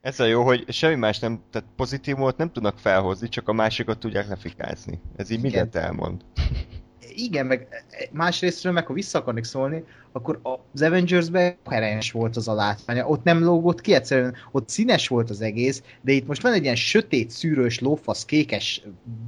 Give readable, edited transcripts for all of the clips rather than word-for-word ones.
Ez a jó, hogy semmi más nem, tehát pozitívumot nem tudnak felhozni, csak a másikat tudják lefikázni. Ez így Igen, mindent elmond. igen, meg másrésztről meg ha vissza akarnék szólni, akkor az Avengers-ben koherens volt az a látványa. Ott nem lógott ki, egyszerűen ott színes volt az egész, de itt most van egy ilyen sötét, szűrős, lófasz, kékes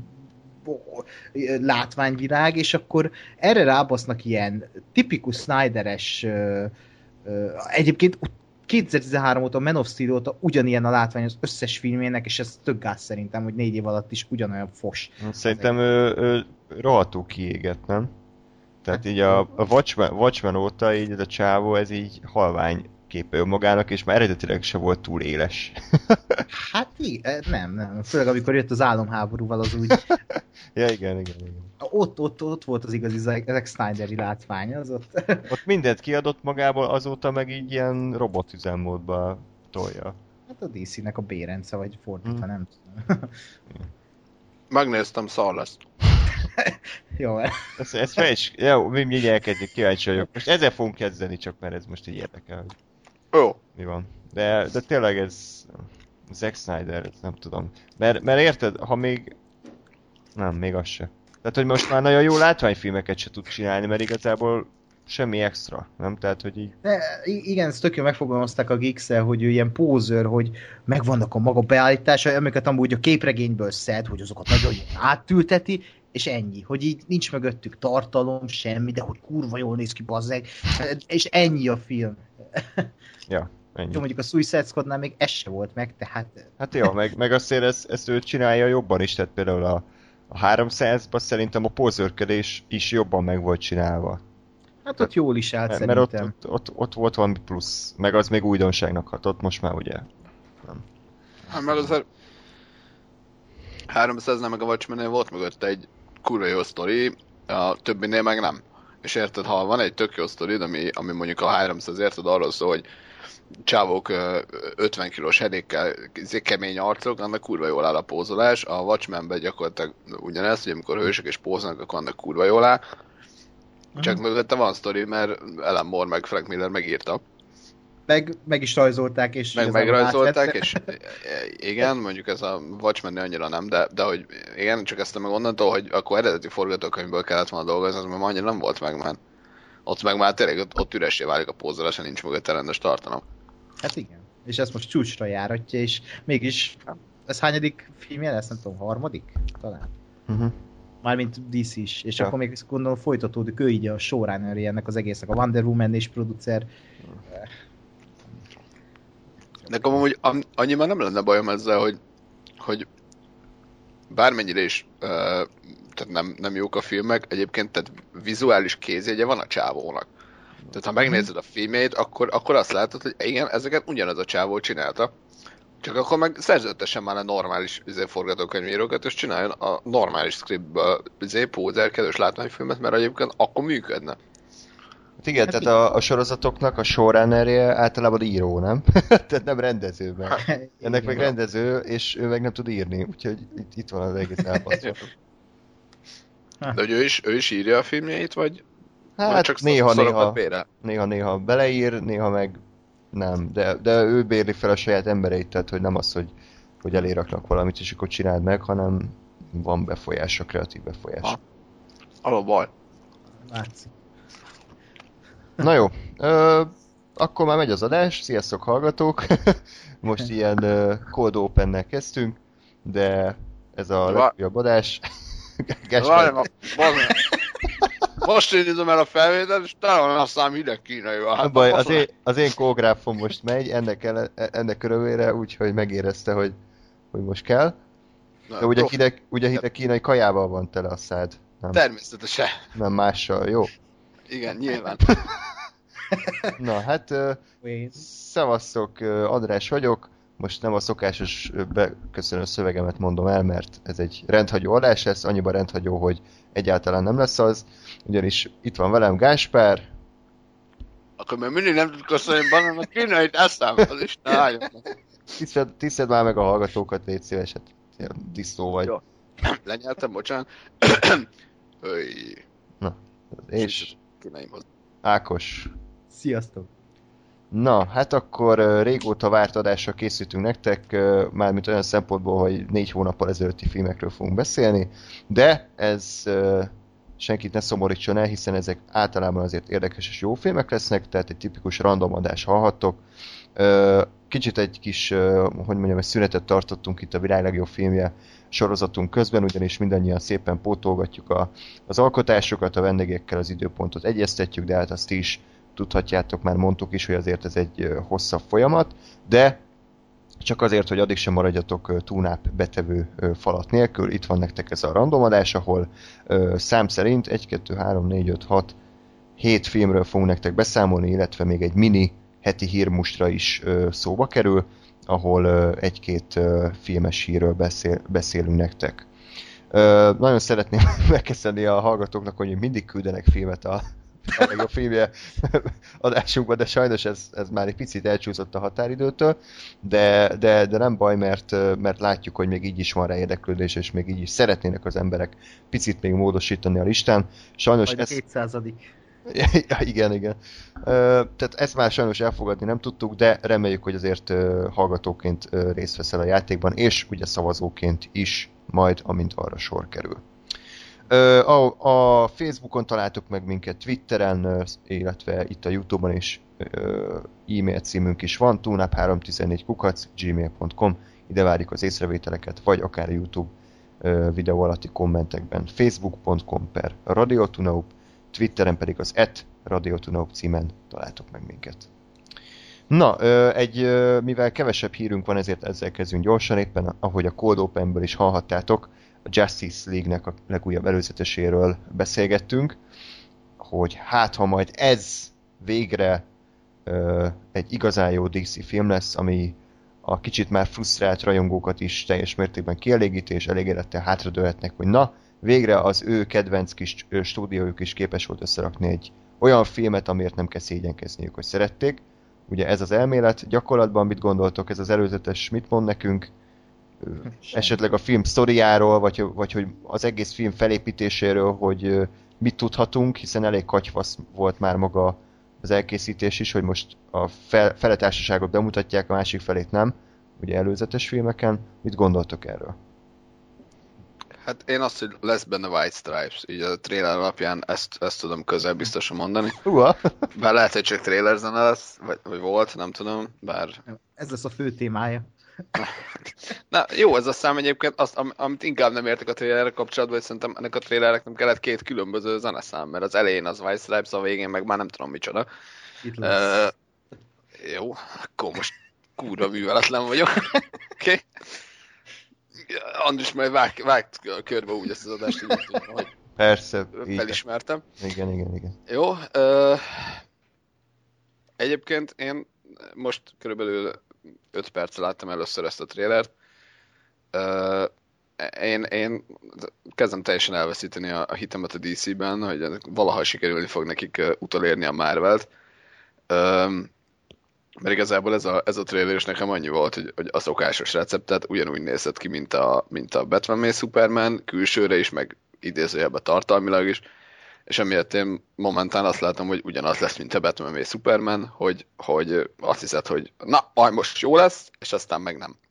látványvilág, és akkor erre rábasznak ilyen tipikus Snyderes egyébként 2013 óta, Man of Steel óta ugyanilyen a látvány az összes filmének, és ez tök gáz szerintem, hogy 4 év alatt is ugyanolyan fos. Szerintem ő rohadtul kiégett, nem? Tehát így a Watchmen óta így ez a csávó, ez így halvány képe önmagának, és már eredetileg se volt túl éles. Hát nem. Főleg amikor jött az álomháborúval, az úgy... Ja, igen. Ott volt az igazi Zack Snyderi látvány, az ott... Ott mindent kiadott magából, azóta meg így ilyen robotüzemmódba tolja. Hát a DC-nek a B-rendsze, vagy fordítva, Hmm. nem tudom. Megnéztem, szar lesz. Jó, Ezt fel is... Jó, mi mindjárt elkezdjük, kíváncsi vagyok. Most ezzel fogunk kezdeni, csak mert ez most így érdekel, hogy Jó. mi van. De tényleg ez... Zack Snyder, ez nem tudom. Mert érted, ha még... Nem, még az se. Tehát, hogy most már nagyon jó látványfilmeket se tud csinálni, mert igazából semmi extra, nem? Tehát, hogy így... de igen, ezt tök jól megfogalmazták a geeks hogy ő ilyen pózőr, hogy megvannak a maga beállításai, amiket amúgy a képregényből szed, hogy azokat nagyon jól átülteti, és ennyi, hogy így nincs mögöttük tartalom, semmi, de hogy kurva jól néz ki, bazzeg, és ennyi a film. Ja, ennyi. Jó, mondjuk a Suicide Squadnál még ez se volt meg, tehát... Hát jó, meg azért ezt ő csinálja jobban is, tehát például a 300-ban szerintem a pózőrködés is jobban meg volt csinálva. Hát ott jól is állt Mert szerintem. ott volt valami plusz, meg az még újdonságnak hatott, most már ugye. Hát meg azért 300-nál meg a Watchmen-nél volt mögötte egy kurva jó sztori, a többinél meg nem. És érted, ha van egy tök jó sztorid, ami mondjuk a 300, érted, arról szól, hogy csávók 50 kilós hedékkel, kemény arcok, annak kurva jól áll a pózolás. A Watchmenben gyakorlatilag ugyanez, hogy amikor hősök és pózolnak, akkor annak kurva jól áll. Csak mögötte van sztori, mert Alan Moore meg Frank Miller megírta. Meg is rajzolták, és Meg igazából megrajzolták, átvette. és igen, mondjuk ez a Watchmen annyira nem, de hogy igen, csak ezt meg onnantól, hogy akkor eredeti forgatókönyvből kellett volna dolgozni, az már annyira nem volt meg már. Ott meg már tényleg ott üressé válik a pózolás, nincs mögötte rendes tartalom. Hát igen. És ezt most csúcsra járatja, és mégis ez hányadik filmje lesz? Nem tudom, harmadik? Talán. Uh-huh. Mármint DC is. És Ja. akkor még gondolom folytatódik, ő így a showrunner ennek az egésznek, a Wonder Woman és producer. Nekem amúgy annyiban nem lenne bajom ezzel, hogy bármennyire is tehát nem jók a filmek, egyébként tehát vizuális kézjegye van a csávónak. Tehát ha megnézed a filmjeit, akkor azt látod, hogy igen, ezeket ugyanaz a csávó csinálta. Csak akkor meg szerződtessen már a normális forgatókönyvírókat, és csináljon a normális scriptből pózerkedős látványfilmet, mert egyébként akkor működne. Hát igen, Hát tehát a sorozatoknak a showrunnerje általában író, nem? Tehát nem rendező, mert ennek meg Igen. rendező, és ő meg nem tud írni, úgyhogy itt van az egész elbaszva. De hogy ő is írja a filmjeit, vagy Hát csak néha-néha bére? néha beleír, néha meg nem, de ő bérli fel a saját embereit, tehát hogy nem az, hogy eléraknak valamit, és akkor csináld meg, hanem van befolyása, kreatív befolyás. Ha. Az a baj. Látszik. Na jó, akkor már megy az adás, sziasztok hallgatók! Most ilyen cold open-nel kezdtünk, de ez a legújabb adás. Várj, most indítom el a felvételt, és tele van a szám hideg kínaival. Nem baj, az én koreográfom most megy, ennek örömére, úgyhogy megérezte, hogy most kell. De ugye hideg kínai kajával van tele a szád. Természetesen. Nem mással, jó? Igen, nyilván. Na hát, szevasztok, András vagyok. Most nem a szokásos beköszönő szövegemet mondom el, mert ez egy rendhagyó adás lesz, annyiban rendhagyó, hogy egyáltalán nem lesz az. Ugyanis itt van velem Gáspár. Akkor még mindig nem tud köszönni, hanem a kínait eszem, az Isten álljon. Tiszteld már meg a hallgatókat, légy szíves, hát disznó vagy. Jó. Lenyeltem, bocsánat. Na, és kínaimhoz. Ákos. Sziasztok! Na, hát akkor régóta várt adásra készítünk nektek, mármint olyan szempontból, hogy 4 hónappal ezelőtti filmekről fogunk beszélni, de ez senkit ne szomorítson el, hiszen ezek általában azért érdekes és jó filmek lesznek, tehát egy tipikus random adást hallhattok. Kicsit egy kis, hogy mondjam, egy szünetet tartottunk itt a világ legjobb filmje sorozatunk közben, ugyanis mindannyian szépen pótolgatjuk az alkotásokat, a vendégekkel az időpontot egyeztetjük, de hát azt is tudhatjátok, már mondtuk is, hogy azért ez egy hosszabb folyamat, de csak azért, hogy addig sem maradjatok túnáp betevő falat nélkül, itt van nektek ez a randomadás, ahol szám szerint 1, 2, 3, 4, 5, 6, 7 filmről fogunk nektek beszámolni, illetve még egy mini heti hírmustra is szóba kerül, ahol egy-két filmes hírről beszélünk nektek. Nagyon szeretném megköszönni a hallgatóknak, hogy mindig küldenek filmet a legjobb filmje adásunkban, de sajnos ez már egy picit elcsúszott a határidőtől, de nem baj, mert látjuk, hogy még így is van rá érdeklődés, és még így is szeretnének az emberek picit még módosítani a listán. Sajnos majd ez... 200. Ja, igen. Tehát ezt már sajnos elfogadni nem tudtuk, de reméljük, hogy azért hallgatóként részt veszel a játékban, és ugye szavazóként is majd, amint arra sor kerül. A Facebookon találtuk meg minket, Twitteren, illetve itt a YouTube-on is e-mail címünk is van, tunap314@gmail.com, ide várjuk az észrevételeket, vagy akár a YouTube videó alatti kommentekben, facebook.com/radiotunaup, Twitteren pedig az @radiotunaup címen találtok meg minket. Na, mivel kevesebb hírünk van, ezért ezzel kezdünk gyorsan, éppen ahogy a Cold Openből is hallhattátok, a Justice League-nek a legújabb előzeteséről beszélgettünk, hogy hát ha majd ez végre egy igazán jó DC film lesz, ami a kicsit már frusztrált rajongókat is teljes mértékben kielégíti, és elégedettel hátradőlhetnek, hogy na, végre az ő kedvenc kis stúdiójuk is képes volt összerakni egy olyan filmet, amiért nem kell szégyenkezniük, hogy szerették. Ugye ez az elmélet, gyakorlatban mit gondoltok, ez az előzetes mit mond nekünk? Esetleg a film sztoriáról, vagy hogy az egész film felépítéséről, hogy mit tudhatunk, hiszen elég katyvasz volt már maga az elkészítés is, hogy most a fele társaságot bemutatják, a másik felét nem, ugye előzetes filmeken. Mit gondoltok erről? Hát én azt, hogy lesz benne White Stripes, így a trailer alapján ezt tudom közel biztosan mondani. Bár lehet, hogy csak trailer zene lesz, vagy volt, nem tudom, bár... Ez lesz a fő témája. Na, jó ez a szám egyébként, amit inkább nem értek a trailerre kapcsolatban, hogy szerintem ennek a trailernek nem kellett 2 különböző zeneszám, mert az elején az White Stripes, a végén meg már nem tudom micsoda. Jó, akkor most kurva műveletlen vagyok. Okay. Andris majd vágt körbe úgy ezt az adást, hogy persze, felismertem. Igen. Jó, egyébként én most körülbelül 5 perccel láttam először ezt a trailert. Én kezdem teljesen elveszíteni a hitemet a DC-ben, hogy valaha sikerülni fog nekik utolérni a Marvelt. Mert igazából ez a trailer is nekem annyi volt, hogy a szokásos receptet ugyanúgy nézett ki, mint a Batman v Superman, külsőre is, meg idézőjelben tartalmilag is, és emiatt én momentán azt látom, hogy ugyanaz lesz, mint a Batman v Superman, hogy azt hiszed, hogy na, majd most jó lesz, és aztán meg nem.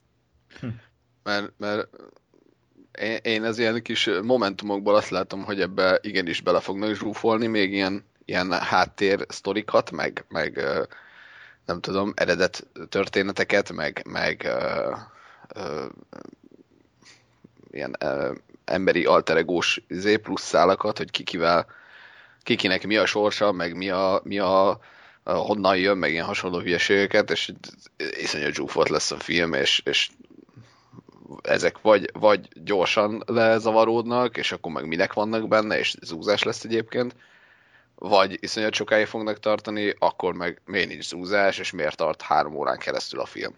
Mert én ez ilyen kis momentumokból azt látom, hogy ebbe igenis bele fognak zsúfolni, még ilyen háttér sztorikat, meg nem tudom, eredet történeteket, meg ilyen emberi alteregós plusz szálakat, hogy kikinek mi a sorsa, meg mi a honnan jön, meg ilyen hasonló hülyeségeket, és iszonyat zsúfolt lesz a film, és ezek vagy gyorsan lezavaródnak, és akkor meg minek vannak benne, és zúzás lesz egyébként, vagy iszonyat sokáig fognak tartani, akkor meg miért nincs zúzás, és miért tart 3 órán keresztül a film.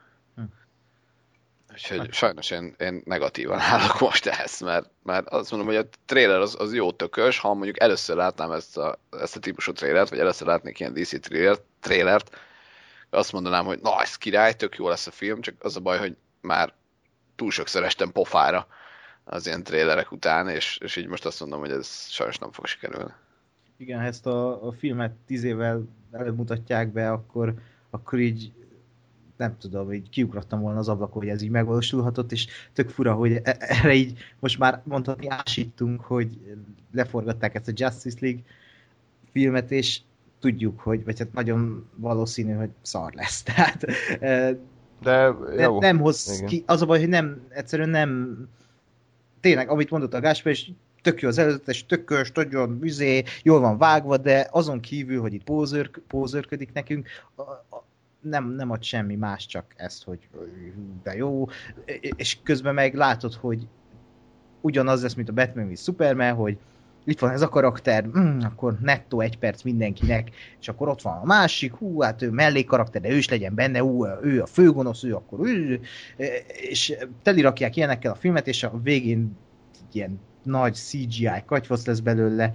Úgyhogy sajnos én negatívan állok most ehhez, mert azt mondom, hogy a trailer az jó tökös, ha mondjuk először látnám ezt a típusú trailert, vagy először látnék ilyen DC trailert, azt mondanám, hogy na, ez király, tök jó lesz a film, csak az a baj, hogy már túl sokszor estem pofára az ilyen trailerek után, és így most azt mondom, hogy ez sajnos nem fog sikerülni. Igen, ezt a filmet 10 évvel előbb mutatják be, akkor így nem tudom, így kiugrottam volna az ablakon, hogy ez így megvalósulhatott, és tök fura, hogy erre így most már mondhatni ásítunk, hogy leforgatták ezt a Justice League filmet, és tudjuk, hogy, vagy hát nagyon valószínű, hogy szar lesz. Tehát de jó. Nem hoz ki, az a baj, hogy nem, egyszerűen nem, tényleg, amit mondott a Gáspár, és tök jó az előzetes, tökös, nagyon jól van vágva, de azon kívül, hogy itt pózőrködik nekünk, nem ad semmi más, csak ezt, hogy de jó, és közben meg látod, hogy ugyanaz lesz, mint a Batman vs Superman, hogy itt van ez a karakter, akkor nettó 1 perc mindenkinek, és akkor ott van a másik, hát ő mellékkarakter, de ő is legyen benne, ő a főgonosz, ő akkor és telirakják ilyenekkel a filmet, és a végén ilyen nagy CGI katyvasz lesz belőle,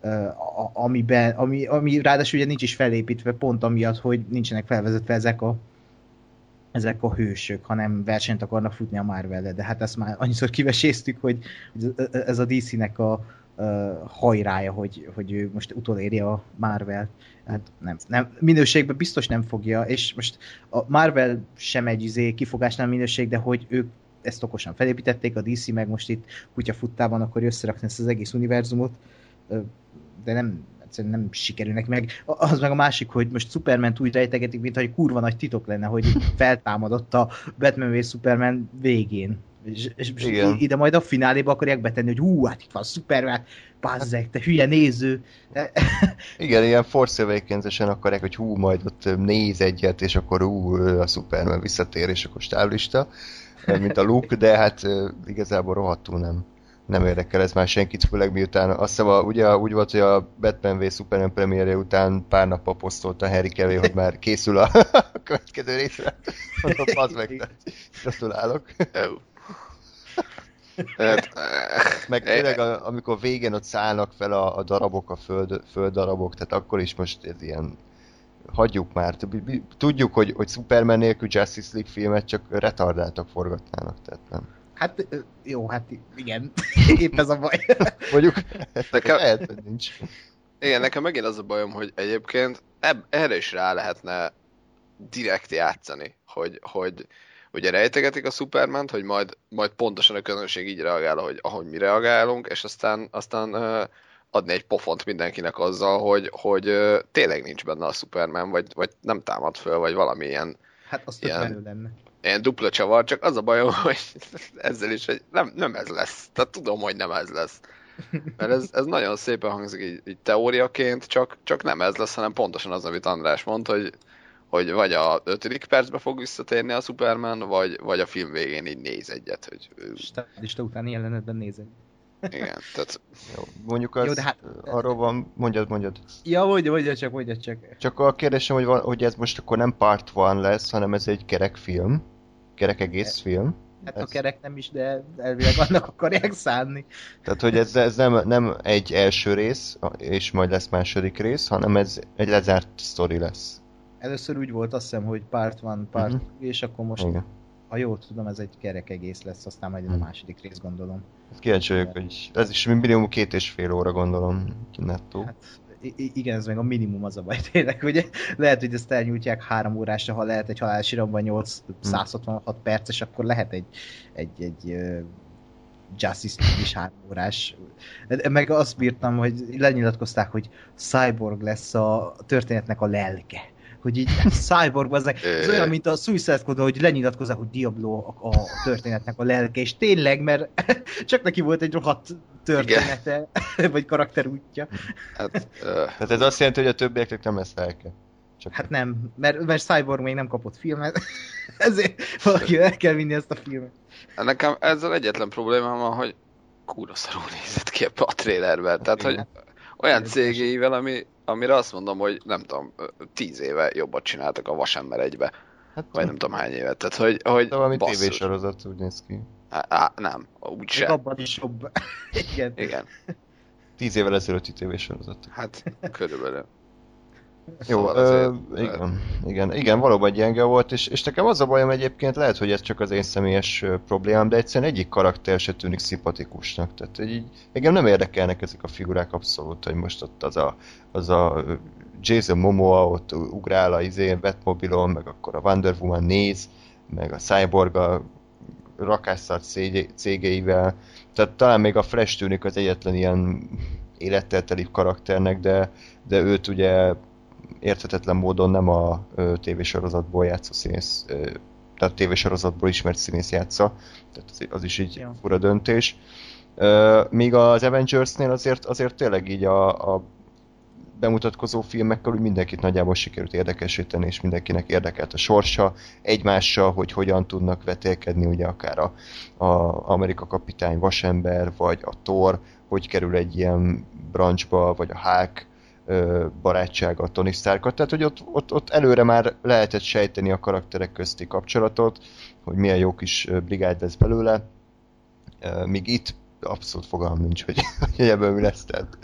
ami ráadásul ugye nincs is felépítve pont amiatt, hogy nincsenek felvezetve ezek a hősök, hanem versenyt akarnak futni a Marvel-le, de hát ezt már annyiszor kiveséztük, hogy ez a DC-nek a hajrája, hogy ő most utoléri a Marvel. Hát nem, minőségben biztos nem fogja, és most a Marvel sem egy kifogásnál minőség, de hogy ők ezt okosan felépítették, a DC meg most itt kutyafuttában akar összerakni ezt az egész univerzumot, de egyszerűen nem sikerülnek meg. Az meg a másik, hogy most Superman-t úgy rejtegetik, mintha egy kurva nagy titok lenne, hogy feltámadott a Batman vs Superman végén. És ide majd a fináléba akarják betenni, hogy hát itt van Superman, bazzeg, te hülye néző. Igen, ilyen Force Awakens-esen akarják, hogy majd ott néz egyet, és akkor a Superman visszatér, és akkor stáblista, mint a Luke, de hát igazából rohadtul nem érdekel ez már senkit, főleg miután azt hiszem, ugye úgy volt, hogy a Batman v Superman premierje után pár nappal posztolta Henry Cavill, hogy már készül a következő részre. Mondom, az meg, gratulálok. Meg tényleg, amikor végén ott szállnak fel a darabok, a földdarabok, tehát akkor is most ez ilyen, hagyjuk már. Tudjuk, hogy Superman nélkül Justice League filmet csak retardáltak forgatnának, tehát nem. Hát jó, hát igen, épp ez a baj. Mondjuk, lehet, hogy nincs. Igen, nekem megint az a bajom, hogy egyébként erre is rá lehetne direkt játszani, hogy ugye rejtegetik a Supermant, hogy majd pontosan a közönség így reagál, ahogy mi reagálunk, és aztán adni egy pofont mindenkinek azzal, hogy tényleg nincs benne a Superman, vagy nem támad föl, vagy valami ilyen... Hát azt ilyen lenne. Ilyen dupla csavar, csak az a bajom, hogy ezzel is, hogy nem ez lesz. Tehát tudom, hogy nem ez lesz. Mert ez nagyon szépen hangzik így teóriaként, csak nem ez lesz, hanem pontosan az, amit András mond, hogy vagy a 5. percben fog visszatérni a Superman, vagy a film végén így néz egyet. Hogy... Stálista utáni jelenetben néz egyet. Igen, tehát... Jó, mondjuk az, jó, de hát... arról van, mondjad. Ja, mondjad csak. Csak a kérdésem, hogy ez most akkor nem part 1 lesz, hanem ez egy kerek film. Kerek egész film. Hát a kerek nem is, de elvileg annak akarják szánni. Tehát, hogy ez nem egy első rész, és majd lesz második rész, hanem ez egy lezárt sztori lesz. Először úgy volt, azt hiszem, hogy part 1, part 2, és akkor most, igen. Ha jól tudom, ez egy kerek egész lesz, aztán majd a második rész, gondolom. Kíváncsi vagyok, hogy ez is minimum 2,5 óra, gondolom, nettó. Hát igen, ez meg a minimum, az a baj tényleg, ugye? Lehet, hogy ezt elnyújtják 3 órásra, ha lehet egy halálos iramban 866 perces, akkor lehet egy Justice League is 3 órás. Meg azt bírtam, hogy lenyilatkozták, hogy Cyborg lesz a történetnek a lelke. Hogy így Cyborg, ez olyan, mint a Suicide Squad, hogy lenyilatkozzák, hogy Diablo a történetnek a lelke, és tényleg, mert csak neki volt egy rohadt története, vagy karakterútja. Hát ez azt jelenti, hogy a többieknek nem lesz lelke. Csak hát nem, mert Cyborg még nem kapott filmet, ezért valaki el kell vinni ezt a filmet. Nekem ezzel egyetlen problémám van, hogy kurva szarul nézett ki a trailerben. Tehát, hogy olyan cégéivel, amire azt mondom, hogy nem tudom, 10 éve jobbat csináltak a Vasember 1-be. Hát, vagy nem tudom hány évet. Tehát, hogy de valami tévésorozat úgy néz ki. Nem, úgyse. Abban is jobb. Igen. 10 évvel ezelőtti tévésorozat. Hát, körülbelül. Jó, Szóval igen, valóban gyenge volt, és nekem az a bajom egyébként, lehet, hogy ez csak az én személyes problémám, de egyszerűen egyik karakter se tűnik szimpatikusnak. Tehát így, engem nem érdekelnek ezek a figurák abszolút, hogy most ott az a Jason Momoa ott ugrál a Batmobilon, meg akkor a Wonder Woman néz, meg a Cyborg a rakásszart cégeivel. Tehát talán még a Flash tűnik az egyetlen ilyen élettel teli karakternek, de őt ugye érthetetlen módon nem a tévésorozatból játszó színész, tehát tévésorozatból ismert színész játsza, tehát az is így fura döntés. Míg az Avengersnél azért tényleg így a bemutatkozó filmekkel úgy mindenkit nagyjából sikerült érdekesíteni, és mindenkinek érdekelt a sorsa, egymással, hogy hogyan tudnak vetélkedni, ugye akár a Amerika kapitány Vasember, vagy a Thor, hogy kerül egy ilyen branchba, vagy a Hulk barátsága a Tony Starkot, tehát hogy ott előre már lehetett sejteni a karakterek közti kapcsolatot, hogy milyen jó kis brigád lesz belőle, míg itt abszolút fogalmam nincs, hogy ebből mi lesz, tehát...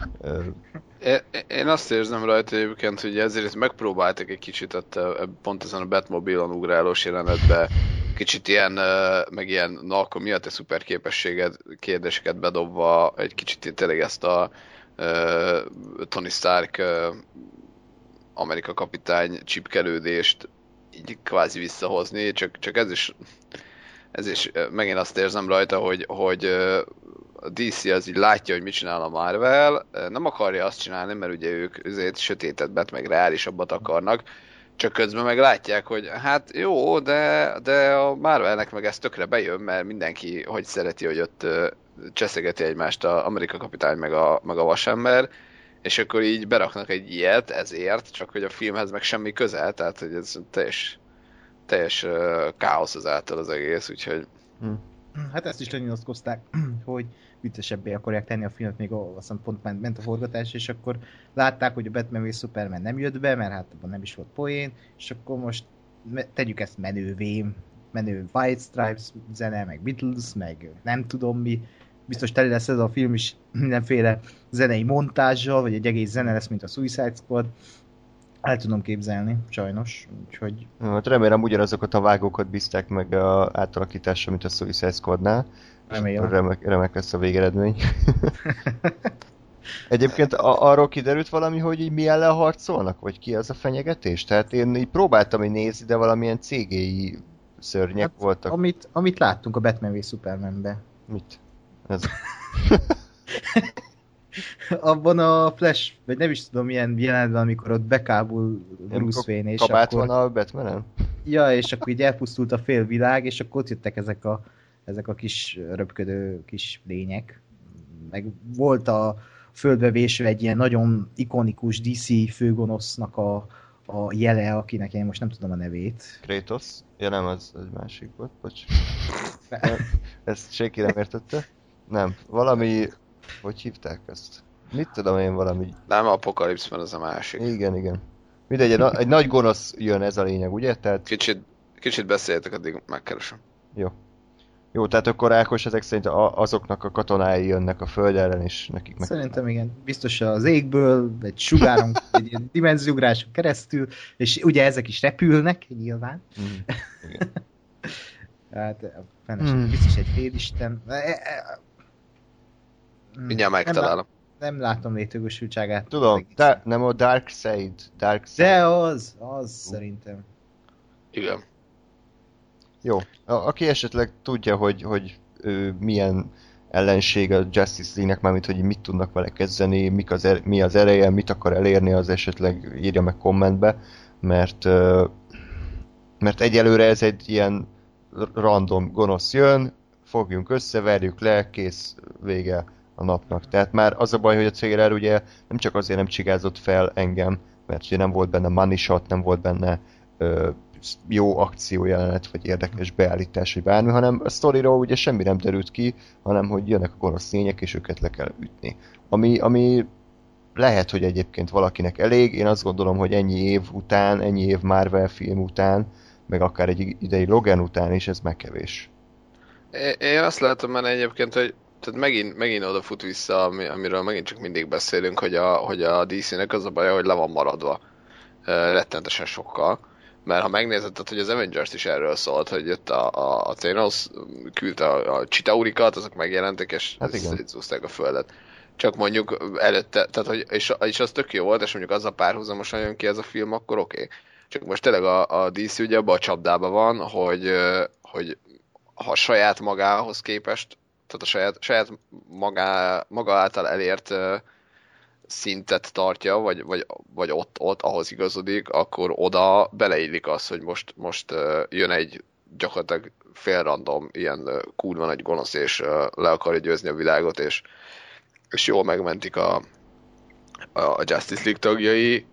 Én azt érzem rajta egyébként, hogy ezért megpróbáltak egy kicsit pont ezen a Batmobilon ugrálós jelenetbe kicsit ilyen, meg ilyen, na akkor mi a te szuper képességed kérdéseket bedobva egy kicsit tényleg ezt a Tony Stark Amerika kapitány csipkelődést így kvázi visszahozni, csak ez is megint azt érzem rajta, hogy a DC az így látja, hogy mit csinál a Marvel, nem akarja azt csinálni, mert ugye ők azért sötétebbet, meg reálisabbat akarnak, csak közben meg látják, hogy hát jó, de a Marvelnek meg ez tökre bejön, mert mindenki hogy szereti, hogy ott cseszegeti egymást az Amerika kapitány meg a vasember, és akkor így beraknak egy ilyet ezért, csak hogy a filmhez meg semmi közel, tehát hogy ez teljes káosz azáltal az egész, úgyhogy... Hát ezt is lenyilatkozták, hogy viccesebbé akarják tenni a filmet, még azt hiszem pont ment a forgatás, és akkor látták, hogy a Batman és Superman nem jött be, mert hát abban nem is volt poén, és akkor most tegyük ezt menő White Stripes zene, meg Beatles, meg nem tudom mi, biztos teli lesz ez a film is mindenféle zenei montázsal, vagy egy egész zene lesz, mint a Suicide Squad. El tudom képzelni, sajnos, úgyhogy... Hát remélem ugyanazokat a vágókat bízták meg a átalakításra, mint a Suicide Squadnál. Remek lesz a végeredmény. Egyébként arról kiderült valami, hogy így mi ellen harcolnak, vagy ki az a fenyegetés? Tehát én így próbáltam így nézni, de valamilyen CGI szörnyek hát, voltak. Amit láttunk a Batman v Supermanbe. Mit? Ez... Abban a Flash, vagy nem is tudom milyen jelenetben, amikor ott bekábul Bruce Wayne, és kabát akkor... van a Batmanen? Ja, és akkor így elpusztult a fél világ, és akkor ott jöttek ezek a kis röpködő kis lények. Meg volt a földbe vésve egy ilyen nagyon ikonikus DC főgonosznak a jele, akinek én most nem tudom a nevét. Kratos? Ja nem, az egy másik volt, bocs. Ezt senki nem értette? Nem, valami... Hogy hívták ezt? Mit tudom én valami... Nem, Apokalipszben az a másik. Igen. Mindegy, egy nagy gonosz jön, ez a lényeg, ugye? Tehát... Kicsit beszéltek, addig megkeresem. Jó, tehát akkor Ákos ezek szerint azoknak a katonái jönnek a föld ellen, és nekik meg... Szerintem igen. Biztos az égből, egy sugáron, egy ilyen dimenziugráson keresztül, és ugye ezek is repülnek, nyilván. Igen. Hát, biztos egy félisten. Mindjárt megtalálom. Nem látom létjogosultságát. Tudom, nem a Dark Side. De az szerintem. Igen. Jó, aki esetleg tudja, hogy milyen ellenség a Justice League-nek, mármint hogy mit tudnak vele kezdeni, mi az ereje, mit akar elérni, az esetleg írja meg kommentbe, mert egyelőre ez egy ilyen random gonosz jön, fogjunk össze, verjük le, kész, vége a napnak. Tehát már az a baj, hogy a trailer ugye nem csak azért nem csigázott fel engem, mert ugye nem volt benne money shot, nem volt benne jó akciójelenet, vagy érdekes beállítás, vagy bármi, hanem a sztoriról ugye semmi nem derült ki, hanem hogy jönnek a gonosz lények, és őket le kell ütni. Ami lehet, hogy egyébként valakinek elég, én azt gondolom, hogy ennyi év után, ennyi év Marvel film után, meg akár egy idei Logan után is, ez megkevés. Én azt látom benne egyébként, hogy tehát megint odafut vissza, amiről megint csak mindig beszélünk, hogy a DC-nek az a baja, hogy le van maradva. rettenetesen sokkal. Mert ha megnézed, hogy az Avengers is erről szólt, hogy jött a Thanos, küldte a Chitaurikat, azok megjelentek, és szétszúzták a földet. Csak mondjuk előtte, tehát hogy, és az tök jó volt, és mondjuk az a párhuzamosan jön ki ez a film, akkor oké. Csak most tényleg a DC ugye abban a csapdában van, hogy ha saját magához képest, tehát a saját maga által elért szintet tartja, vagy ott ahhoz igazodik, akkor oda beleillik az, hogy most jön egy gyakorlatilag fél random, ilyen kurva nagy gonosz, és le akarja győzni a világot, és jól megmentik a Justice League tagjai,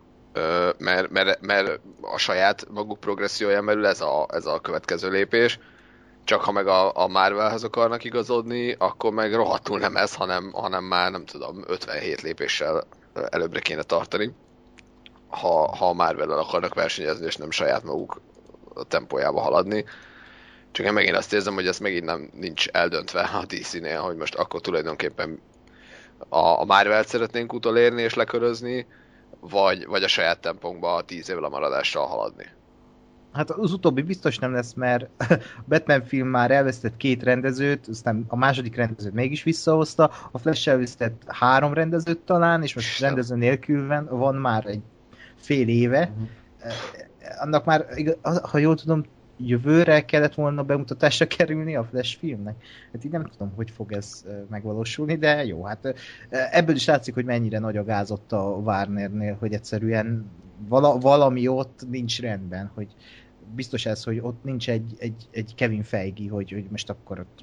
mert a saját maguk progresszióján belül ez a következő lépés. Csak ha meg a Marvelhez akarnak igazodni, akkor meg rohadtul nem ez, hanem már nem tudom, 57 lépéssel előbbre kéne tartani, ha a Marvel-el akarnak versenyezni, és nem saját maguk a tempójába haladni. Csak én megint azt érzem, hogy ez megint nincs eldöntve a DC-nél, hogy most akkor tulajdonképpen a Marvel-t szeretnénk utolérni és lekörözni, vagy a saját tempónkba 10 év lemaradással haladni. Hát az utóbbi biztos nem lesz, mert a Batman film már elvesztett 2 rendezőt, aztán a második rendezőt mégis visszahozta, a Flash elvesztett 3 rendezőt talán, és most rendező nélkül van már egy fél éve. Annak már, ha jól tudom, jövőre kellett volna bemutatásra kerülni a Flash filmnek. Hát így nem tudom, hogy fog ez megvalósulni, de jó, hát ebből is látszik, hogy mennyire nagy a gáz ott a Warnernél, hogy egyszerűen valami ott nincs rendben, hogy biztos ez, hogy ott nincs egy Kevin Feige, hogy most akkor ott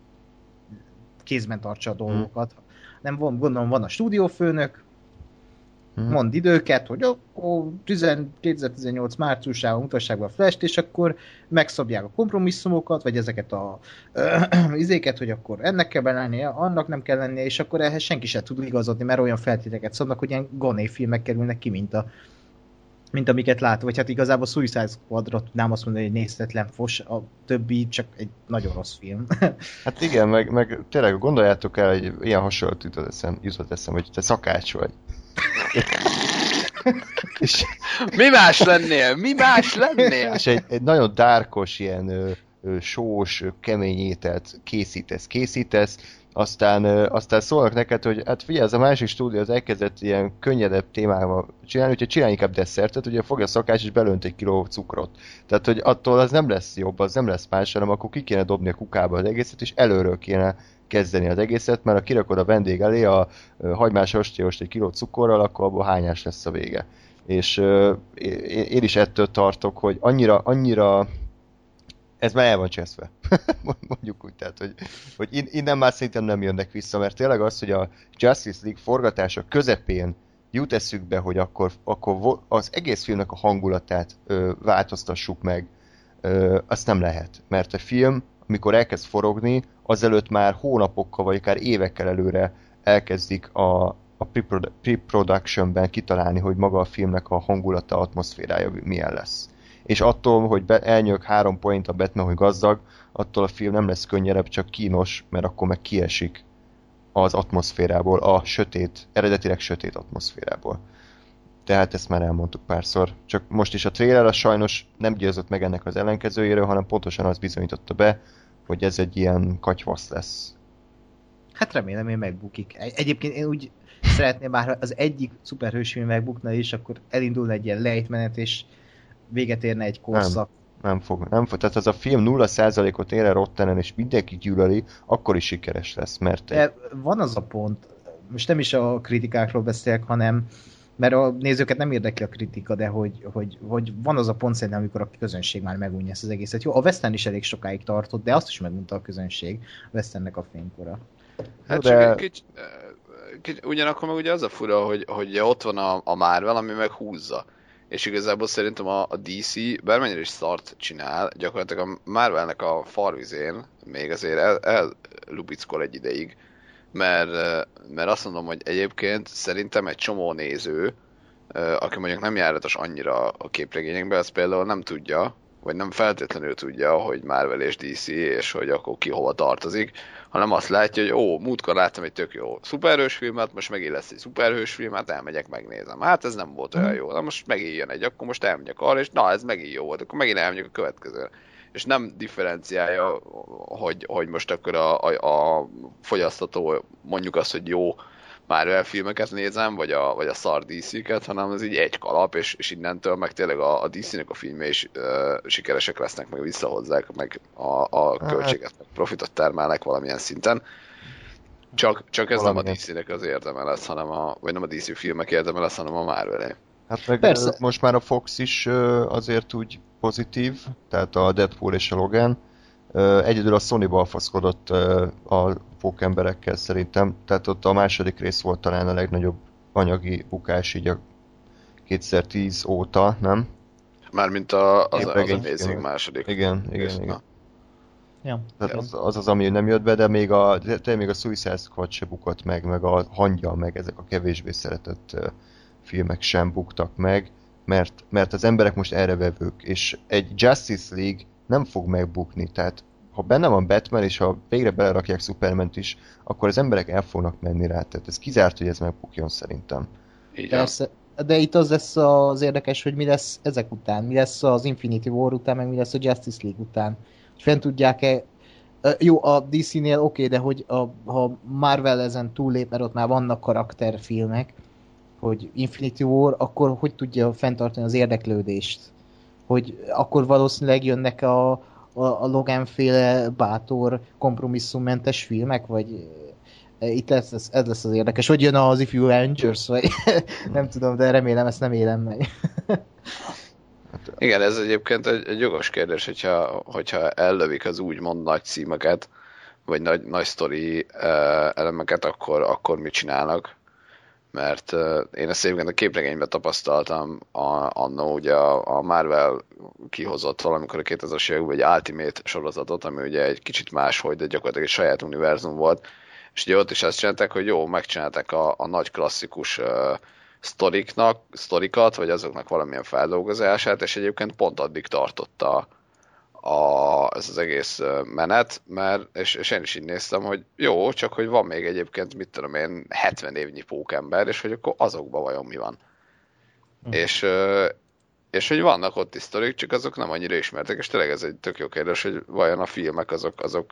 kézben tartsa a dolgokat. Nem, gondolom van a stúdiófőnök, mond időket, hogy akkor 2018 márciusában mutassák be a Flash-t, és akkor megszabják a kompromisszumokat, vagy ezeket a izéket, hogy akkor ennek kell lennie, annak nem kell lennie, és akkor ehhez senki sem tud igazodni, mert olyan feltételeket szabnak, hogy ilyen goné filmek kerülnek ki, mint amiket lát, vagy hát igazából Suicide Squadra tudnám azt mondani, hogy nézhetetlen fos, a többi csak egy nagyon rossz film. Hát igen, meg tényleg gondoljátok el, hogy ilyen hasonlót jutott eszem, hogy te szakács vagy. És mi más lennél? Mi más lennél? És egy nagyon dárkos, ilyen sós, kemény ételt készítesz, aztán szólnak neked, hogy hát figyelj, ez a másik stúdió az elkezdett ilyen könnyedebb témával csinálni, úgyhogy csinálj inkább desszertet, ugye fogja a szakács és belönt 1 kiló cukrot. Tehát, hogy attól az nem lesz jobb, az nem lesz más, hanem akkor ki kéne dobni a kukába az egészet, és előről kéne kezdeni az egészet, mert ha kirakod a vendég elé a hagymás ostyajost 1 kiló cukorral, akkor abból hányás lesz a vége. És én is ettől tartok, hogy annyira ez már el van cseszve. Mondjuk úgy, tehát, hogy innen már szerintem nem jönnek vissza, mert tényleg az, hogy a Justice League forgatása közepén jut eszükbe, hogy akkor az egész filmnek a hangulatát változtassuk meg, azt nem lehet. Mert a film, amikor elkezd forogni, azelőtt már hónapokkal, vagy akár évekkel előre elkezdik a pre-productionben kitalálni, hogy maga a filmnek a hangulata, atmoszférája milyen lesz. És attól, hogy elnyök 3 point a Batman, hogy gazdag, attól a film nem lesz könnyebb, csak kínos, mert akkor meg kiesik az atmoszférából, a eredetileg sötét atmoszférából. Tehát ezt már elmondtuk párszor. Csak most is a trailer az sajnos nem győzött meg ennek az ellenkezőjéről, hanem pontosan az bizonyította be, hogy ez egy ilyen katyvasz lesz. Hát remélem, én megbukik. Egyébként én úgy szeretném, bár az egyik szuperhősfilm megbukna is, akkor elindulna egy ilyen lejtmenet, és véget érne egy korszak. Nem fog. Tehát az a film 0%-ot ér el Rottenen, és mindenki gyűlöli, akkor is sikeres lesz, mert... Van az a pont, most nem is a kritikákról beszélek, hanem, mert a nézőket nem érdekli a kritika, de hogy van az a pont szerintem, amikor a közönség már megunja ezt az egészet. Jó, a Western is elég sokáig tartott, de azt is megunta a közönség, a Westernnek a fénykora. Hát de... ugyanakkor meg ugye az a fura, hogy ott van a Marvel, ami meg húzza. És igazából szerintem a DC bármennyire is szart csinál, gyakorlatilag a Marvelnek a farvizén még azért ellubickol egy ideig, mert azt mondom, hogy egyébként szerintem egy csomó néző, aki mondjuk nem járatos annyira a képregényekbe, az például nem tudja, vagy nem feltétlenül tudja, hogy Marvel és DC, és hogy akkor ki hova tartozik, hanem azt látja, hogy múltkor láttam egy tök jó szuperhős filmet, most megint lesz egy szuperhős film, hát elmegyek, megnézem. Hát ez nem volt olyan jó, na most megint jön egy, akkor most elmegyek arra, és na ez megint jó volt, akkor megint elmegyek a következőre. És nem differenciálja, hogy most akkor a fogyasztató mondjuk azt, hogy jó Marvel filmeket nézem, vagy a szar DC-ket, hanem ez így egy kalap, és innentől meg tényleg a DC-nek a filmje is sikeresek lesznek, meg visszahozzák, meg a költséget, meg profitot termelnek valamilyen szinten. Csak ez nem a DC-nek az érdeme lesz, vagy nem a DC filmek érdeme lesz, hanem a Marvel-é. Hát meg persze. Most már a Fox is azért úgy pozitív, tehát a Deadpool és a Logan. Egyedül a Sony balfaszkodott a pókemberekkel szerintem, tehát ott a második rész volt talán a legnagyobb anyagi bukás így a 2010 óta, nem? Mármint az Amazing második. Igen. Ja. Tehát az, ami nem jött be, de még a Suicide Squad se bukott meg a Hangya, meg ezek a kevésbé szeretett filmek sem buktak meg, mert az emberek most erre vevők, és egy Justice League nem fog megbukni, tehát ha benne van Batman, és ha végre belerakják Supermant is, akkor az emberek el fognak menni rá, tehát ez kizárt, hogy ez megbukjon szerintem. Persze, de itt az lesz az érdekes, hogy mi lesz ezek után, mi lesz az Infinity War után, meg mi lesz a Justice League után. Hogy fent tudják-e, jó, a DC-nél oké, de hogy ha Marvel ezen túllép, mert ott már vannak karakterfilmek, hogy Infinity War, akkor hogy tudja fenntartani az érdeklődést? Hogy akkor valószínűleg jönnek a Logan-féle bátor, kompromisszummentes filmek, vagy itt ez lesz az érdekes. Hogy jön az If You Avengers, vagy nem tudom, de remélem ezt nem élem meg. Igen, ez egyébként egy jogos kérdés, hogyha ellövik az úgymond nagy címeket, vagy nagy sztori elemeket, akkor mit csinálnak? Mert én ezt egyébként a képregényben tapasztaltam annó, ugye a Marvel kihozott valamikor a 2000-es években egy Ultimate sorozatot, ami ugye egy kicsit máshogy, de gyakorlatilag egy saját univerzum volt, és ugye ott is azt csinálták, hogy jó, megcsinálták a nagy klasszikus sztorikat, vagy azoknak valamilyen feldolgozását, és egyébként pont addig tartotta ez az egész menet, és én is így néztem, hogy jó, csak hogy van még egyébként, mit tudom én, 70 évnyi pókember, és hogy akkor azokban vajon mi van. És hogy vannak ott is sztorik, csak azok nem annyira ismertek, és tényleg ez egy tök jó kérdés, hogy vajon a filmek azok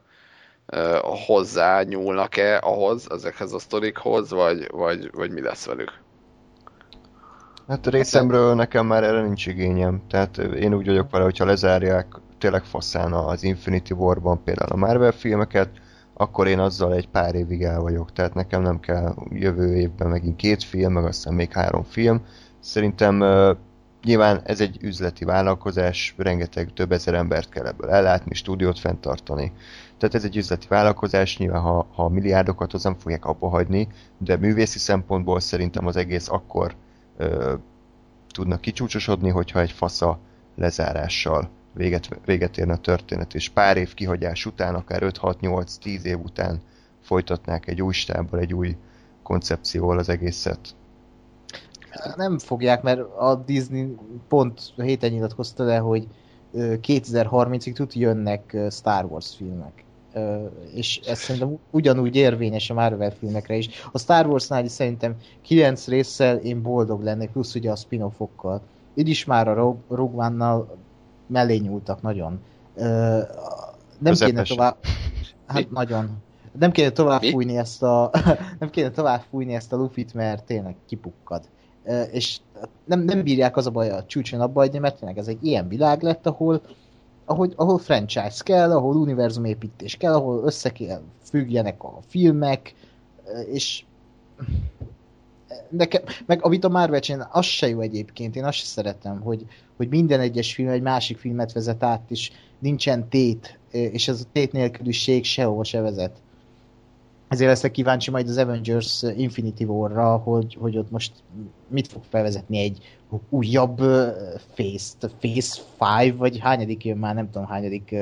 hozzá nyúlnak-e ezekhez a sztorikhoz, vagy mi lesz velük? Hát részemről nekem már erre nincs igényem. Tehát én úgy vagyok vele, hogyha lezárják tényleg faszán az Infinity War-ban például a Marvel filmeket, akkor én azzal egy pár évig el vagyok. Tehát nekem nem kell jövő évben megint 2 film, meg aztán még 3 film. Szerintem nyilván ez egy üzleti vállalkozás, rengeteg több ezer embert kell ebből ellátni, stúdiót fenntartani. Tehát ez egy üzleti vállalkozás, nyilván ha milliárdokat az nem fogják abba hagyni, de művészi szempontból szerintem az egész akkor tudnak kicsúcsosodni, hogyha egy fasza lezárással véget érne a történet, és pár év kihagyás után, akár 5-6-8-10 év után folytatnák egy új stábbal, egy új koncepcióval az egészet. Nem fogják, mert a Disney pont héten nyilatkozta le, hogy 2030-ig tud jönnek Star Wars filmek. És ez szerintem ugyanúgy érvényes a Marvel filmekre is. A Star Warsnál is szerintem 9 résszel én boldog lennék, plusz ugye a spin-offokkal. Így is már a Rogue One-nal mellé nyúltak nagyon. Nem kéne tovább... Hát nagyon. Nem kéne tovább fújni nem kéne tovább fújni ezt a Luffy-t, mert tényleg kipukkad. És nem bírják az a baj a csúcson abba hagyni, mert tényleg ez egy ilyen világ lett, ahol franchise kell, ahol univerzumépítés kell, ahol össze kell függjenek a filmek, és nekem, meg amit a Marvel csinál, az se jó egyébként, én azt se szeretem, hogy minden egyes film egy másik filmet vezet át, és nincsen tét, és ez a tét nélküliség sehova se vezet. Ezért leszek kíváncsi majd az Avengers Infinity War-ra, hogy ott most mit fog felvezetni egy újabb Phase 5, vagy hányadik jön már, nem tudom hányadik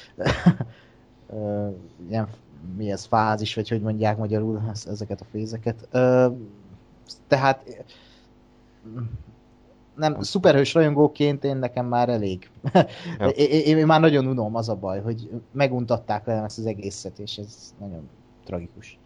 mi ez, fázis, vagy hogy mondják magyarul ezeket a fézeket. Tehát nem, szuperhős rajongóként nekem már elég. Ja. Én már nagyon unom, az a baj, hogy meguntatták velem ezt az egészet, és ez nagyon tragikus.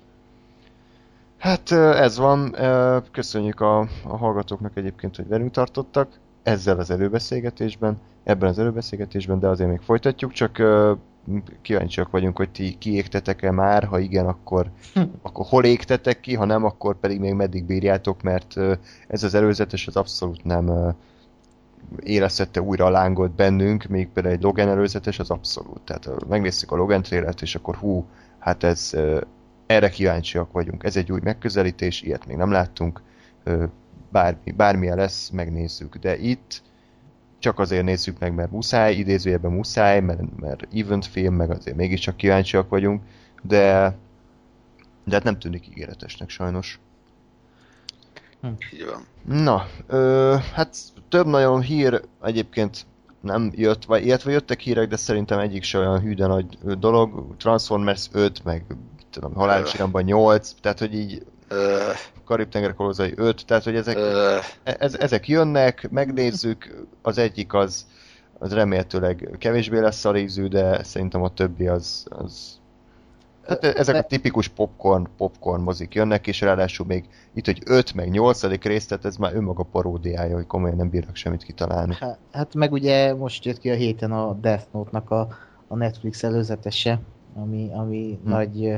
Hát ez van, köszönjük a hallgatóknak egyébként, hogy velünk tartottak ezzel az előbeszélgetésben, ebben az előbeszélgetésben, de azért még folytatjuk, csak kíváncsiak vagyunk, hogy ti kiégtetek-e már, ha igen, akkor hol égtetek ki, ha nem, akkor pedig még meddig bírjátok, mert ez az előzetes az abszolút nem élesztette újra a lángot bennünk, még például egy Logan előzetes az abszolút. Tehát megnéztük a Logan trailert, és akkor hát ez erre kíváncsiak vagyunk. Ez egy új megközelítés, ilyet még nem láttunk. Bármilyen lesz, megnézzük. De itt csak azért nézzük meg, mert muszáj, idézőjelben muszáj, mert event film, meg azért mégiscsak kíváncsiak vagyunk, de hát nem tűnik ígéretesnek sajnos. Így van. Na, hát több nagyon hír egyébként nem jött, illetve jöttek hírek, de szerintem egyik se olyan hű, de nagy dolog. Transformers 5, meg tudom, Halálos Iramban 8, tehát hogy így Karib-tenger kalózai 5, tehát hogy ezek jönnek, megnézzük, az egyik az remélhetőleg kevésbé lesz szarízű, de szerintem a többi az hát ezek a tipikus popcorn mozik jönnek, és ráadásul még itt, hogy 5 meg 8. rész, tehát ez már önmaga paródiája, hogy komolyan nem bírnak semmit kitalálni. Hát meg ugye most jött ki a héten a Death Note-nak a Netflix előzetese, ami nagy,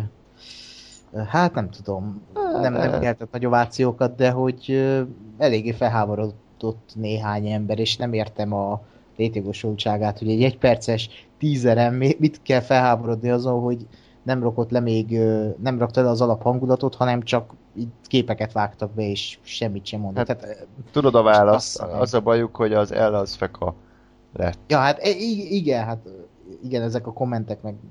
hát nem tudom, nem keltett nagy ovációkat, de hogy eléggé felháborodott néhány ember, és nem értem a létjogosultságát, hogy egy egyperces tízeren mit kell felháborodni azon, hogy nem raktad le az alaphangulatot, hanem csak így képeket vágtak be, és semmit sem mondott. Hát, tehát, tudod a választ, az a bajuk, hogy az L az feka lett. Ja, hát igen, ezek a kommentek meg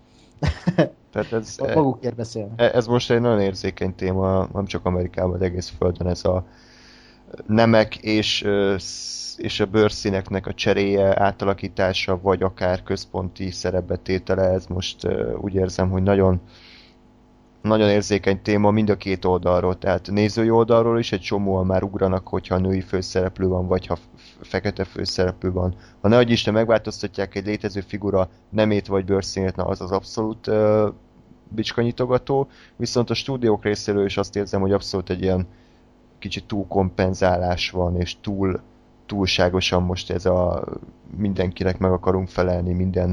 Tehát ez, magukért beszélnek. Ez most egy nagyon érzékeny téma, nem csak Amerikában, de egész földön ez a nemek és a bőrszíneknek a cseréje, átalakítása, vagy akár központi szerepbetétele, ez most úgy érzem, hogy nagyon, nagyon érzékeny téma mind a két oldalról, tehát nézői oldalról is egy csomóan már ugranak, hogyha női főszereplő van, vagy ha fekete főszereplő van. Ha nehogy Isten megváltoztatják egy létező figura nemét vagy bőrszínét, na az abszolút bicskanyitogató, viszont a stúdiók részéről is azt érzem, hogy abszolút egy ilyen kicsit túlkompenzálás van, és túlságosan most ez a mindenkinek meg akarunk felelni, minden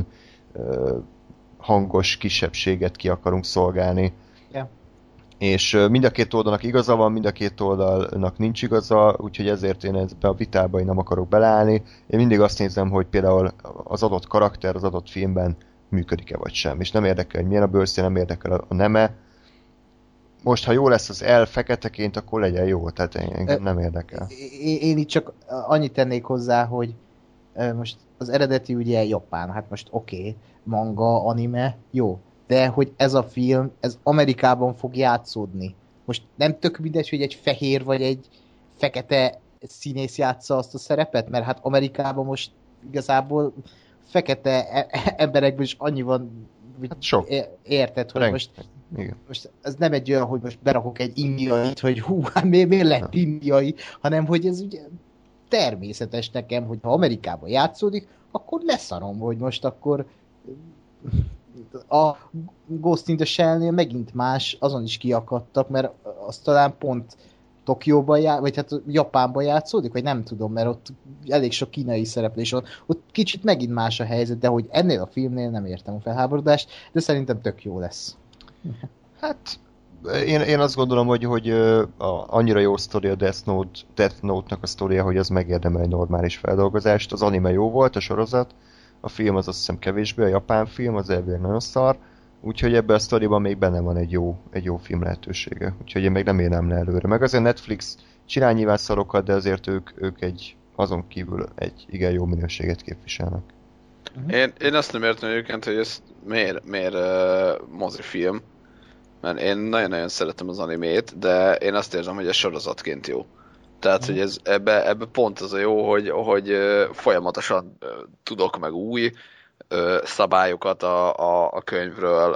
hangos kisebbséget ki akarunk szolgálni. Yeah. És mind a két oldalnak igaza van, mind a két oldalnak nincs igaza, úgyhogy ezért én ebbe a vitába nem akarok beleállni. Én mindig azt nézem, hogy például az adott karakter az adott filmben működik-e vagy sem. És nem érdekel, hogy milyen a bőrszín, nem érdekel a neme. Most, ha jó lesz az L feketeként, akkor legyen jó, tehát engem nem érdekel. Én itt csak annyit tennék hozzá, hogy most az eredeti ugye japán, hát most oké, manga, anime, jó. De hogy ez a film, ez Amerikában fog játszódni. Most nem tök mindegy, hogy egy fehér vagy egy fekete színész játsza azt a szerepet, mert hát Amerikában most igazából fekete emberekből is annyi van, Hát sok. Érted, hogy Igen. Most ez nem egy olyan, hogy most berakok egy indiait, hogy hát miért lett indiai, hanem hogy ez ugye természetes nekem, hogy ha Amerikában játszódik, akkor leszarom, hogy most akkor a Ghost in the Shell-nél megint más, azon is kiakadtak, mert az talán pont Tokióban vagy hát Japánban játszódik, vagy nem tudom, mert ott elég sok kínai szereplés van. Ott kicsit megint más a helyzet, de hogy ennél a filmnél nem értem a felháborodást, de szerintem tök jó lesz. Hát én azt gondolom, hogy annyira jó sztori a Death Note-nak a sztoria, hogy az megérdemel egy normális feldolgozást. Az anime jó volt, a sorozat, a film az azt hiszem kevésbé, a japán film, az elvileg nagyon szar, úgyhogy ebben a sztoriban még benne van egy jó film lehetősége. Úgyhogy én még nem érem le előre. Meg azért Netflix csinál nyilván szarokat, de azért ők azon kívül egy igen jó minőséget képviselnek. Én azt nem értem egyébként, hogy ez miért mozifilm, mert én nagyon-nagyon szeretem az animét, de én azt érzem, hogy ez sorozatként jó. Tehát, hogy ebbe pont az a jó, hogy folyamatosan tudok meg új szabályokat a könyvről,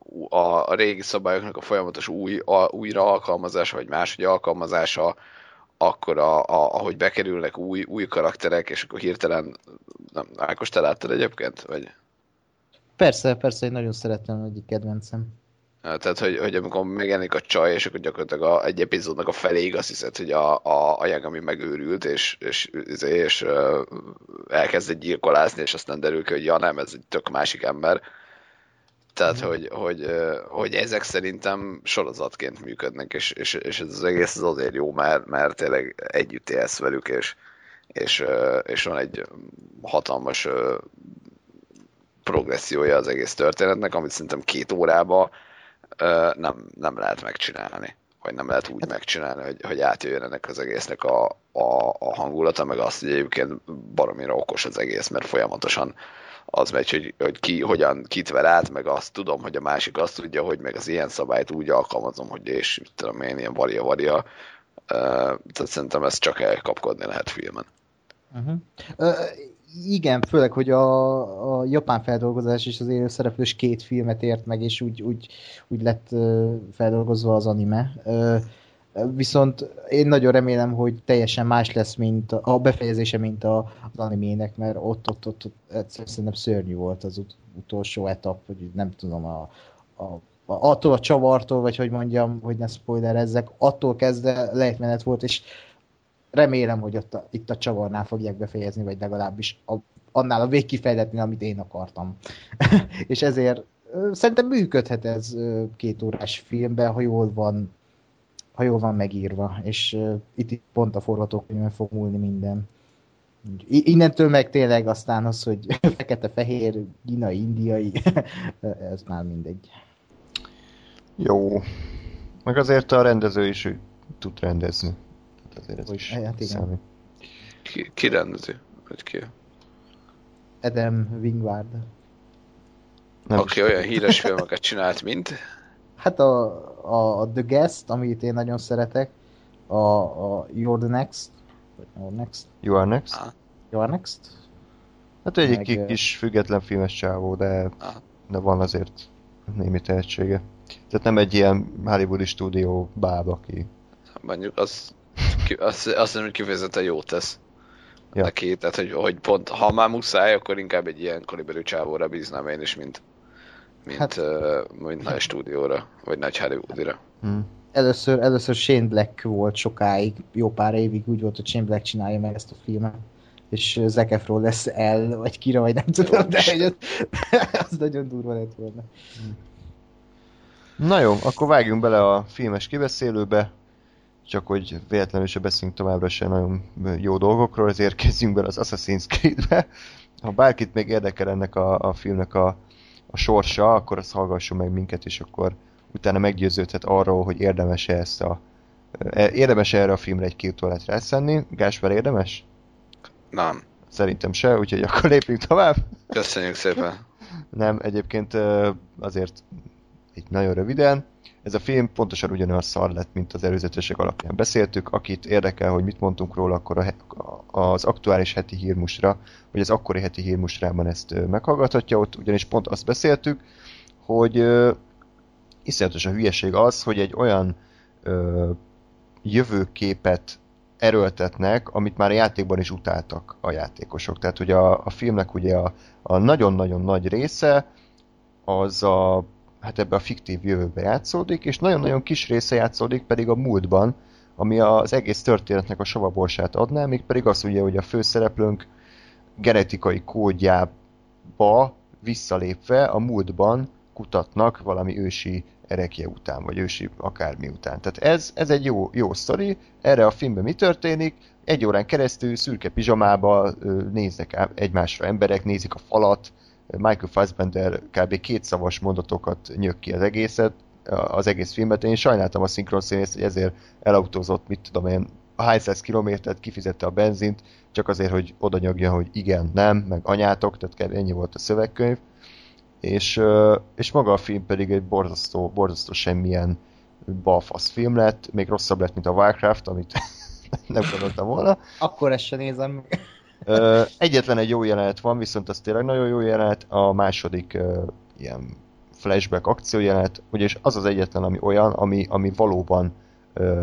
a régi szabályoknak a folyamatos újra alkalmazása, vagy máshogy alkalmazása, akkor ahogy bekerülnek új karakterek, és akkor hirtelen... Nem, Ákos, te láttad egyébként? Vagy... Persze, én nagyon szeretem, egyik kedvencem. Tehát, hogy amikor megjelenik a csaj, és akkor gyakorlatilag egy epizódnak a feléig azt hiszed, hogy a Yagami megőrült, és elkezd egy gyilkolászni, és aztán derül ki, hogy ja nem, ez egy tök másik ember. Tehát, hogy ezek szerintem sorozatként működnek, és ez az egész az azért jó, mert tényleg együtt élsz velük, és van egy hatalmas progressziója az egész történetnek, amit szerintem 2 órában nem lehet megcsinálni. Vagy nem lehet úgy megcsinálni, hogy átjöjjön ennek az egésznek a hangulata, meg azt, hogy egyébként baromira okos az egész, mert folyamatosan az megy, hogy ki hogyan kit ver át, meg azt tudom, hogy a másik azt tudja, hogy meg az ilyen szabályt úgy alkalmazom, hogy és mit tudom én, ilyen varia. Tehát szerintem ezt csak elkapkodni lehet filmen. Igen, főleg, hogy a japán feldolgozás és az élő szereplős 2 filmet ért meg, és úgy lett feldolgozva az anime. Viszont én nagyon remélem, hogy teljesen más lesz, mint a befejezése, mint az animének, mert ott szerintem szörnyű volt az utolsó etap, hogy nem tudom, attól a csavartól, vagy hogy mondjam, hogy ne spoilerezzek, attól kezdve lejtmenet volt, és remélem, hogy itt a csavarnál fogják befejezni, vagy legalábbis annál a végkifejletnél, amit én akartam. És ezért szerintem működhet ez 2 órás filmben, ha jól van megírva, és itt pont a forgatókönyvön fog múlni minden. Innentől meg tényleg aztán az, hogy fekete-fehér, kínai, indiai, ez már mindegy. Jó. Meg azért a rendező is tud rendezni. Azért ez is számít. Ki rendezi? Vagy ki? Adam Wingard. Aki olyan híres filmeket csinált, mint? Hát a The Guest, amit én nagyon szeretek, a You're the Next. You Are Next? You Are Next? Hát egyik kis független filmes csávó, de van azért némi tehetsége. Tehát nem egy ilyen hollywoodi stúdió báb, aki... Mondjuk azt hiszem, hogy kifejezetten jót tesz neki, tehát hogy pont, ha már muszáj, akkor inkább egy ilyen kaliberű csávóra bíznám én is, mint nagy stúdióra, vagy nagy Hollywoodira. Először Shane Black volt sokáig, jó pár évig úgy volt, hogy Shane Black csinálja meg ezt a filmet, és Zac Efron lesz el, vagy Kira, vagy nem tudom, de az nagyon durva lett volna. Na jó, akkor vágjunk bele a filmes kibeszélőbe, csak hogy véletlenül se beszélünk továbbra sem nagyon jó dolgokról, ezért kezdjünk bele az Assassin's Creed-be. Ha bárkit még érdekel ennek a filmnek a sorsa, akkor azt hallgasson meg minket, és akkor utána meggyőződhet arról, hogy érdemes-e erre a filmre egy 2 órát rászenni. Gáspár, érdemes? Nem. Szerintem se, úgyhogy akkor lépjünk tovább. Köszönjük szépen. Nem, egyébként azért így nagyon röviden. Ez a film pontosan ugyanolyan szar lett, mint az előzetesek alapján beszéltük. Akit érdekel, hogy mit mondtunk róla, akkor az aktuális heti hírmusra, vagy az akkori heti hírmusrában ezt meghallgathatja. Ott ugyanis pont azt beszéltük, hogy iszonyatosan hülyeség az, hogy egy olyan jövőképet erőltetnek, amit már a játékban is utáltak a játékosok. Tehát, hogy a filmnek ugye a nagyon-nagyon nagy része az hát ebbe a fiktív jövőbe játszódik, és nagyon-nagyon kis része játszódik pedig a múltban, ami az egész történetnek a savaborsát adná, még pedig az ugye, hogy a főszereplőnk genetikai kódjába visszalépve a múltban kutatnak valami ősi erekje után, vagy ősi akármi után. Tehát ez egy jó sztori. Erre a filmben mi történik? 1 órán keresztül szürke pizsamába néznek egymásra emberek, nézik a falat, Michael Fassbender kb. 2 szavas mondatokat nyög ki az egész filmet. Én sajnáltam a szinkronszínészt, hogy ezért elautózott, mit tudom én, hány száz kilométert, kifizette a benzint, csak azért, hogy oda nyögje, hogy igen, nem, meg anyátok, tehát ennyi volt a szövegkönyv. És maga a film pedig egy borzasztó semmilyen balfasz film lett, még rosszabb lett, mint a Warcraft, amit nem gondoltam volna. Akkor ezt sem nézem meg. Egyetlen egy jó jelenet van, viszont az tényleg nagyon jó jelenet, a második ilyen flashback akciójelenet, ugyanis az az egyetlen, ami olyan, ami valóban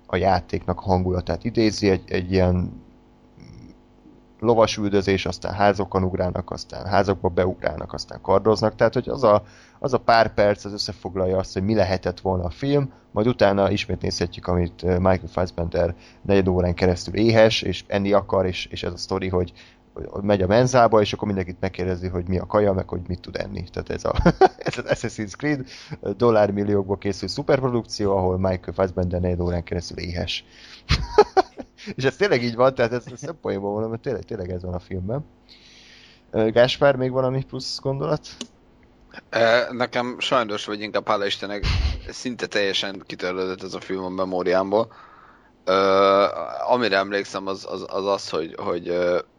a játéknak a hangulatát idézi, egy ilyen lovasüldözés, aztán házokon ugrálnak, aztán házakba beugrálnak, aztán kardoznak, tehát hogy az a pár perc az összefoglalja azt, hogy mi lehetett volna a film, majd utána ismét nézhetjük, amit Michael Fassbender 4 órán keresztül éhes, és enni akar, és ez a sztori, hogy megy a menzába, és akkor mindenkit megkérdezi, hogy mi a kaja, meg hogy mit tud enni. Tehát ez az Assassin's Creed dollármilliókból készül szuperprodukció, ahol Michael Fassbender 4 órán keresztül éhes. És ez tényleg így van, tehát ez nem poénból mondom, mert tényleg ez van a filmben. Gáspár, még valami plusz gondolat? Nekem sajnos, vagy inkább hála Istennek, szinte teljesen kitörlődött ez a film a memóriámból. Amire emlékszem, az, hogy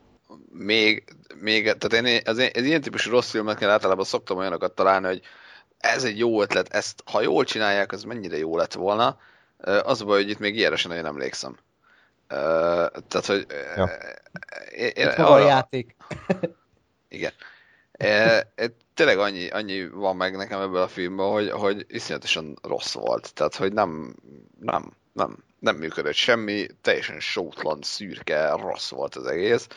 tehát én az ilyen típusú rossz filmeknél általában szoktam olyanokat találni, hogy ez egy jó ötlet, ezt ha jól csinálják, az mennyire jó lett volna. Az a baj, hogy itt még ilyenre sem nagyon emlékszem. Tehát, hogy... Ja. A játék. Igen. Tényleg annyi van meg nekem ebből a filmben, hogy iszonyatosan rossz volt. Tehát, hogy nem működött semmi, teljesen sótlan, szürke, rossz volt az egész.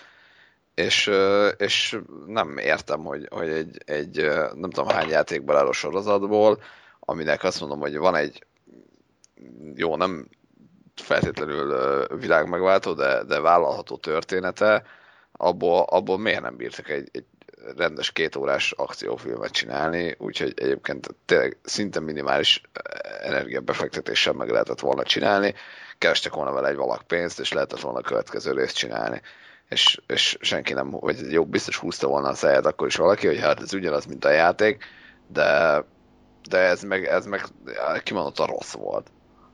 És nem értem, hogy egy nem tudom hány játékból álló sorozatból, aminek azt mondom, hogy van egy jó, nem feltétlenül világmegváltó, de vállalható története, abból miért nem bírtak egy rendes 2 órás akciófilmet csinálni, úgyhogy egyébként tényleg szinte minimális energiabefektetéssel meg lehetett volna csinálni, kerestek volna vele egy valak pénzt, és lehetett volna a következő részt csinálni. És senki nem, vagy jó, biztos húzta volna a száját akkor is valaki, hogy hát ez ugyanaz, mint a játék, de ez meg kimondottan rossz volt.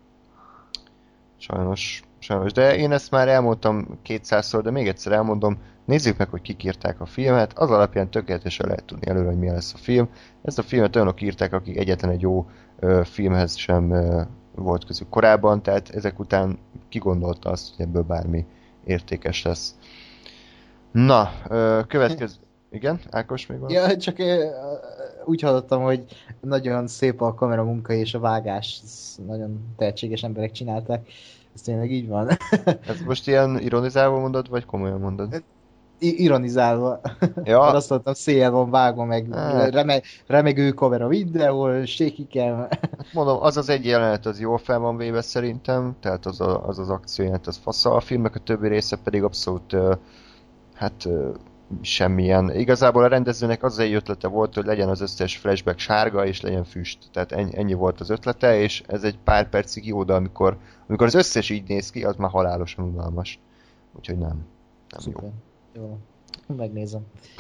Sajnos. De én ezt már elmondtam 200-szor, de még egyszer elmondom, nézzük meg, hogy kik írták a filmet, az alapján tökéletesen lehet tudni előre, hogy milyen lesz a film. Ezt a filmet olyanok írták, akik egyetlen egy jó filmhez sem volt közük korábban, tehát ezek után kigondolta azt, hogy ebből bármi értékes lesz. Na, következő... Igen? Ákos még van? Ja, csak úgy hallottam, hogy nagyon szép a kameramunka és a vágás, nagyon tehetséges emberek csinálták. Ez tényleg így van. Ez most ilyen ironizálva mondod, vagy komolyan mondod? Ironizálva. Ja. Mert azt mondtam, széjjel van vágva, meg remegő kamera mindenhol, shaky cam. Mondom, az egy jelenet, az jól fel van véve szerintem, tehát az akciójelenet, az fasza, a filmnek a többi része pedig abszolút semmilyen. Igazából a rendezőnek az egy ötlete volt, hogy legyen az összes flashback sárga, és legyen füst. Tehát ennyi volt az ötlete, és ez egy pár percig jó, de amikor az összes így néz ki, az már halálosan unalmas. Úgyhogy nem Szuper. Jó. Megnézem.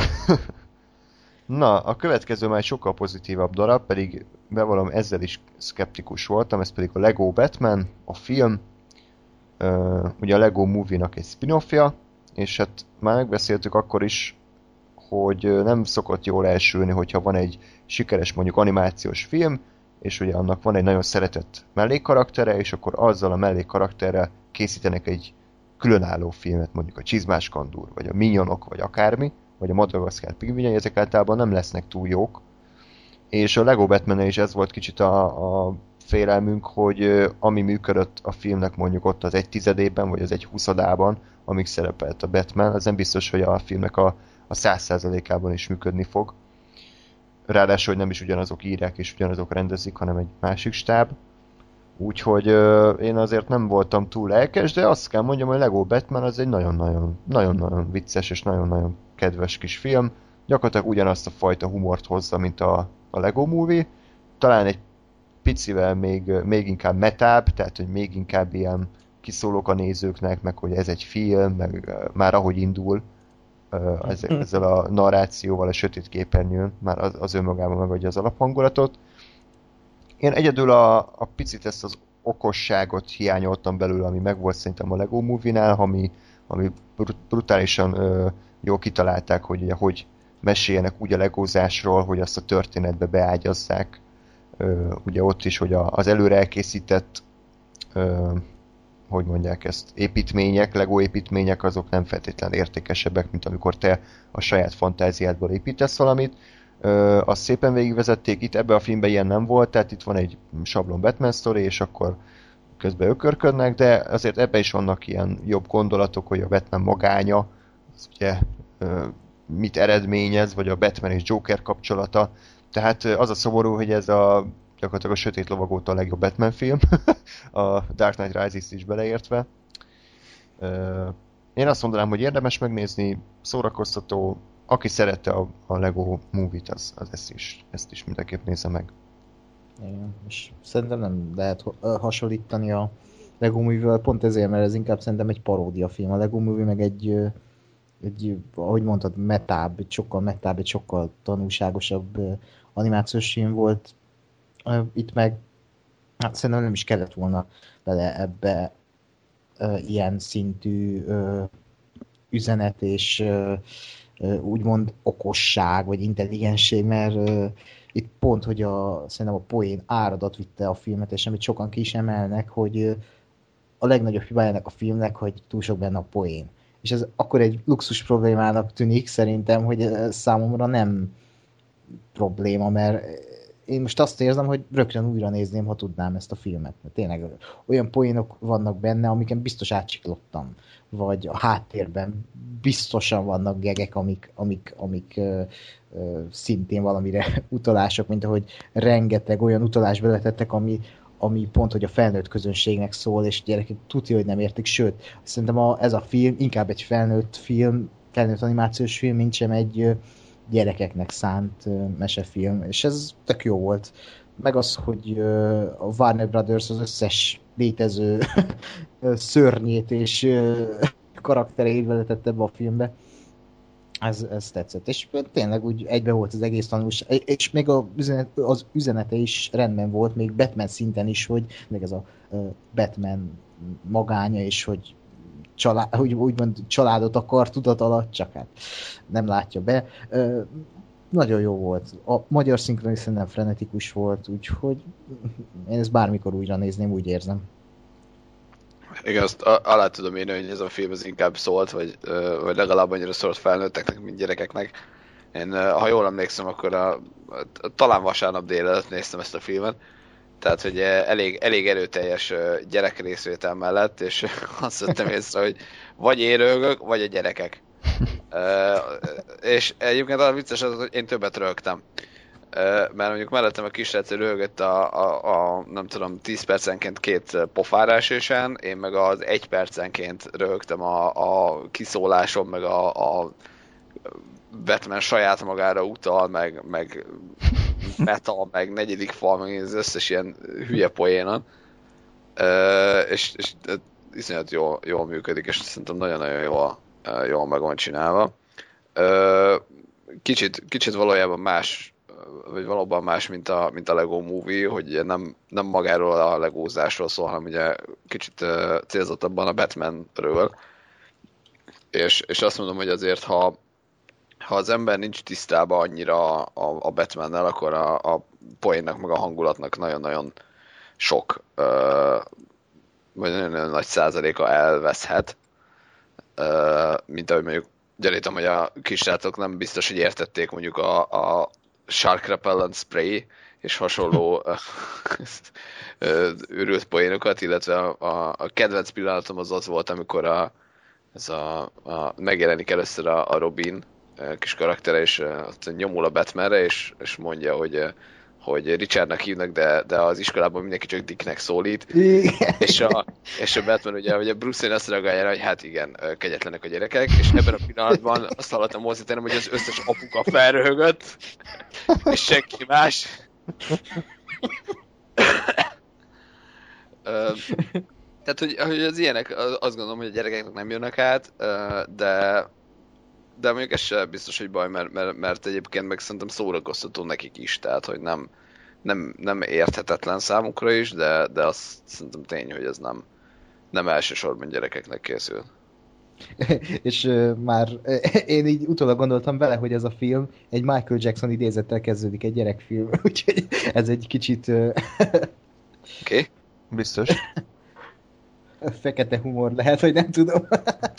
Na, a következő már egy sokkal pozitívabb darab, pedig bevallom, ezzel is szkeptikus voltam, ez pedig a Lego Batman, a film. Ugye a Lego Movie-nak egy spin-offja, és hát már megbeszéltük akkor is, hogy nem szokott jól elsülni, hogyha van egy sikeres mondjuk animációs film, és ugye annak van egy nagyon szeretett mellékkaraktere, és akkor azzal a mellékkarakterrel készítenek egy különálló filmet, mondjuk a Csizmás Kandúr, vagy a Minyonok, vagy akármi, vagy a Madagaszkár pingvinjei, ezek általában nem lesznek túl jók. És a Lego Batman-nel is ez volt kicsit a félelmünk, hogy ami működött a filmnek mondjuk ott az 1/10-ében, vagy az 1/20-ában, amíg szerepelt a Batman, az nem biztos, hogy a filmnek a 100%-ában is működni fog. Ráadásul, hogy nem is ugyanazok írják és ugyanazok rendezik, hanem egy másik stáb. Úgyhogy én azért nem voltam túl lelkes, de azt kell mondjam, hogy Lego Batman az egy nagyon-nagyon vicces és nagyon-nagyon kedves kis film. Gyakorlatilag ugyanazt a fajta humort hozza, mint a Lego Movie. Talán egy picivel még inkább metább, tehát hogy még inkább ilyen kiszólok a nézőknek, meg hogy ez egy film, meg már ahogy indul ezzel a narrációval, a sötét képernyőn, már az önmagában megadja az alaphangulatot. Én egyedül a picit ezt az okosságot hiányoltam belőle, ami megvolt szerintem a Lego Movie-nál, ami brutálisan jól kitalálták, hogy ugye, hogy meséljenek úgy a legózásról, hogy azt a történetbe beágyazzák. Ugye ott is, hogy az előre elkészített hogy mondják ezt, építmények, Lego építmények, azok nem feltétlenül értékesebbek, mint amikor te a saját fantáziádból építesz valamit. Azt szépen végigvezették, itt ebben a filmben ilyen nem volt, tehát itt van egy sablon Batman sztori, és akkor közben ökörködnek, de azért ebben is vannak ilyen jobb gondolatok, hogy a Batman magánya, az ugye mit eredményez, vagy a Batman és Joker kapcsolata. Tehát az a szomorú, hogy ez gyakorlatilag a Sötét Lovag óta a legjobb Batman film, a Dark Knight Rises is beleértve. Én azt mondanám, hogy érdemes megnézni, szórakoztató, aki szerette a Lego Movie-t, az ezt is mindenképp nézze meg. Igen, és szerintem nem lehet hasonlítani a Lego Movie-vel, pont ezért, mert ez inkább szerintem egy paródia film. A Lego Movie meg egy ahogy mondtad, egy sokkal tanulságosabb animációs film volt. Itt meg hát szerintem nem is kellett volna bele ebbe ilyen szintű üzenet és úgymond okosság, vagy intelligensség, mert itt pont, hogy szerintem a poén áradat vitte a filmet, és amit sokan ki is emelnek, hogy a legnagyobb hibájának a filmnek, hogy túl sok benne a poén. És ez akkor egy luxus problémának tűnik szerintem, hogy számomra nem probléma, mert én most azt érzem, hogy rögtön újra nézném, ha tudnám ezt a filmet. Mert tényleg olyan poénok vannak benne, amiken biztos átsiklottam. Vagy a háttérben biztosan vannak gegek, amik szintén valamire utalások, mint ahogy rengeteg olyan utalás beletettek, ami pont, hogy a felnőtt közönségnek szól, és gyerekek tudja, hogy nem értik, sőt, szerintem ez a film inkább egy felnőtt animációs film, mint sem egy gyerekeknek szánt mesefilm, és ez tök jó volt. Meg az, hogy a Warner Brothers az összes létező szörnyét és karakterét beletette ebbe a filmbe. Ez tetszett. És tényleg úgy egybe volt az egész tanulság. És még az üzenete is rendben volt, még Batman szinten is, hogy még ez a Batman magánya, és hogy úgymond családot akar tudat alatt, csak hát nem látja be. Nagyon jó volt. A magyar szinkron is szerintem frenetikus volt, úgyhogy én ezt bármikor újra nézném, úgy érzem. Igen, azt alá tudom írni, hogy ez a film az inkább szólt, vagy legalább annyira szólt felnőtteknek, mint gyerekeknek. Én, ha jól emlékszem, akkor talán vasárnap délelőtt néztem ezt a filmet, tehát, hogy elég erőteljes gyerek részvétel mellett, és azt vettem észre, hogy vagy én röhögök, vagy a gyerekek. És egyébként az vicces az, hogy én többet röhögtem. Mert mondjuk mellettem a kisrác röhögött a nem tudom, 10 percenként 2 pofárásősen, én meg az 1 percenként röhögtem a kiszólásom, meg a Batman saját magára utal, meg metal, meg negyedik fal, meg az összes ilyen hülye poénon. És iszonyat jól működik, és szerintem nagyon-nagyon jól meg van csinálva. Kicsit valójában más, vagy valóban más, mint a Lego Movie, hogy nem magáról a legózásról szól, hanem ugye kicsit célzottabban a Batmanről. És azt mondom, hogy azért, ha az ember nincs tisztában annyira a Batmannel, akkor a poénnak meg a hangulatnak nagyon-nagyon sok, vagy nagyon-nagyon nagy százaléka elveszhet. Mint ahogy mondjuk gyanítom, hogy a kisrácok nem biztos, hogy értették mondjuk a Shark Repellent Spray és hasonló őrült poénokat, illetve a kedvenc pillanatom az volt, amikor megjelenik először a Robin kis karaktere, és nyomul a Batmanre, és mondja, hogy Richardnak hívnak, de az iskolában mindenki csak Dicknek szólít. És a Batman ugye a Bruce Wayne azt reagálja, hogy hát igen, kegyetlenek a gyerekek, és ebben a pillanatban azt hallottam mozdítani, hogy az összes apuka felröhögött, és senki más. Tehát, hogy az ilyenek, azt gondolom, hogy a gyerekeknek nem jönnek át, de mondjuk ez sem biztos, hogy baj, mert egyébként meg szerintem szórakoztató nekik is, tehát, hogy nem érthetetlen számukra is, de azt szerintem tény, hogy ez nem elsősorban gyerekeknek készül. És már én így utólag gondoltam vele, hogy ez a film egy Michael Jackson idézettel kezdődik, egy gyerekfilm, úgyhogy ez egy kicsit... Oké. Biztos. Fekete humor lehet, hogy nem tudom.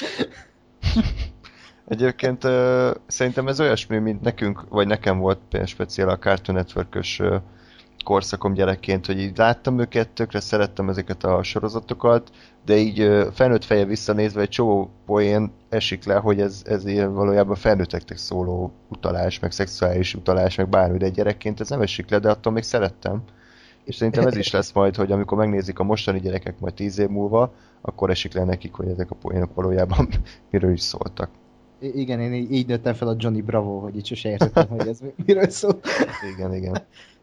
Egyébként szerintem ez olyasmi, mint nekünk, vagy nekem volt speciál a Cartoon Network-ös korszakom gyerekként, hogy így láttam őket, tökre szerettem ezeket a sorozatokat, de így felnőtt feje visszanézve egy csomó poén esik le, hogy ez ilyen valójában felnőtteknek szóló utalás, meg szexuális utalás, meg bármi, de gyerekként ez nem esik le, de attól még szerettem. És szerintem ez is lesz majd, hogy amikor megnézik a mostani gyerekek majd 10 év múlva, akkor esik le nekik, hogy ezek a poénok valójában miről is szóltak. Igen, én így nőttem fel a Johnny Bravo, hogy így sose értettem, hogy ez miről szól. Igen.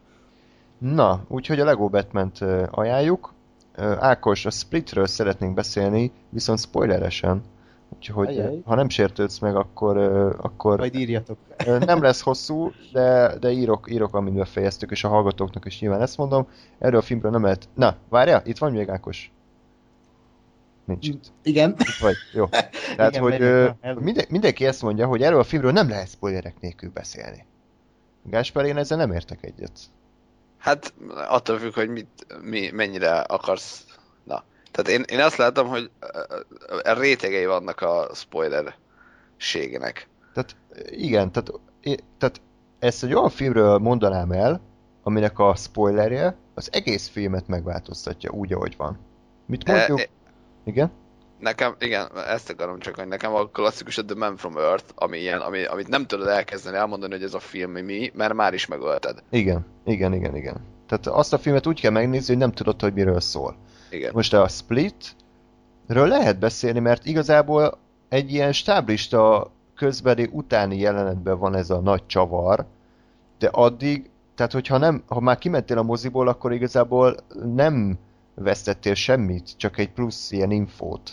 Na, úgyhogy a Lego Batman-t ajánljuk. Ákos, a Splitről szeretnénk beszélni, viszont spoileresen. Úgyhogy ha nem sértődsz meg, akkor majd írjatok. Nem lesz hosszú, de írok, amit befejeztük, és a hallgatóknak is nyilván ezt mondom. Erről a filmről nem lehet... Na, várjál, itt van még Ákos? Nincs itt. Igen. Itt vagy, jó. Tehát, igen, hogy mindenki ezt mondja, hogy erről a filmről nem lehet spoilerek nélkül beszélni. Gáspár, én ezzel nem értek egyet. Hát attól függ, hogy mennyire akarsz... Na, tehát én azt látom, hogy rétegei vannak a spoilerségnek. Tehát igen, tehát ezt egy olyan filmről mondanám el, aminek a spoilerje az egész filmet megváltoztatja úgy, ahogy van. Mit mondjuk? Igen? Nekem, igen, ezt akarom csak, hogy nekem a klasszikus The Man from Earth, ami ilyen, amit nem tudod elkezdeni elmondani, hogy ez a film mi, mert már is megölted. Igen. Tehát azt a filmet úgy kell megnézni, hogy nem tudod, hogy miről szól. Igen. Most a Split-ről lehet beszélni, mert igazából egy ilyen stáblista közbeli utáni jelenetben van ez a nagy csavar, de addig, tehát ha már kimentél a moziból, akkor igazából nem vesztettél semmit, csak egy plusz ilyen infót.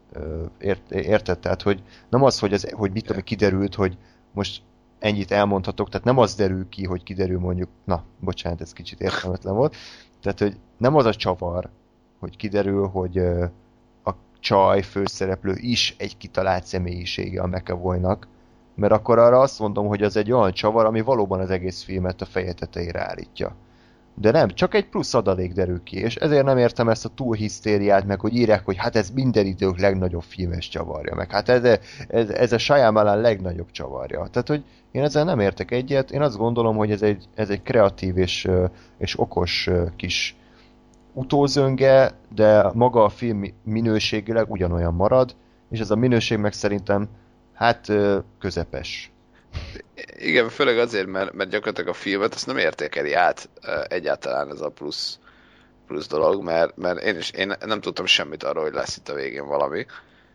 Érted? Tehát, hogy nem az, hogy mit tudom, kiderült, hogy most ennyit elmondhatok, tehát nem az derül ki, hogy kiderül mondjuk, na, bocsánat, ez kicsit értelmetlen volt, tehát, hogy nem az a csavar, hogy kiderül, hogy a csaj főszereplő is egy kitalált személyisége a McAvoynak, mert akkor arra azt mondom, hogy az egy olyan csavar, ami valóban az egész filmet a feje tetejére állítja. De nem, csak egy plusz adalék derül ki, és ezért nem értem ezt a túlhisztériát, meg hogy írják, hogy hát ez minden idők legnagyobb filmes csavarja, meg hát ez a Shyamalan legnagyobb csavarja. Tehát, hogy én ezzel nem értek egyet, én azt gondolom, hogy ez egy kreatív és okos kis utózönge, de maga a film minőségileg ugyanolyan marad, és ez a minőség meg szerintem hát közepes. Igen, főleg azért, mert gyakorlatilag a filmet azt nem értékeli át egyáltalán ez a plusz dolog, mert én nem tudtam semmit arról, hogy lesz itt a végén valami.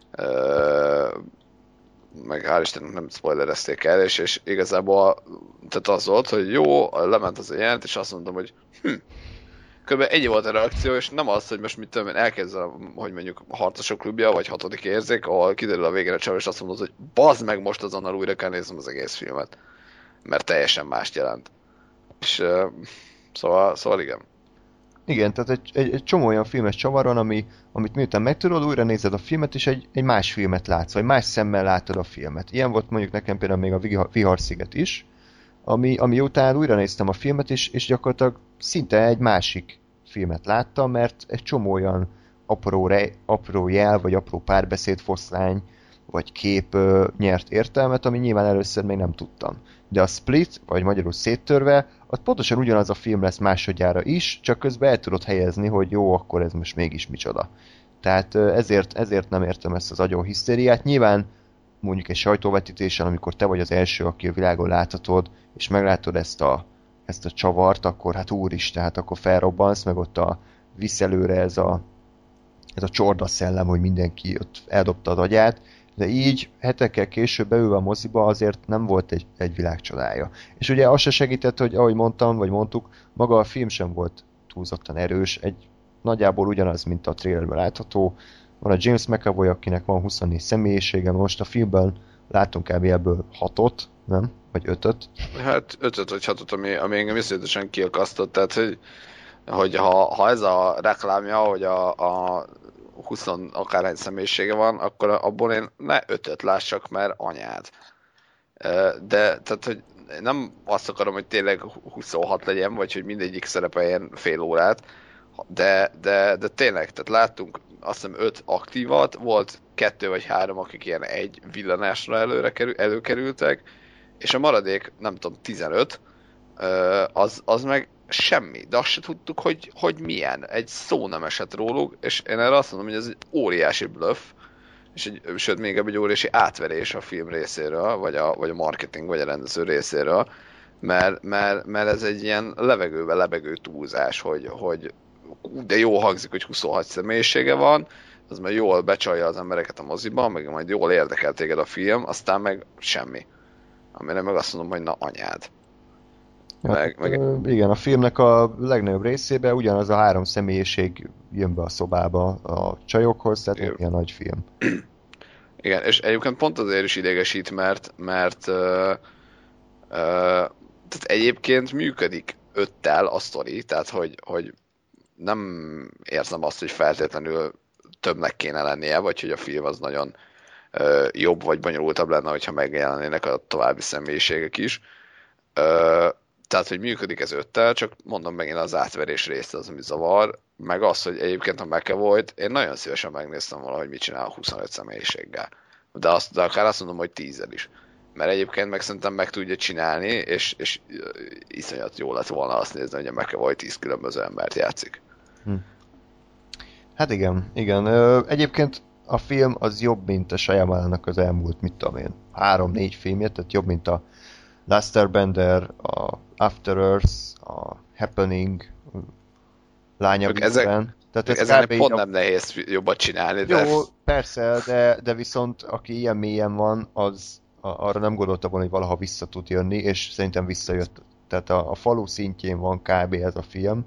Meg hál' Istennek nem spoilerezték el, és igazából tehát az volt, hogy jó, lement az a jelent, és azt mondtam, hogy kb. Egy volt a reakció, és nem az, hogy most mit tudom én, elkezdem, hogy mondjuk a Harcosok klubja, vagy Hatodik érzék, ahol kiderül a végén a csavar, és azt mondod, hogy bazd meg, most azonnal újra kell néznem az egész filmet. Mert teljesen mást jelent. És szóval igen. Igen, tehát egy csomó olyan filmes csavar van, amit miután megtudod, újra nézed a filmet, és egy más filmet látsz, vagy más szemmel látod a filmet. Ilyen volt mondjuk nekem például még a Viharsziget is, ami után újra néztem a filmet, és gyakorlatilag szinte egy másik filmet láttam, mert egy csomó olyan apró jel, vagy apró párbeszédfoszlány, vagy kép nyert értelmet, ami nyilván először még nem tudtam. De a Split, vagy magyarul Széttörve, az pontosan ugyanaz a film lesz másodjára is, csak közben el tudod helyezni, hogy jó, akkor ez most mégis micsoda. Tehát ezért nem értem ezt az agyonhisztériát. Nyilván mondjuk egy sajtóvetítésen, amikor te vagy az első, aki a világon láthatod, és meglátod ezt a csavart, akkor hát úristen, hát akkor felrobbansz, meg ott visz előre ez a csorda szellem, hogy mindenki ott eldobta az agyát, de így hetekkel később beülve a moziba azért nem volt egy világcsodája. És ugye az se segített, hogy ahogy mondtuk, maga a film sem volt túlzottan erős, nagyjából ugyanaz, mint a trailerben látható. Van a James McAvoy, akinek van 24 személyisége, most a filmben látunk kb. Ebből 6-ot, nem? Vagy 5-öt? Hát 5-öt vagy 6-ot, ami engem iszonyatosan kiakasztott, tehát hogy ha ez a reklámja, hogy a 20 akárhány személyisége van, akkor abból én ne 5-öt lássak, mert anyád. De tehát, hogy nem azt akarom, hogy tényleg 26 legyen, vagy hogy mindegyik szerepeljen fél órát, de tényleg, tehát láttunk azt hiszem 5 aktívat, volt 2 vagy 3, akik ilyen egy villanásra előkerültek, és a maradék, nem tudom, 15, az meg semmi, de azt se tudtuk, hogy milyen. Egy szó nem esett róluk, és én erre azt mondom, hogy ez egy óriási bluff, és sőt, még egy óriási átverés a film részéről, vagy a marketing, vagy a rendező részéről, mert ez egy ilyen levegőbe lebegő túlzás, hogy de jó hangzik, hogy 26 személyisége van, az már jól becsalja az embereket a moziban, meg majd jól érdekel téged a film, aztán meg semmi. Amire meg azt mondom, hogy na anyád. Igen, a filmnek a legnagyobb részében ugyanaz a 3 személyiség jön be a szobába a csajokhoz, tehát ilyen nagy film. Igen, és egyébként pont azért is idegesít, mert tehát egyébként működik 5-tel a sztori, tehát hogy nem érzem azt, hogy feltétlenül többnek kéne lennie, vagy hogy a film az nagyon jobb vagy bonyolultabb lenne, hogyha megjelennének a további személyiségek is. Tehát, hogy működik ez 5-tel, csak mondom megint az átverés része az, ami zavar, meg az, hogy egyébként a McAvoy-t én nagyon szívesen megnéztem volna, hogy mit csinál a 25 személyiséggel. De akár azt mondom, hogy 10-el is. Mert egyébként meg szerintem meg tudja csinálni, és iszonyat jó lett volna azt nézni, hogy a McAvoy 10 különböző embert játszik. Hát igen. Egyébként a film az jobb, mint a Shyamalannak az elmúlt, mit tudom én, 3-4 filmje, tehát jobb, mint a Last Airbender, a After Earth, a Happening, Lánya vízben. Ezek pont nem nehéz jobbat csinálni. Jó, persze, de viszont aki ilyen mélyen van, az arra nem gondolta volna, hogy valaha vissza tud jönni, és szerintem visszajött. Tehát a falu szintjén van kb. Ez a film.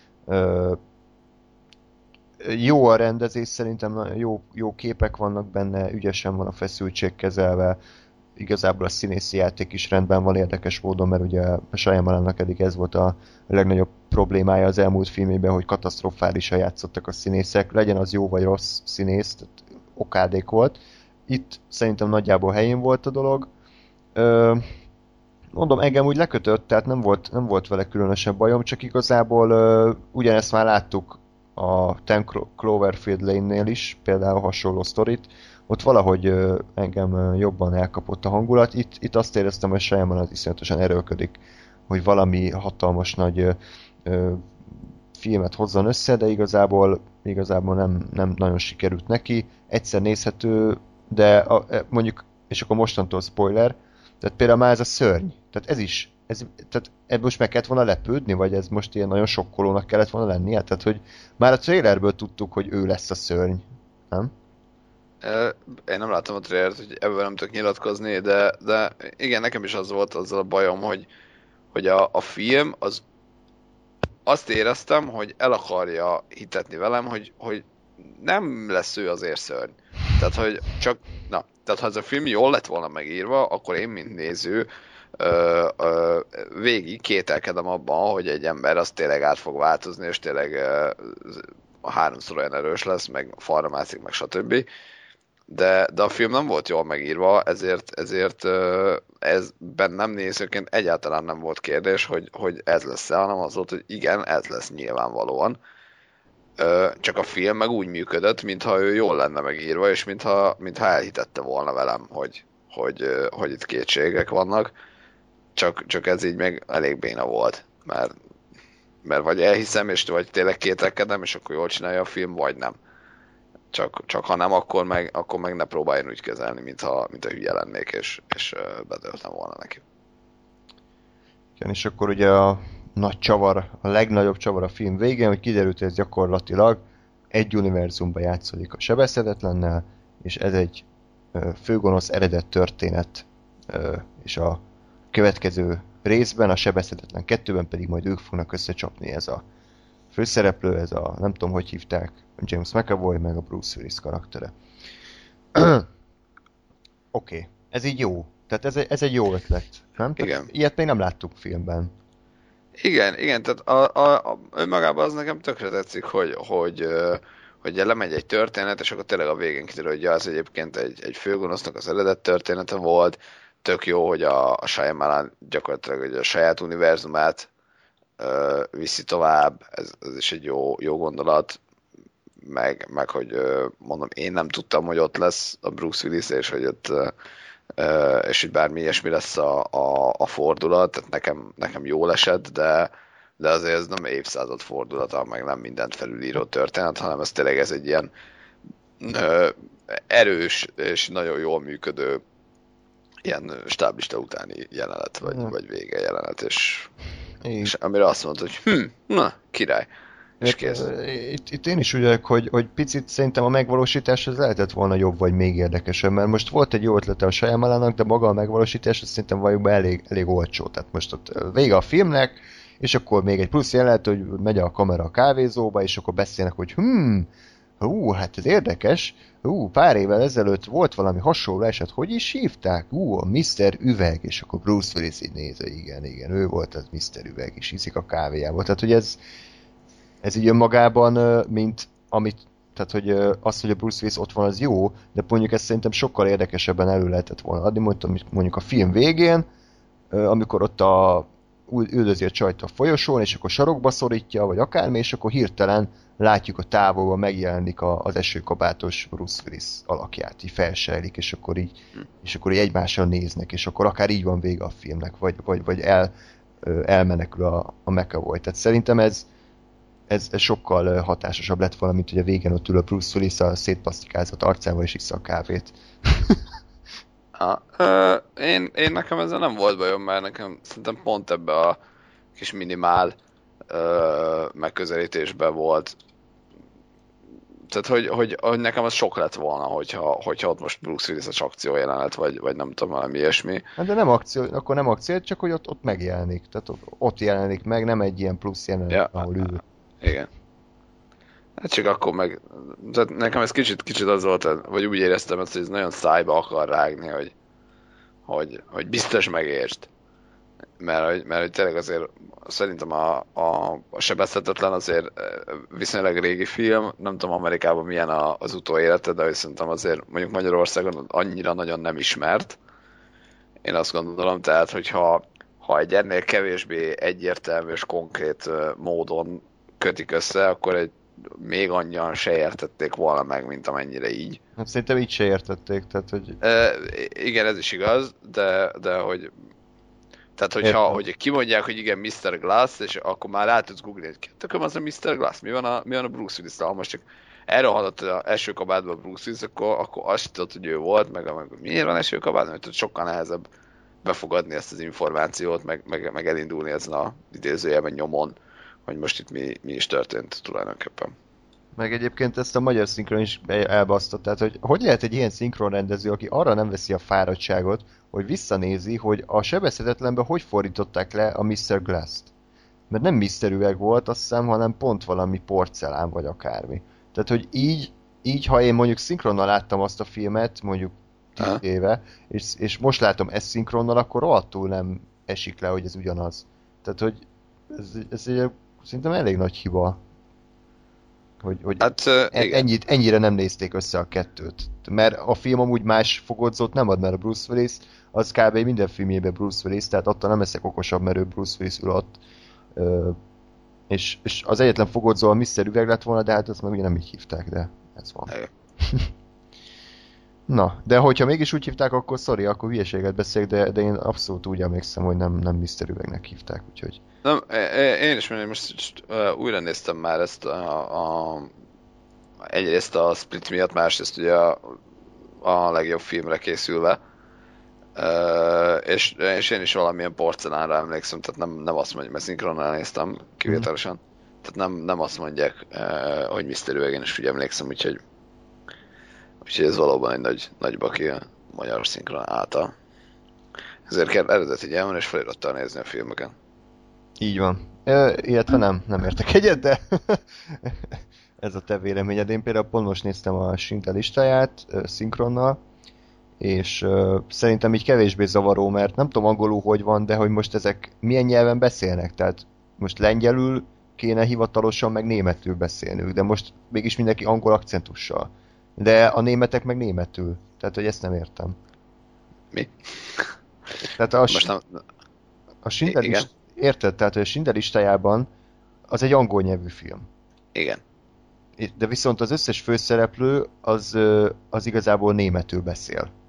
Jó a rendezés, szerintem jó képek vannak benne, ügyesen van a feszültség kezelve, igazából a színészi játék is rendben van érdekes módon, mert ugye a Shyamalannak eddig ez volt a legnagyobb problémája az elmúlt filmében, hogy katasztrofálisan játszottak a színészek, legyen az jó vagy rossz színész, tehát okádék volt. Itt szerintem nagyjából helyén volt a dolog. Mondom, engem úgy lekötött, tehát nem volt vele különösebb bajom, csak igazából ugyanezt már láttuk a 10 Cloverfield Lane-nél is, például hasonló sztorit, ott valahogy engem jobban elkapott a hangulat. Itt azt éreztem, hogy Shyamalan az iszonyatosan erőlködik, hogy valami hatalmas nagy filmet hozzon össze, de igazából nem nagyon sikerült neki. Egyszer nézhető, de mondjuk, és akkor mostantól spoiler, tehát például már ez a szörny, tehát tehát ebből most meg kellett volna lepődni, vagy ez most ilyen nagyon sokkolónak kellett volna lennie? Tehát, hogy már a trailerből tudtuk, hogy ő lesz a szörny, nem? Én nem láttam a trailert, hogy ebből nem tudok nyilatkozni, de igen, nekem is az volt azzal a bajom, hogy a film azt éreztem, hogy el akarja hitetni velem, hogy nem lesz ő azért szörny. Tehát, hogy tehát ha ez a film jól lett volna megírva, akkor én, mint néző, végig kételkedem abban, hogy egy ember az tényleg át fog változni, és tényleg 3-szor olyan erős lesz, meg falra mászik, meg stb. De a film nem volt jól megírva, ezért ez bennem nézőként egyáltalán nem volt kérdés, hogy ez lesz-e, hanem az volt, hogy igen, ez lesz nyilvánvalóan. Csak a film meg úgy működött, mintha ő jól lenne megírva, és mintha elhitette volna velem, hogy itt kétségek vannak. Csak ez így meg elég béna volt, mert vagy elhiszem, és vagy tényleg kételkedem, és akkor jól csinálja a film, vagy nem. Csak ha nem, akkor meg ne próbáljon úgy kezelni, mintha hülye lennék, és bedöltem volna neki. Igen, és akkor ugye a nagy csavar, a legnagyobb csavar a film végén, hogy kiderült, hogy ez gyakorlatilag egy univerzumban játszódik a Sebezhetetlennel, és ez egy főgonosz eredet történet, és a következő részben, a Sebezhetetlen 2-ben pedig majd ők fognak összecsapni, ez a főszereplő, ez a, nem tudom, hogy hívták, James McAvoy, meg a Bruce Willis karaktere. Oké, ez így jó. Tehát ez egy jó ötlet, nem? Igen. Ilyet még nem láttuk filmben. Igen, tehát önmagában az nekem tökre tetszik, hogy lemegy egy történet, és akkor tényleg a végén kiderül, hogy az egyébként egy főgonosznak az eredet története volt. Tök jó, hogy a Shyamalan gyakorlatilag hogy a saját univerzumát viszi tovább, ez is egy jó gondolat, meg hogy mondom, én nem tudtam, hogy ott lesz a Bruce Willis, és hogy ott és hogy bármi ilyesmi lesz a fordulat, tehát nekem jól esett, de azért ez nem évszázad fordulata, meg nem mindent felülíró történet, hanem ez tényleg ez egy ilyen erős és nagyon jól működő ilyen stáblista utáni jelenet, vagy vége jelenet, és amire azt mondod, hogy na, király. És kész. Itt én is úgy vagyok, hogy picit szerintem a megvalósítás az lehetett volna jobb, vagy még érdekesebb, mert most volt egy jó ötlete a Shyamalannak, de maga a megvalósítás az szerintem valójában elég olcsó. Tehát most ott vége a filmnek, és akkor még egy plusz jelenet, hogy megy a kamera a kávézóba, és akkor beszélnek, hogy hát ez érdekes, pár évvel ezelőtt volt valami hasonló eset, hogy is hívták? A Mr. Üveg, és akkor Bruce Willis így néz, igen, ő volt az Mr. Üveg, és iszik a kávéjából. Tehát, hogy ez így önmagában, mint amit, tehát, hogy az, hogy a Bruce Willis ott van, az jó, de mondjuk ezt szerintem sokkal érdekesebben elő lehetett volna adni, mondjuk a film végén, amikor ott üldözi a csajt a folyosón, és akkor sarokba szorítja, vagy akármi, és akkor hirtelen látjuk a távolban megjelenik az esőkabátos Bruce Willis alakját, így felsejlik, és akkor így egymással néznek, és akkor akár így van vége a filmnek, vagy elmenekül a McAvoy. Tehát szerintem ez sokkal hatásosabb lett volna, mint hogy a végén ott ül a Bruce Willis a szétplasztikázott arcával, és issza a kávét. Én nekem ezzel nem volt bajom, mert nekem szerintem pont ebbe a kis minimál megközelítésben volt. Tehát, hogy nekem az sok lett volna, hogyha ott most Bruce Willis a akció jelenet, vagy nem tudom, valami ilyesmi. De nem akció, akkor nem akció, csak hogy ott megjelenik. Tehát ott jelenik meg, nem egy ilyen plusz jelenet, ahol ül. Igen. Hát csak akkor meg... Tehát nekem ez kicsit az volt, vagy úgy éreztem ezt, hogy ez nagyon szájba akar rágni, hogy biztos megértsd. Mert hogy tényleg azért szerintem a Sebezhetetlen azért viszonylag régi film, nem tudom Amerikában milyen az utóélete, de szerintem azért mondjuk Magyarországon annyira nagyon nem ismert. Én azt gondolom, tehát hogyha egy ennél kevésbé egyértelmű és konkrét módon kötik össze, akkor még annyian se értették volna meg, mint amennyire így. Hát szerintem így se értették, tehát hogy... Igen, ez is igaz, de hogy... Tehát, hogy kimondják, hogy igen, Mr. Glass, és akkor már rá tudsz googlni, hogy tököm az a Mr. Glass, mi van a Bruce Willis-tal? Most csak erre hallott az első kabátban a Bruce Willis, akkor azt tudod, hogy ő volt, meg miért van első kabátban, mert sokkal nehezebb befogadni ezt az információt, meg elindulni ezen a idézőjelben nyomon, hogy most itt mi is történt tulajdonképpen. Meg egyébként ezt a magyar szinkron is elbasztott, tehát hogy lehet egy ilyen szinkronrendező, aki arra nem veszi a fáradtságot, hogy visszanézi, hogy a Sebezhetetlenben hogy fordították le a Mr. Glass-t. Mert nem Mr. Üveg volt, azt hiszem, hanem pont valami porcelán, vagy akármi. Tehát, hogy így ha én mondjuk szinkronnal láttam azt a filmet, mondjuk 10 éve, és most látom ezt szinkronnal, akkor rohadtul nem esik le, hogy ez ugyanaz. Tehát, hogy ez egy szerintem elég nagy hiba. Hogy hát, ennyire nem nézték össze a kettőt. Mert a film amúgy más fogodzót nem ad, mert a Bruce Willis az kb. Minden filmjében Bruce Willis, tehát attól nem leszek okosabb, mert ő Bruce Willis ül ott. És az egyetlen fogodzó a Mr. Üveg lett volna, de hát azt meg ugye nem így hívták, de ez van. Na, de hogyha mégis úgy hívták, akkor sorry, akkor hülyeséget beszélek, de én abszolút úgy emlékszem, hogy nem Mr. Üvegnek hívták, úgyhogy... Nem, én is mondom, most újra néztem már ezt egyrészt a Split miatt, másrészt ugye a legjobb filmre készülve, és én is valamilyen porcelánra emlékszem, tehát nem azt mondjuk, mert szinkronnal néztem kivételesen, tehát nem azt mondják, hogy Mr. Üveg, én is úgy emlékszem, úgyhogy ez valóban egy nagy baki a magyar szinkron által. Ezért kell eredeti nyelven és felirattal nézni a filmeket. Így van. Illetve nem értek egyet, de ez a te véleményed. Én például pont most néztem a Schindler listáját szinkronnal, és szerintem így kevésbé zavaró, mert nem tudom angolul hogy van, de hogy most ezek milyen nyelven beszélnek. Tehát most lengyelül kéne hivatalosan meg németül beszélnünk, de most mégis mindenki angol akcentussal. De a németek meg németül. Tehát, hogy ezt nem értem. Mi? Tehát a Schindler érted? Tehát, hogy a Schindler listájában az egy angol nyelvű film. Igen. De viszont az összes főszereplő az igazából németül beszél.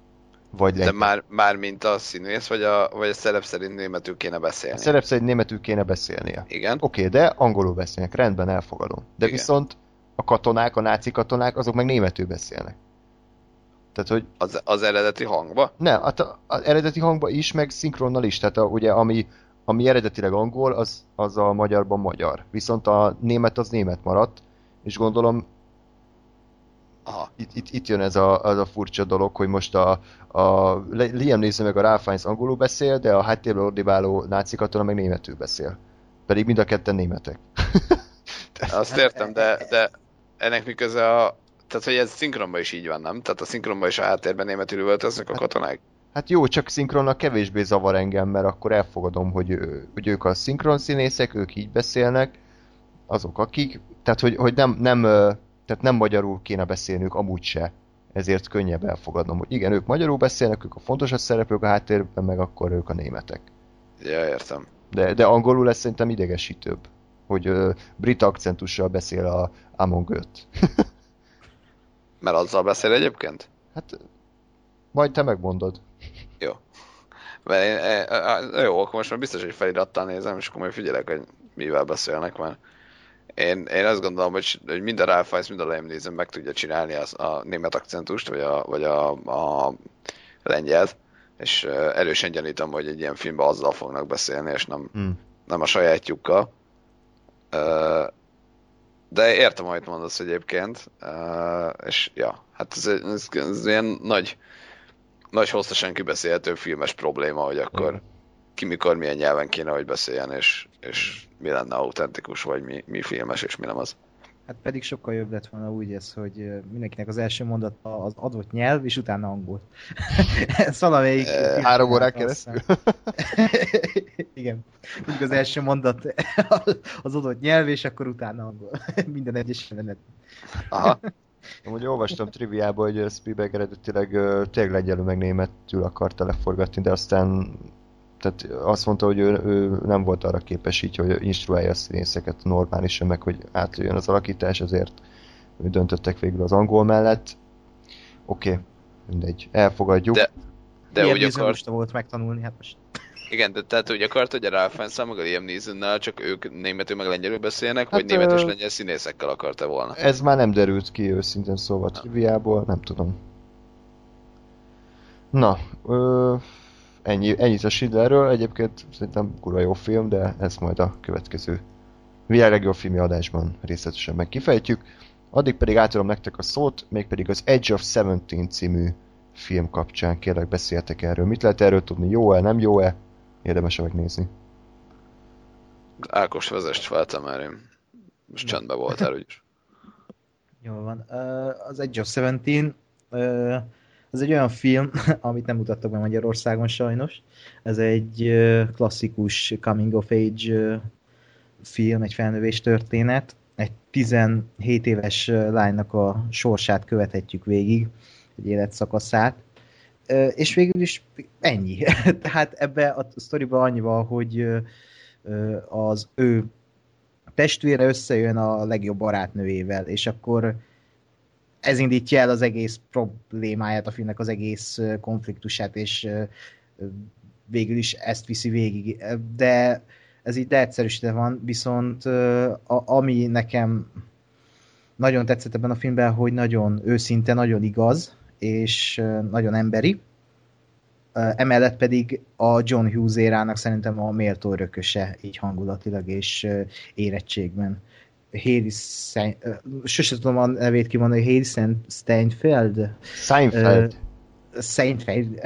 Vagy de már mint a színész, vagy a szerep szerint németül kéne beszélni? A szerep szerint németül kéne beszélnie. Igen. Oké, de angolul beszélnek, rendben, elfogadom. De Igen. viszont a katonák, a náci katonák, azok meg németül beszélnek. Tehát, hogy... Az eredeti hangba? Ne, az eredeti hangba is, meg szinkronnal is. Tehát ugye, ami eredetileg angol, az a magyarban magyar. Viszont a német az német maradt, és gondolom Aha. Itt jön az a furcsa dolog, hogy most a Liam Neeson meg a Ralph Fiennes angolul beszél, de a háttérben ordibáló náci katona meg németül beszél. Pedig mind a ketten németek. Azt értem, de ennek mi köze tehát, hogy ez szinkronban is így van, nem? Tehát a szinkronban is a háttérben németül üvöltöznek a katonák? Hát jó, csak szinkronnal kevésbé zavar engem, mert akkor elfogadom, hogy ők a szinkron színészek, ők így beszélnek, azok akik, tehát hogy tehát nem magyarul kéne beszélnünk amúgy se. Ezért könnyebb elfogadnom, hogy igen, ők magyarul beszélnek, ők a fontos szereplők a háttérben, meg akkor ők a németek. Ja, értem. De angolul lesz szerintem idegesítőbb, hogy brit akcentussal beszél a Among 5. Mert azzal beszél egyébként? Hát, majd te megmondod. Jó. Jó, akkor most már biztos, hogy felirattal nézem, és akkor majd figyelek, hogy mivel beszélnek, mert én azt gondolom, hogy mind a Ralph Fiennes, mind a Liam Neeson meg tudja csinálni a német akcentust, vagy a lengyelt, és erősen gyanítom, hogy egy ilyen filmben azzal fognak beszélni, és nem a sajátjukkal. De értem, amit mondasz egyébként, és ja, hát ez ilyen nagy hosszasan kibeszélhető filmes probléma, hogy akkor ki mikor milyen nyelven kéne, hogy beszéljen, és mi lenne autentikus, vagy mi filmes, és mi nem az. Hát pedig sokkal jobb lett volna úgy ez, hogy mindenkinek az első mondata az adott nyelv, és utána angol. Ez valamelyik... 3 órán keresztül. Igen. Úgy az első mondat az adott nyelv, és akkor utána angol. Minden egyes jelenet. Aha. Amúgy olvastam triviából, hogy Spielberg eredetileg tényleg lengyelül meg németül akarta leforgatni, de aztán tehát azt mondta, hogy ő nem volt arra képes így, hogy instruálja a színészeket normálisan, meg hogy átjöjjön az alakítás, ezért döntöttek végül az angol mellett. Oké, mindegy, elfogadjuk. De úgy akart... volt megtanulni, hát most... Igen, de tehát úgy akart, hogy a Ralph Fiennes-szel meg a Liam Neesonnal csak ők németül meg lengyelül beszélnek, hát, vagy németes lengyel színészekkel akarta volna? Ez már nem derült ki őszintén szóval triviából, nem tudom. Na, ennyit a Schindlerről, egyébként szerintem kurva jó film, de ezt majd a következő világ legjobb filmi adásban részletesen megkifejtjük. Addig pedig átadom nektek a szót, mégpedig az Edge of 17 című film kapcsán. Kérlek, beszéltek erről. Mit lehet erről tudni? Jó-e, nem jó-e? Érdemes megnézni. Ákos vezest feltem már én. Most csendben voltál, úgyis. Jól van. Az Edge of 17 ez egy olyan film, amit nem mutattak be Magyarországon sajnos. Ez egy klasszikus coming of age film, egy felnövés történet. Egy 17 éves lánynak a sorsát követhetjük végig, egy életszakaszát. És végül is ennyi. Tehát ebbe a sztoriban annyi van, hogy az ő testvére összejön a legjobb barátnőjével, és akkor ez indítja el az egész problémáját a filmnek, az egész konfliktusát, és végül is ezt viszi végig. De ez így leegyszerűsítve van, viszont ami nekem nagyon tetszett ebben a filmben, hogy nagyon őszinte, nagyon igaz, és nagyon emberi. Emellett pedig a John Hughes érának szerintem a méltó örököse, így hangulatilag és érettségben. Sose tudom a nevét kimondani, Hailee Steinfeld. Seinfeld.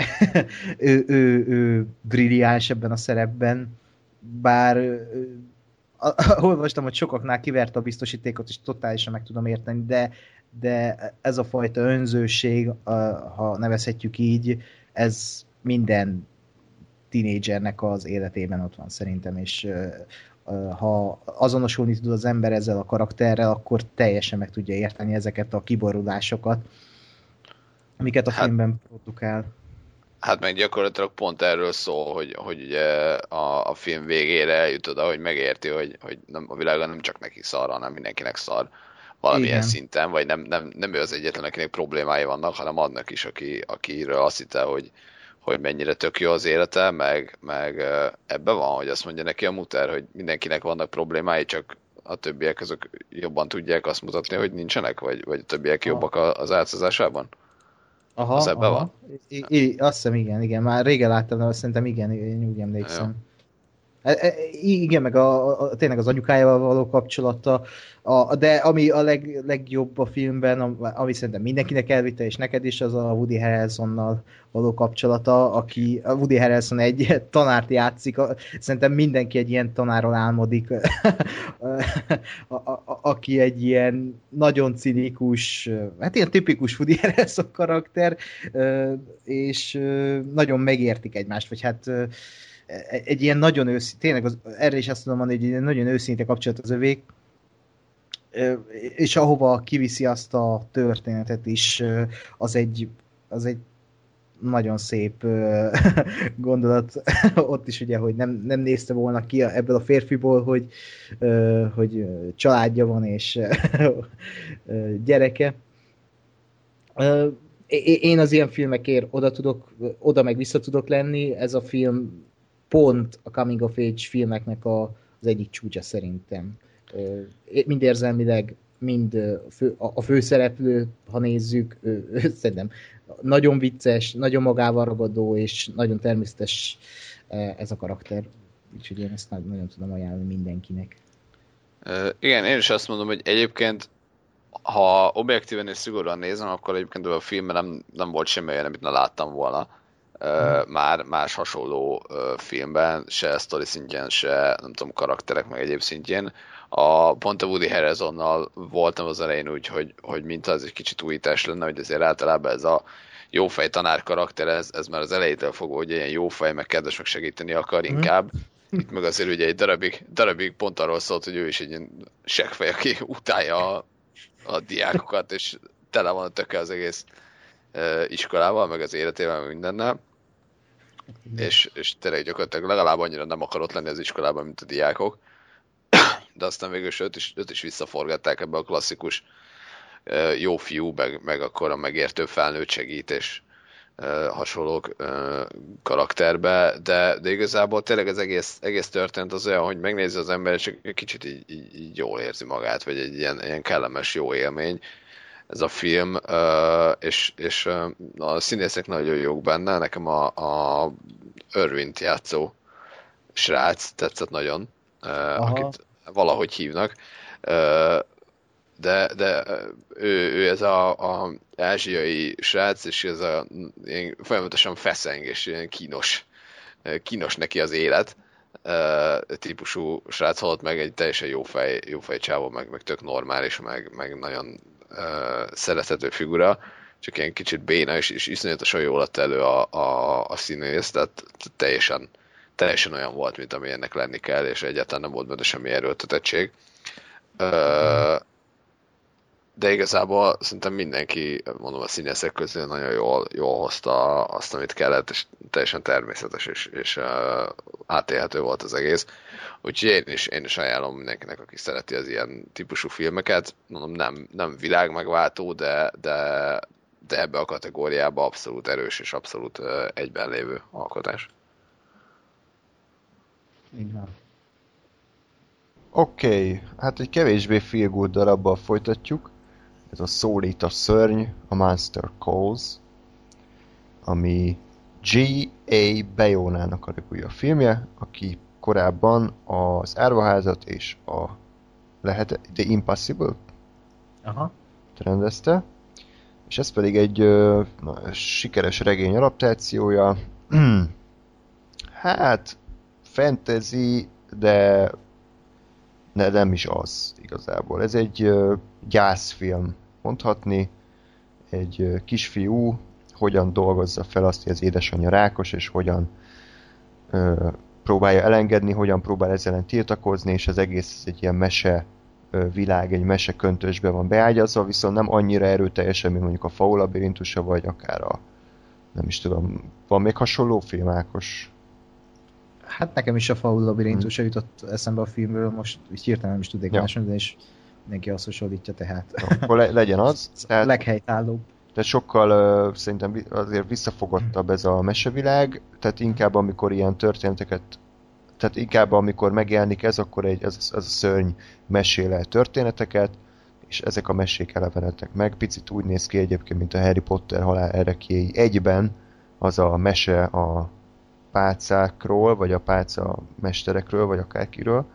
ő brilliáns ebben a szerepben, bár olvastam, hogy sokaknál kiverte a biztosítékot, és totálisan meg tudom érteni, de ez a fajta önzőség, ha nevezhetjük így, ez minden tínédzsernek az életében ott van szerintem, és ha azonosulni tud az ember ezzel a karakterrel, akkor teljesen meg tudja érteni ezeket a kiborulásokat, amiket a filmben produkál. Hát meg gyakorlatilag pont erről szól, hogy ugye a film végére eljut oda, hogy megérti, hogy nem, a világon nem csak neki szar, hanem mindenkinek szar valamilyen Igen. szinten, vagy nem ő az egyetlen, akinek problémái vannak, hanem annak is, akiről azt hitte, hogy mennyire tök jó az élete, meg ebben van, hogy azt mondja neki a muter, hogy mindenkinek vannak problémái, csak a többiek azok jobban tudják azt mutatni, hogy nincsenek, vagy a többiek jobbak az álcozásában? Aha, Az ebben aha. van? Azt hiszem igen. Már régen láttam, de szerintem igen, én úgy emlékszem. Jó. Igen, meg tényleg az anyukájával való kapcsolata, de ami a legjobb a filmben, ami szerintem mindenkinek elvitte, és neked is, az a Woody Harrelsonnal való kapcsolata, a Woody Harrelson egy tanárt játszik, szerintem mindenki egy ilyen tanáron álmodik, aki egy ilyen nagyon cinikus, hát ilyen tipikus Woody Harrelson karakter, és nagyon megértik egymást, vagy hát egy ilyen nagyon őszinte, tényleg erre is azt tudom mondani, hogy egy nagyon őszinte kapcsolat az övék, és ahova kiviszi azt a történetet is, az egy nagyon szép gondolat. Ott is ugye, hogy nem nézte volna ki ebből a férfiból, hogy családja van és gyereke. Én az ilyen filmekért oda meg vissza tudok lenni, ez a film pont a coming of age filmeknek az egyik csúcsa szerintem. Mind érzelmileg, mind a főszereplő, ha nézzük, szerintem nagyon vicces, nagyon magával ragadó, és nagyon természetes ez a karakter. Úgyhogy én ezt nagyon tudom ajánlani mindenkinek. Igen, én is azt mondom, hogy egyébként ha objektíven és szigorúan nézem, akkor egyébként a filmben nem volt semmi olyan, amit ne láttam volna. Már más hasonló filmben, se sztori szintjén, se nem tudom, karakterek, meg egyéb szintjén. Pont a Woody Harrelsonnal voltam az elején úgy, hogy mintha ez egy kicsit újítás lenne, hogy azért általában ez a jófej tanár karakter, ez már az elejétől fogva, hogy ilyen jófej, meg kedves, meg segíteni akar inkább. Itt meg azért ugye egy darabig pont arról szólt, hogy ő is egy ilyen seggfej, aki utálja a diákokat, és tele van a töke az egész iskolával, meg az életével, meg mindennel. És tényleg gyakorlatilag legalább annyira nem akar ott lenni az iskolában, mint a diákok. De aztán végül is őt is visszaforgatták ebbe a klasszikus jó fiú, meg akkor a megértő felnőtt segítés hasonló karakterbe, de igazából tényleg az egész történet az olyan, hogy megnézi az ember, és egy kicsit így jól érzi magát, vagy egy ilyen kellemes jó élmény ez a film, és a színészek nagyon jók benne, nekem a Irwint játszó srác tetszett nagyon, akit valahogy hívnak, de ő ez a ázsiai srác, és ez ilyen folyamatosan feszeng, és ilyen kínos neki az élet típusú srác, halott meg egy teljesen jófej csávó, meg tök normális, meg nagyon szerethető figura, csak ilyen kicsit béna, és iszonyatosan jól adta elő a színész, tehát teljesen olyan volt, mint ami ennek lenni kell, és egyáltalán nem volt benne semmi erőltetettség. De igazából szerintem mindenki, mondom, a színészek közül nagyon jól hozta azt, amit kellett, és teljesen természetes, és átélhető volt az egész. Úgyhogy én is ajánlom mindenkinek, aki szereti az ilyen típusú filmeket. Mondom, nem világmegváltó, de ebbe a kategóriába abszolút erős és abszolút egyben lévő alkotás. Oké, hát egy kevésbé feel good darabbal folytatjuk. Ez a Szólít a szörny, a Monster Calls, ami G.A. Bayonának a legújabb filmje, aki korábban az Árvaházat és The Impossible rendezte, és ez pedig egy sikeres regény adaptációja. Hát, fantasy, de nem is az igazából. Ez egy gyászfilm, mondhatni. Egy kisfiú hogyan dolgozza fel azt, hogy az édesanyja rákos, és hogyan próbálja elengedni, hogyan próbál ezzel ellen tiltakozni, és az egész egy ilyen mese világ, egy mese köntösbe van beágyazva, viszont nem annyira erőteljesen, mint mondjuk a Faul labirintusa, vagy akár nem is tudom, van még hasonló film, Ákos? Hát nekem is a Faul labirintusa jutott eszembe a filmről, most így hirtelen nem is tudnék másodni, de is mindenki azt hasonlítja, tehát. Akkor legyen az. Tehát, leghelytállóbb. Tehát sokkal szerintem azért visszafogottabb ez a mesevilág, tehát inkább amikor ilyen történeteket, tehát inkább amikor megjelenik ez, akkor ez a szörny mesél el történeteket, és ezek a mesék elevenednek meg. Picit úgy néz ki egyébként, mint a Harry Potter halál ereklyéi egyben, az a mese a pálcákról, vagy a pálca mesterekről, vagy akárkiről.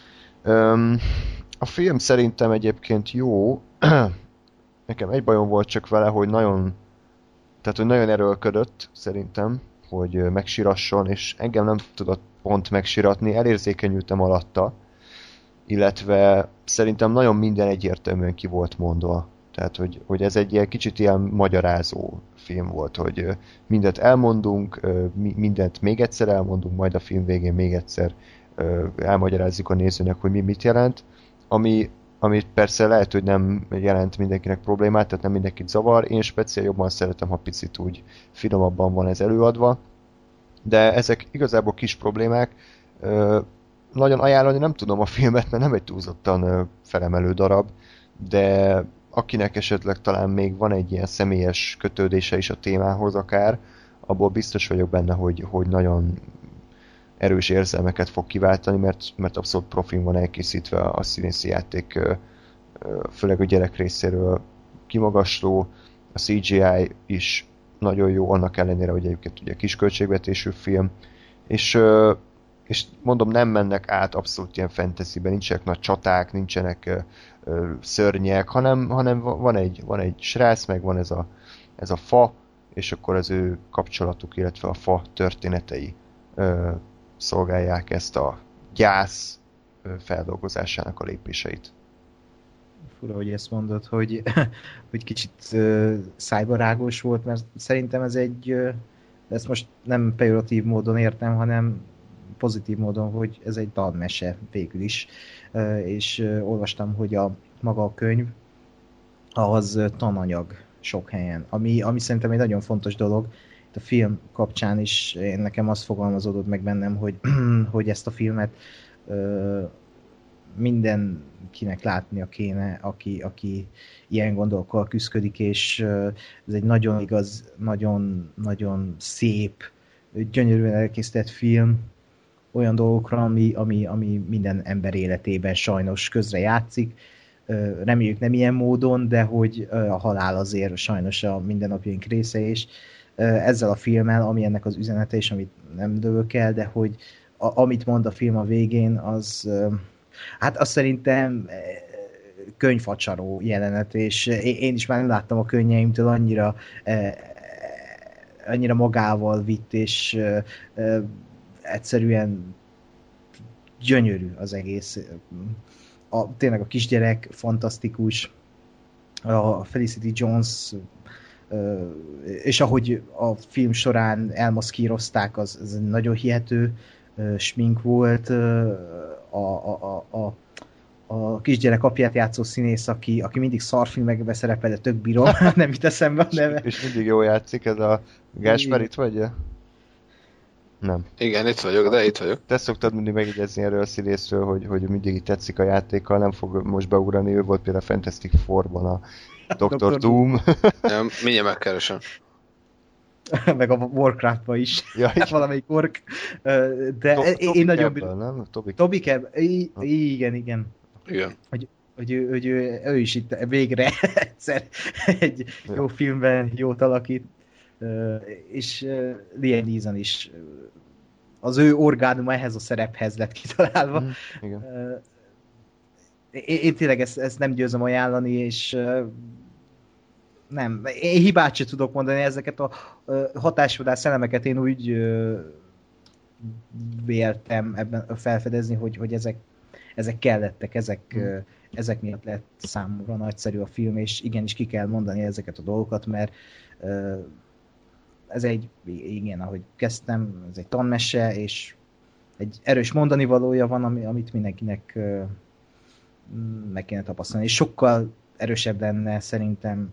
A film szerintem egyébként jó. Nekem egy bajom volt csak vele, hogy nagyon erőlködött szerintem, hogy megsirasson, és engem nem tudott pont megsiratni, elérzékenyültem alatta, illetve szerintem nagyon minden egyértelműen ki volt mondva. Tehát, hogy ez egy ilyen kicsit ilyen magyarázó film volt, hogy mindent elmondunk, mindent még egyszer elmondunk, majd a film végén még egyszer elmagyarázzuk a nézőnek, hogy mi mit jelent, ami persze lehet, hogy nem jelent mindenkinek problémát, tehát nem mindenkit zavar. Én speciál jobban szeretem, ha picit úgy finomabban van ez előadva. De ezek igazából kis problémák. Nagyon ajánlani nem tudom a filmet, mert nem egy túlzottan felemelő darab, de akinek esetleg talán még van egy ilyen személyes kötődése is a témához akár, abból biztos vagyok benne, hogy nagyon erős érzelmeket fog kiváltani, mert abszolút profin van elkészítve a színészi játék, főleg a gyerek részéről kimagasló, a CGI is nagyon jó, annak ellenére, hogy egyébként ugye kisköltségvetésű film, és mondom, nem mennek át abszolút ilyen fantasybe, nincsenek nagy csaták, nincsenek szörnyek, hanem van egy srác, meg van ez a fa, és akkor az ő kapcsolatuk, illetve a fa történetei szolgálják ezt a gyász feldolgozásának a lépéseit. Fura, hogy ezt mondod, hogy kicsit szájbarágos volt, mert szerintem ez ezt most nem pejoratív módon értem, hanem pozitív módon, hogy ez egy tanmese végül is, és olvastam, hogy maga a könyv az tananyag sok helyen, ami szerintem egy nagyon fontos dolog. Itt a film kapcsán is nekem az fogalmazódott meg bennem, hogy ezt a filmet mindenkinek látnia kéne, aki ilyen gondolkkal küszködik, és ez egy nagyon igaz, nagyon, nagyon szép, gyönyörűen elkészített film olyan dolgokra, ami minden ember életében sajnos közre játszik. Reméljük nem ilyen módon, de hogy a halál azért sajnos a mindennapjaink része is. Ezzel a filmmel, ami ennek az üzenete, és amit nem dövök el, de hogy amit mond a film a végén, az hát azt szerintem könyvfacsaró jelenet, és én is már nem láttam a könnyeimtől, annyira magával vitt, és egyszerűen gyönyörű az egész. Tényleg a kisgyerek fantasztikus, a Felicity Jones, és ahogy a film során elmaszkírozták, az nagyon hihető smink volt. A kisgyerek apját játszó színész, aki mindig szarfilmekbe szerepel, de tök bírom, nem jut eszembe a neve. És mindig jól játszik, ez a Gásper, itt vagy? Nem. Igen, itt vagyok, de itt vagyok. Te szoktad mindig megjegyezni erről a színészről, hogy mindig így tetszik a játékkal, nem fog most beugrani, ő volt például a Fantastic Four-ban a Dr. Doom. Nem, mindjárt megkeresem. Meg a Warcraft-ban is. Ja, valamelyik ork. De én nagyon bírom. Toby Kebbell. Igen. Igen. Hogy ő is itt végre egyszer egy jó filmben jót alakít. És Liam Neeson is az ő orgánuma ehhez a szerephez lett kitalálva. Igen. Én tényleg ezt nem győzöm ajánlani, és nem, én hibát sem tudok mondani, ezeket a hatásvadász elemeket én úgy véltem ebben felfedezni, hogy ezek kellettek, ezek miatt lett számomra nagyszerű a film, és igenis ki kell mondani ezeket a dolgokat, mert ez igen, ahogy kezdtem, ez egy tanmese, és egy erős mondani valója van, amit mindenkinek meg kéne tapasztalni. És sokkal erősebb lenne szerintem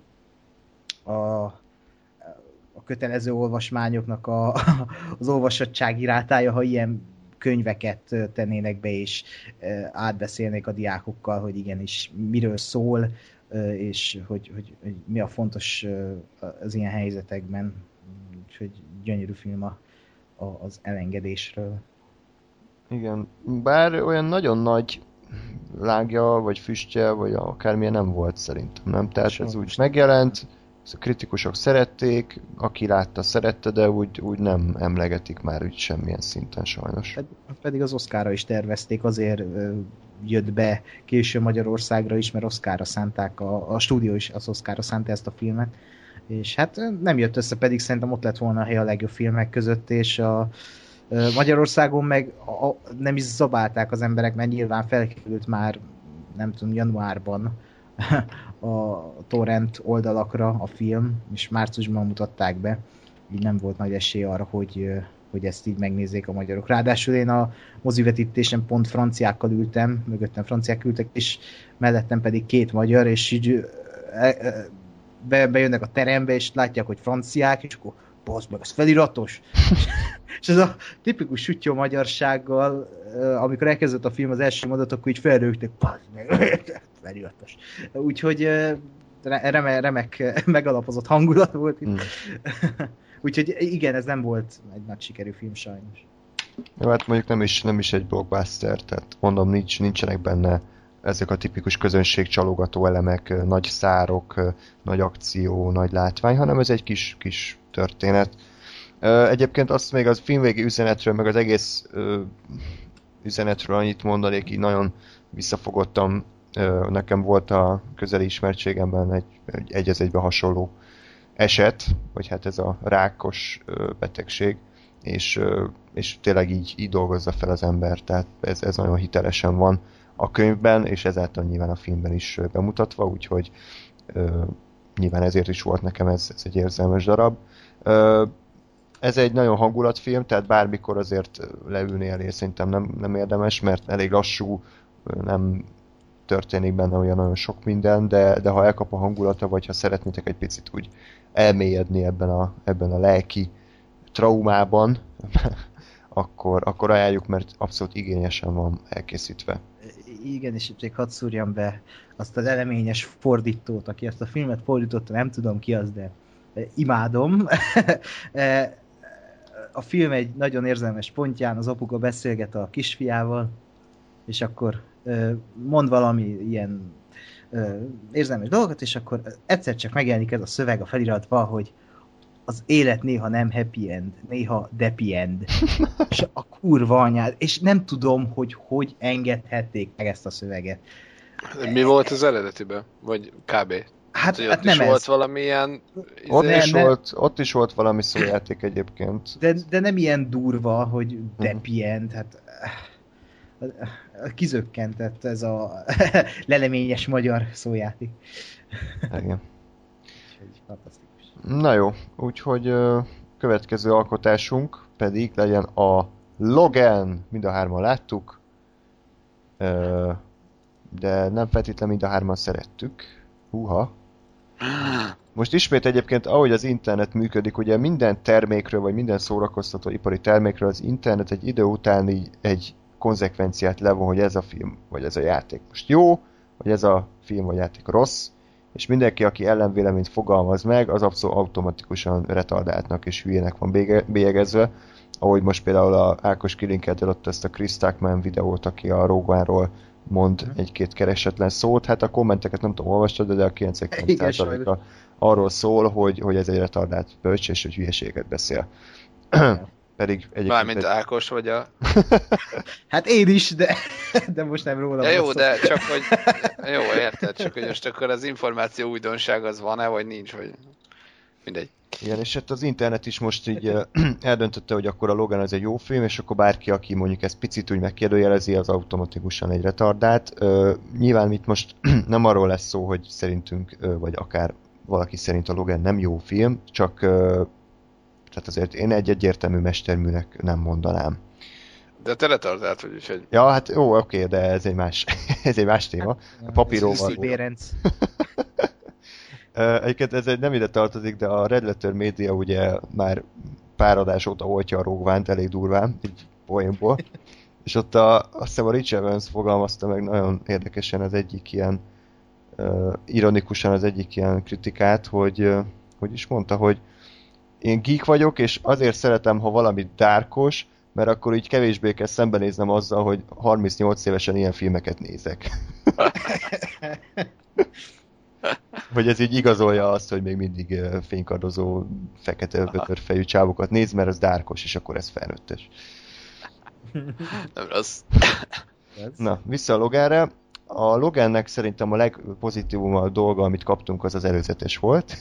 a kötelező olvasmányoknak az olvasottsági rátája, ha ilyen könyveket tennének be, és átbeszélnék a diákokkal, hogy igenis miről szól, és hogy mi a fontos az ilyen helyzetekben. Úgyhogy gyönyörű film az elengedésről. Igen, bár olyan nagyon nagy lágja, vagy füstje, vagy akármilyen nem volt szerintem, nem? Tehát ez úgy megjelent, a kritikusok szerették, aki látta, szerette, de úgy nem emlegetik már úgy semmilyen szinten sajnos. Pedig az Oscarra is tervezték, azért jött be később Magyarországra is, mert Oscarra szánták, a stúdió is az Oscarra szánta ezt a filmet, és hát nem jött össze, pedig szerintem ott lett volna a hely a legjobb filmek között, és a Magyarországon meg nem is zabálták az emberek, mert nyilván felkerült már, nem tudom, januárban a torrent oldalakra a film, és márciusban mutatták be, így nem volt nagy esély arra, hogy ezt így megnézzék a magyarok. Ráadásul én a mozivetítésen pont franciákkal ültem, mögöttem franciák ültek, és mellettem pedig 2 magyar, és így bejönnek a terembe, és látják, hogy franciák, és akkor bazd meg, ez feliratos. És ez a tipikus süttyó magyarsággal, amikor elkezdett a film az első mondat, akkor így felrögtek, bazd meg, feliratos. Úgyhogy remek megalapozott hangulat volt itt. Úgyhogy igen, ez nem volt egy nagy sikerű film sajnos. Jó, hát mondjuk nem is egy blockbuster, tehát mondom, nincsenek benne ezek a tipikus közönségcsalogató elemek, nagy szárok, nagy akció, nagy látvány, hanem ez egy kis történet. Egyébként azt még az filmvégi üzenetről, meg az egész üzenetről annyit mondanék, így nagyon visszafogottam. Nekem volt a közeli ismertségemben egy az egybe hasonló eset, vagy hát ez a rákos betegség, és tényleg így dolgozza fel az ember, tehát ez nagyon hitelesen van a könyvben, és ezáltal nyilván a filmben is bemutatva, úgyhogy nyilván ezért is volt nekem ez egy érzelmes darab. Ez egy nagyon hangulatfilm, tehát bármikor azért leülni elé szerintem nem érdemes, mert elég lassú, nem történik benne olyan nagyon sok minden, de ha elkap a hangulata, vagy ha szeretnétek egy picit úgy elmélyedni ebben a lelki traumában, akkor ajánljuk, mert abszolút igényesen van elkészítve. Igen, és csak hadd szúrjam be azt az eleményes fordítót, aki ezt a filmet fordította, nem tudom ki az, de imádom. A film egy nagyon érzelmes pontján az apuka beszélget a kisfiával, és akkor mond valami ilyen érzelmes dolgot, és akkor egyszer csak megjelenik ez a szöveg a feliratban, hogy az élet néha nem happy end, néha deppy end. És a kurva anyád. És nem tudom, hogy engedhették meg ezt a szöveget. Mi volt az eredetiben? Vagy kb? Hát ott nem is ez. Volt valamilyen... Ott is volt valami szójáték egyébként. De nem ilyen durva, hogy deppy end. Hát kizökkentett ez a leleményes magyar szójáték. Igen. Fantasztikus. Na jó, úgyhogy következő alkotásunk pedig legyen a Logan. Mind a hárman láttuk, de nem feltétlenül mind a hárman szerettük. Húha. Most ismét egyébként, ahogy az internet működik, ugye minden termékről, vagy minden szórakoztató ipari termékről az internet egy idő után így egy konzekvenciát levon, hogy ez a film, vagy ez a játék most jó, vagy ez a film, vagy játék rossz, és mindenki, aki ellenvéleményt fogalmaz meg, az abszolút automatikusan retardáltnak és hülyének van bélyegezve, ahogy most például a Ákos kilinkelte ott ezt a Chris Tuckman videót, aki a Rogue One-ról mond egy-két keresetlen szót, hát a kommenteket nem tudom, olvastad, de a 99%-a arról szól, hogy ez egy retardált bölcs, és hogy hülyeséget beszél. Pedig egyébként... Mármint Ákos vagy a... Hát én is, de most nem róla. Ja, jó, de csak hogy... Jó, érted, csak hogy most akkor az információ újdonság az van-e, vagy nincs, vagy... Mindegy. Igen, és hát az internet is most így eldöntötte, hogy akkor a Logan az egy jó film, és akkor bárki, aki mondjuk ezt picit úgy megkérdőjelezi, az automatikusan egy retardált. Nyilván itt most nem arról lesz szó, hogy szerintünk, vagy akár valaki szerint a Logan nem jó film, csak tehát azért én egy egyértelmű mesterműnek nem mondanám. De te retardált vagy, úgyhogy... Ja, hát jó, oké, de ez egy más téma. A papíróval... Egyébként ez nem ide tartozik, de a Red Letter Media ugye már pár adás óta oltja a Rogue One-t elég durván, így poénból. És ott azt hiszem a Rich Evans fogalmazta meg nagyon érdekesen az egyik ilyen ironikusan az egyik ilyen kritikát, hogy is mondta, hogy én geek vagyok, és azért szeretem, ha valami dárkos, mert akkor így kevésbé kell szembenéznem azzal, hogy 38 évesen ilyen filmeket nézek. Hogy ez így igazolja azt, hogy még mindig fénykardozó, fekete vötörfejű csávokat néz, mert ez dárkos, és akkor ez felnőttes. Nem rossz. Na, vissza a Loganre. A Logannek szerintem a legpozitívumabb dolga, amit kaptunk, az előzetes volt.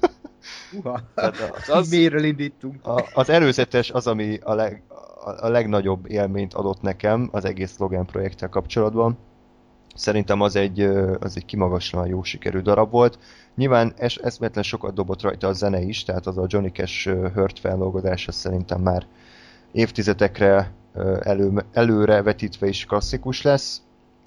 Miről indítunk? Az előzetes az, ami a legnagyobb élményt adott nekem az egész Logan projekttel kapcsolatban. Szerintem az egy kimagaslóan jó sikerű darab volt. Nyilván eszméletlen sokat dobott rajta a zene is, tehát az a Johnny Cash Hurt feldolgozása szerintem már évtizedekre előre vetítve is klasszikus lesz.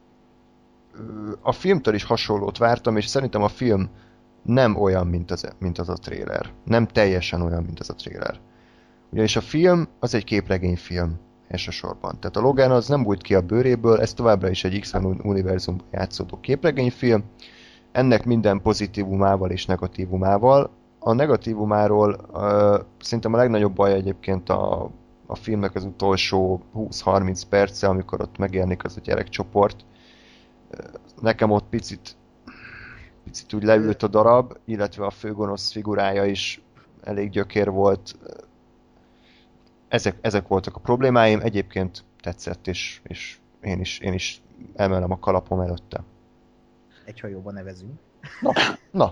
A filmtől is hasonlót vártam, és szerintem a film nem olyan, mint az a trailer. Nem teljesen olyan, mint az a trailer. Ugyanis a film az egy képregényfilm elsősorban. Tehát a Logan az nem bújt ki a bőréből, ez továbbra is egy X-Men univerzumban játszódó képregényfilm. Ennek minden pozitívumával és negatívumával. A negatívumáról szerintem a legnagyobb baj egyébként a filmnek az utolsó 20-30 perce, amikor ott megjelenik az a gyerekcsoport. Nekem ott picit úgy leült a darab, illetve a főgonosz figurája is elég gyökér volt. Ezek voltak a problémáim, egyébként tetszett, és én is emelem a kalapom előtte. Egy hajóban nevezünk. Na.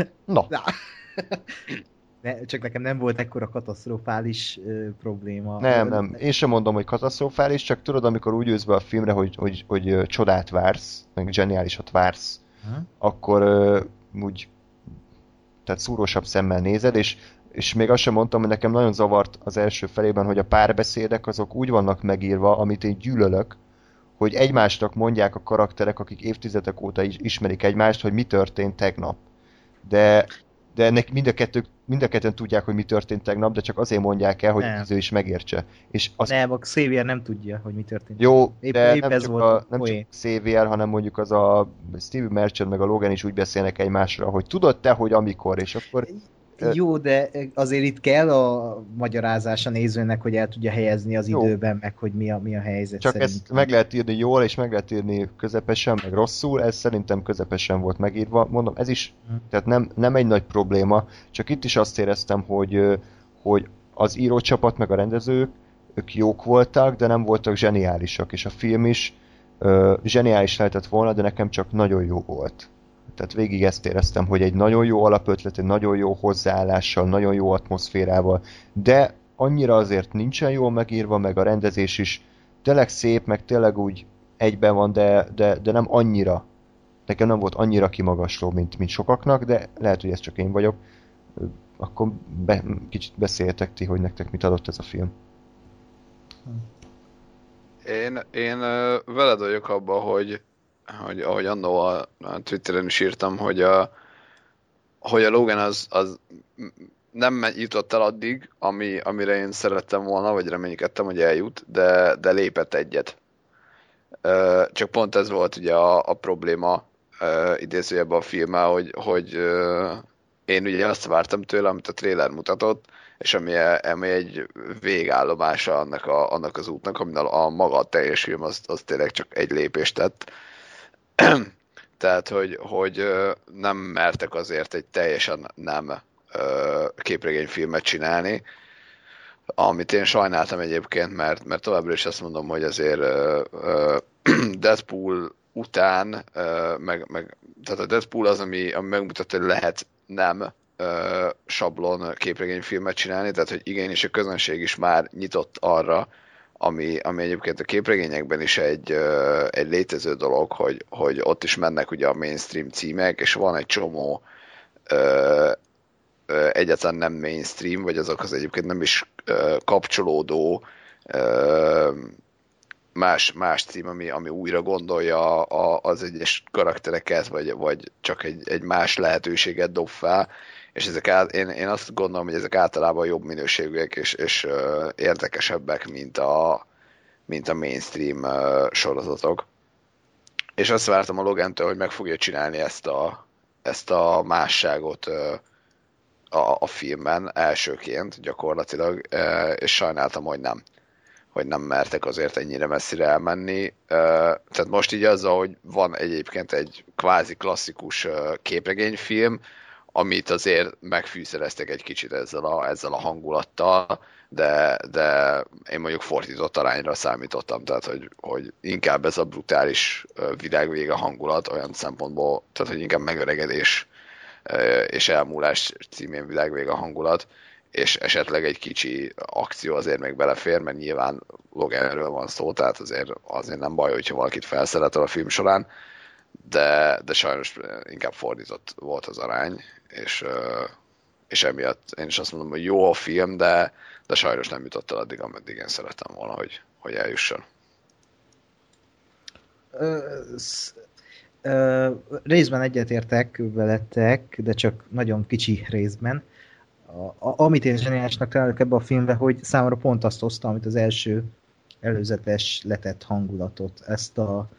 Csak nekem nem volt ekkora katasztrofális probléma. Nem. Én sem mondom, hogy katasztrofális, csak tudod, amikor úgy ülsz be a filmre, hogy csodát vársz, meg zseniálisat vársz, akkor úgy tehát szúrósabb szemmel nézed, és még azt sem mondtam, hogy nekem nagyon zavart az első felében, hogy a párbeszédek azok úgy vannak megírva, amit én gyűlölök, hogy egymásnak mondják a karakterek, akik évtizedek óta is ismerik egymást, hogy mi történt tegnap. De ennek mind a ketten tudják, hogy mi történt tegnap, de csak azért mondják el, hogy az ő is megértse. És nem, a Xavier nem tudja, hogy mi történt. Jó, de nem csak Xavier, hanem mondjuk az a Steve Merchant meg a Logan is úgy beszélnek egymásra, hogy tudod te, hogy amikor, és akkor... Jó, de azért itt kell a magyarázás a nézőnek, hogy el tudja helyezni az időben, meg hogy mi a helyzet. Csak szerintem. Ezt meg lehet írni jól, és meg lehet írni közepesen, meg rosszul, ez szerintem közepesen volt megírva. Mondom, ez is, tehát nem egy nagy probléma, csak itt is azt éreztem, hogy az írócsapat, meg a rendezők, ők jók voltak, de nem voltak zseniálisak, és a film is zseniális lehetett volna, de nekem csak nagyon jó volt. Tehát végig ezt éreztem, hogy egy nagyon jó alapötlet, egy nagyon jó hozzáállással, nagyon jó atmoszférával, de annyira azért nincsen jól megírva, meg a rendezés is tényleg szép, meg tényleg úgy egyben van, de nem annyira. Nekem nem volt annyira kimagasló, mint sokaknak, de lehet, hogy ez csak én vagyok. Akkor kicsit beszéljetek ti, hogy nektek mit adott ez a film. Én veled vagyok abban, hogy ahogy annó a Twitteren is írtam, hogy a Logan az nem jutott el addig, amire én szerettem volna, vagy reménykedtem, hogy eljut, de lépett egyet. Csak pont ez volt ugye a probléma idézőjebben a filmmel, hogy én ugye azt vártam tőle, amit a trailer mutatott, és ami egy végállomása annak az útnak, amin a maga a teljes film az tényleg csak egy lépést tett. Tehát, hogy nem mertek azért egy teljesen nem képregényfilmet csinálni, amit én sajnáltam egyébként, mert továbbra is azt mondom, hogy azért Deadpool után, tehát a Deadpool az, ami megmutatta, hogy lehet nem sablon képregényfilmet csinálni, tehát hogy igenis a közönség is már nyitott arra, ami egyébként a képregényekben is egy létező dolog, hogy ott is mennek ugye a mainstream címek, és van egy csomó egyáltalán nem mainstream, vagy azokhoz egyébként nem is kapcsolódó más cím, ami újra gondolja az egyes karaktereket, vagy csak egy más lehetőséget dob fel, és én azt gondolom, hogy ezek általában jobb minőségűek és érdekesebbek, mint mint a mainstream sorozatok. És azt vártam a Logantől, hogy meg fogja csinálni ezt a másságot a filmben elsőként gyakorlatilag, és sajnáltam, hogy nem mertek azért ennyire messzire elmenni. Tehát most így azzal, hogy van egyébként egy kvázi klasszikus képregényfilm, amit azért megfűszereztek egy kicsit ezzel a hangulattal, de én mondjuk fordított arányra számítottam, tehát hogy inkább ez a brutális világvége hangulat olyan szempontból, tehát hogy inkább megöregedés és elmúlás címén világvége hangulat, és esetleg egy kicsi akció azért még belefér, mert nyilván Loganről van szó, tehát azért nem baj, hogyha valakit felszeretel a film során, de sajnos inkább fordított volt az arány, és emiatt én is azt mondom, hogy jó a film, de sajnos nem jutott el addig, ameddig én szerettem volna, hogy eljusson. Részben egyetértek veletek, de csak nagyon kicsi részben. Amit én zseniálisnak találok ebbe a filmbe, hogy számomra pont azt hozta, amit az első előzetes letett hangulatot. Ezt a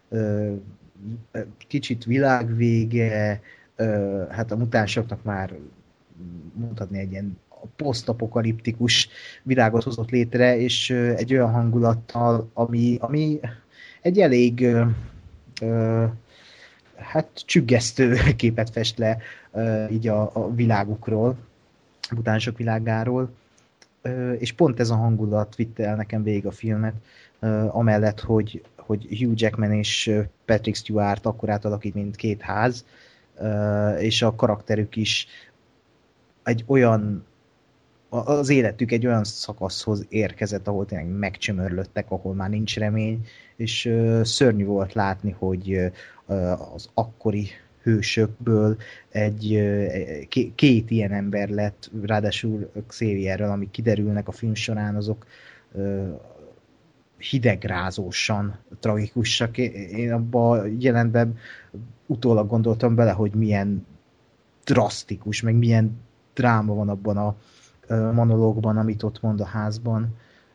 kicsit világvége, hát a mutánsoknak már mondhatni egy ilyen posztapokaliptikus világot hozott létre, és egy olyan hangulattal, ami egy elég hát csüggesztő képet fest le így a világukról, a mutánsok világáról, és pont ez a hangulat vitte el nekem végig a filmet, amellett, hogy Hugh Jackman és Patrick Stewart akkor átalakít, mint két ház, és a karakterük is egy olyan, az életük egy olyan szakaszhoz érkezett, ahol tényleg megcsömörlöttek, ahol már nincs remény, és szörnyű volt látni, hogy az akkori hősökből két ilyen ember lett, ráadásul Xavierről, amik kiderülnek a film során, azok hidegrázósan tragikusak. Én abban a jelentben utólag gondoltam bele, hogy milyen drasztikus, meg milyen dráma van abban a monológban, amit ott mond a házban.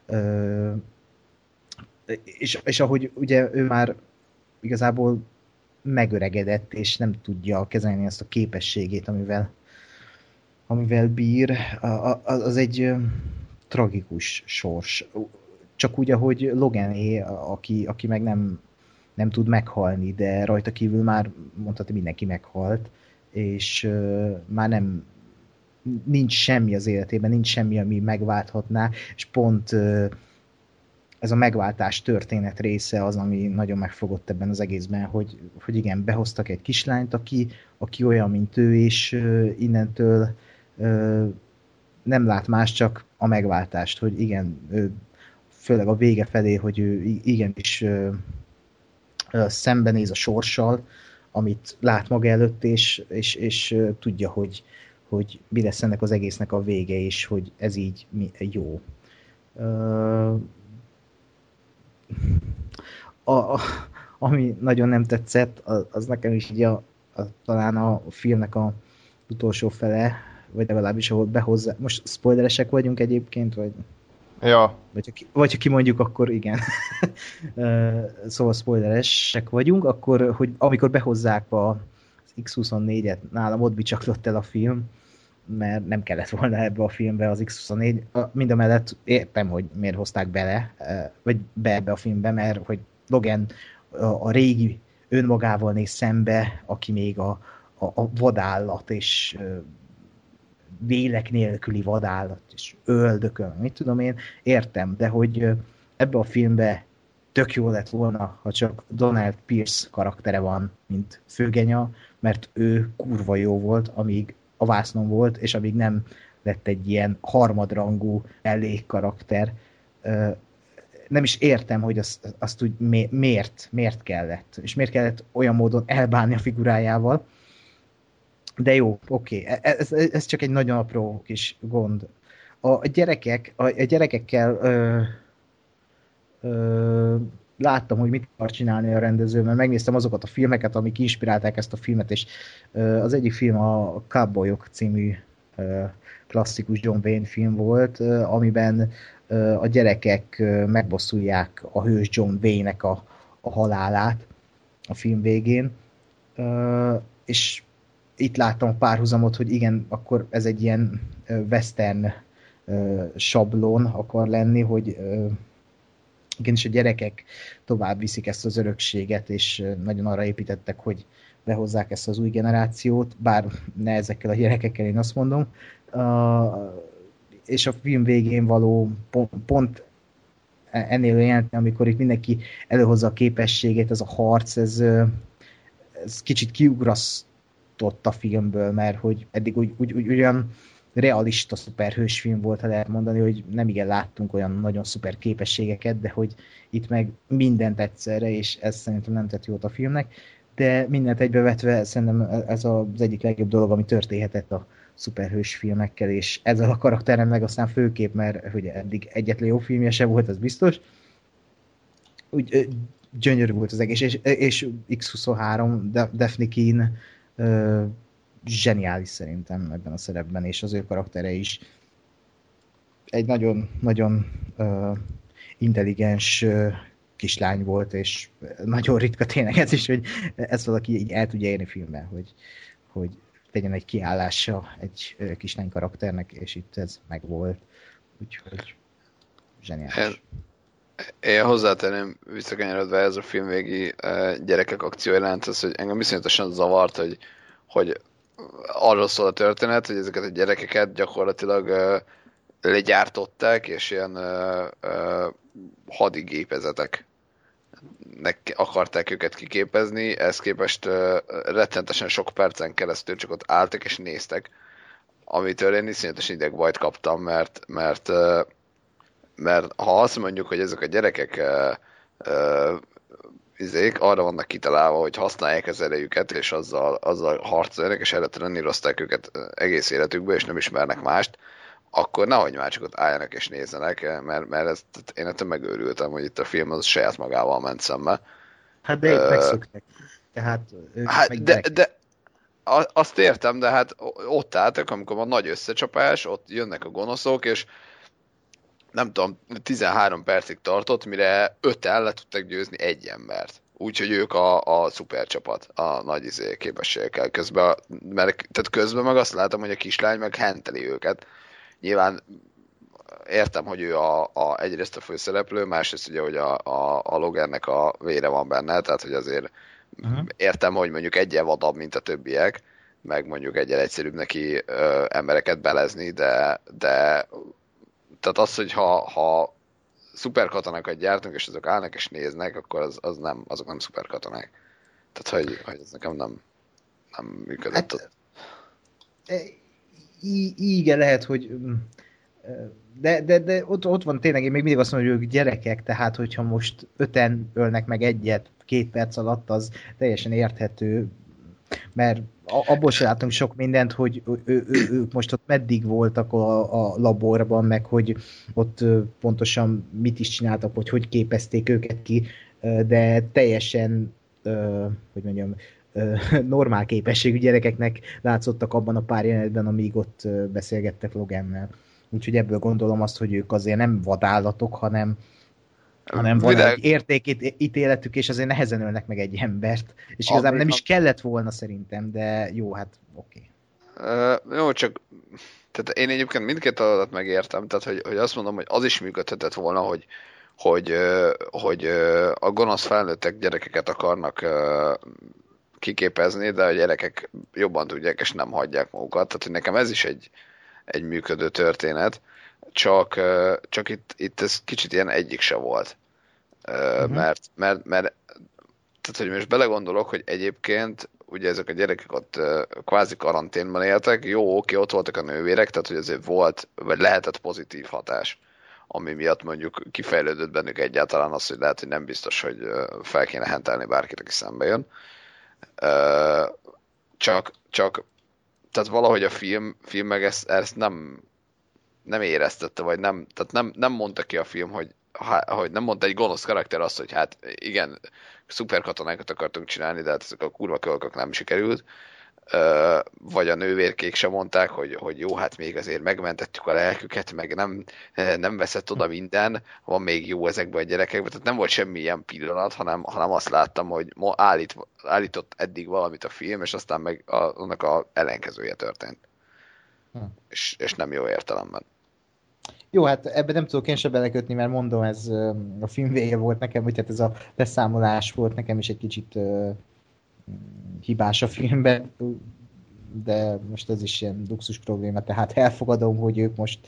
És ahogy ugye ő már igazából megöregedett, és nem tudja kezelni ezt a képességét, amivel bír, az egy tragikus sors. Csak úgy, ahogy Logané, aki meg nem tud meghalni, de rajta kívül már mondhatni mindenki meghalt, és már nincs semmi az életében, nincs semmi, ami megválthatná, és pont ez a megváltás történet része az, ami nagyon megfogott ebben az egészben, hogy igen, behoztak egy kislányt, aki olyan, mint ő, és innentől nem lát más, csak a megváltást, hogy igen, főleg a vége felé, hogy ő igenis szembenéz a sorssal, amit lát maga előtt, és tudja, hogy mi lesz ennek az egésznek a vége, és hogy ez így jó. Ami nagyon nem tetszett, az nekem is így talán a filmnek a utolsó fele, vagy legalábbis ahol behozzá. Most spoileresek vagyunk egyébként, vagy... Ja. Vagy ha kimondjuk, akkor igen. Szóval spoileresek vagyunk, akkor, hogy amikor behozzák az X-24-et, nálam ott bicsaklott el a film, mert nem kellett volna ebbe a filmbe az X-24. Mindamellett értem, hogy miért hozták bele, vagy be ebbe a filmbe, mert hogy Logan a régi önmagával néz szembe, aki még a vadállat, és vélek nélküli vadállat, és öldököl, mit tudom én, értem, de hogy ebbe a filmbe tök jó lett volna, ha csak Donald Pierce karaktere van, mint főgenya, mert ő kurva jó volt, amíg a vásznon volt, és amíg nem lett egy ilyen harmadrangú elégkarakter. Nem is értem, hogy azt úgy miért kellett, és miért kellett olyan módon elbánni a figurájával. De jó, oké. Ez csak egy nagyon apró kis gond. A gyerekekkel láttam, hogy mit akar csinálni a rendező, mert megnéztem azokat a filmeket, amik inspirálták ezt a filmet, és az egyik film a Cowboyok című klasszikus John Wayne film volt, amiben a gyerekek megbosszulják a hős John Wayne-nek a halálát a film végén. És itt láttam a párhuzamot, hogy igen, akkor ez egy ilyen western sablon akar lenni, hogy igenis a gyerekek tovább viszik ezt az örökséget, és nagyon arra építettek, hogy behozzák ezt az új generációt, bár ne ezekkel a gyerekekkel, én azt mondom. És a film végén való pont ennél jelentni, amikor itt mindenki előhozza a képességét, ez a harc, ez kicsit kiugrasztott a filmből, mert hogy eddig úgy olyan realista szuperhős film volt, ha lehet mondani, hogy nem igen láttunk olyan nagyon szuper képességeket, de hogy itt meg mindent egyszerre, és ez szerintem nem tett jót a filmnek, de mindent egybevetve szerintem ez az egyik legjobb dolog, ami történhetett a szuperhős filmekkel, és ezzel a karakterem meg aztán főképp, mert hogy eddig egyetlen jó filmje se volt, az biztos. Úgy gyönyörű volt az egész, és X-23, Daphne Keane zseniális szerintem ebben a szerepben, és az ő karaktere is egy nagyon intelligens kislány volt, és nagyon ritka tényleg ez is, hogy ezt valaki így el tudja érni filmben, hogy legyen egy kiállása egy kislány karakternek, és itt ez megvolt. Úgyhogy zseniális. Én hozzátenném, visszakanyarodva ez a film végi gyerekek akció jelent, az, hogy engem viszonyatosan zavart, hogy arról szól a történet, hogy ezeket a gyerekeket gyakorlatilag legyártották, és ilyen hadigépezeteknek akarták őket kiképezni, ehhez képest rettentesen sok percen keresztül csak ott álltak és néztek, amitől én iszonyatosan idegbajt kaptam, mert ha azt mondjuk, hogy ezek a gyerekek arra vannak kitalálva, hogy használják az erejüket, és azzal harcoljanak, és erre trenírozták őket egész életükből, és nem ismernek mást, akkor nehogy már csak ott álljanak és nézzenek, mert én ettől megőrültem, hogy itt a film az saját magával ment szembe. Hát de itt megszöktek. Tehát de azt értem, de hát ott álltak, amikor van nagy összecsapás, ott jönnek a gonoszok, és nem tudom, 13 percig tartott, mire 5-en le tudtak győzni egy embert. Úgyhogy ők a szupercsapat, a nagy képességekkel. Tehát közben meg azt látom, hogy a kislány meg henteli őket. Nyilván értem, hogy ő egyrészt a főszereplő, másrészt ugye, hogy a Logannek a vére van benne, tehát hogy azért értem, hogy mondjuk egyen vadabb, mint a többiek, meg mondjuk egyen egyszerűbb neki embereket belezni, de tehát az, hogy ha szuperkatonákat gyártunk, és azok állnak és néznek, akkor azok nem szuperkatonák. Tehát, hogy ez nekem nem működött. Hát, igen, lehet, hogy de ott van tényleg, én még mindig azt mondom, hogy ők gyerekek, tehát hogyha most 5-en ölnek meg egyet 2 perc alatt, az teljesen érthető, mert abból se látunk sok mindent, hogy ők most ott meddig voltak a laborban, meg hogy ott pontosan mit is csináltak, hogy képezték őket ki, de teljesen, hogy mondjam, normál képességű gyerekeknek látszottak abban a pár jelenetben, amíg ott beszélgettek Logannel. Úgyhogy ebből gondolom azt, hogy ők azért nem vadállatok, hanem van egy értékítéletük, és azért nehezen ölnek meg egy embert. És igazából nem is kellett volna szerintem, de jó, hát oké. Jó, csak tehát én egyébként mindkét adat megértem, tehát hogy azt mondom, hogy az is működhetett volna, hogy a gonosz felnőttek gyerekeket akarnak kiképezni, de a gyerekek jobban tudják, és nem hagyják magukat. Tehát hogy nekem ez is egy működő történet, csak itt ez kicsit ilyen egyik se volt. Mert tehát, hogy most belegondolok, hogy egyébként ugye ezek a gyerekek ott kvázi karanténban éltek, jó, oké, ott voltak a nővérek, tehát hogy azért volt, vagy lehetett pozitív hatás, ami miatt mondjuk kifejlődött bennük egyáltalán az, hogy lehet, hogy nem biztos, hogy fel kéne hentelni bárkit, aki szembe jön. Csak tehát valahogy a film meg ezt nem éreztette, vagy nem mondta ki a film, hogy nem mondta egy gonosz karakter azt, hogy hát igen, szuperkatonákat akartunk csinálni, de hát ezek a kurva kölkök nem sikerült, vagy a nővérkék sem mondták, hogy jó, hát még azért megmentettük a lelküket, meg nem veszett oda minden, van még jó ezekben a gyerekekben, tehát nem volt semmi ilyen pillanat, hanem azt láttam, hogy állított eddig valamit a film, és aztán meg annak a ellenkezője történt. És nem jó értelemben. Jó, hát ebben nem tudok én sem belekötni, mert mondom, ez a film vége volt nekem, vagy tehát ez a beszámolás volt nekem is egy kicsit hibás a filmben, de most ez is ilyen luxus probléma, tehát elfogadom, hogy ők most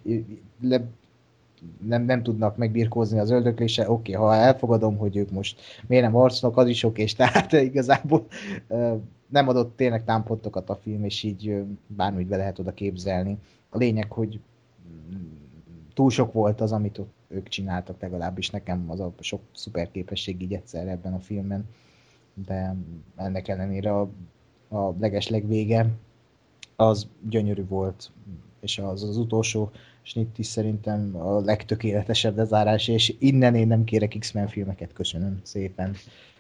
nem tudnak megbirkózni az öldökléssel, oké, ha elfogadom, hogy ők most miért nem harcolnak, az is oké, és tehát igazából nem adott tényleg támpontokat a film, és így bármit be lehet oda képzelni. A lényeg, hogy túl sok volt az, amit ők csináltak, legalábbis nekem az a sok szuper képesség így egyszerre ebben a filmben, de ennek ellenére a legeslegvége az gyönyörű volt, és az utolsó snitt is szerintem a legtökéletesebb lezárás, és innen én nem kérek X-Men filmeket, köszönöm szépen.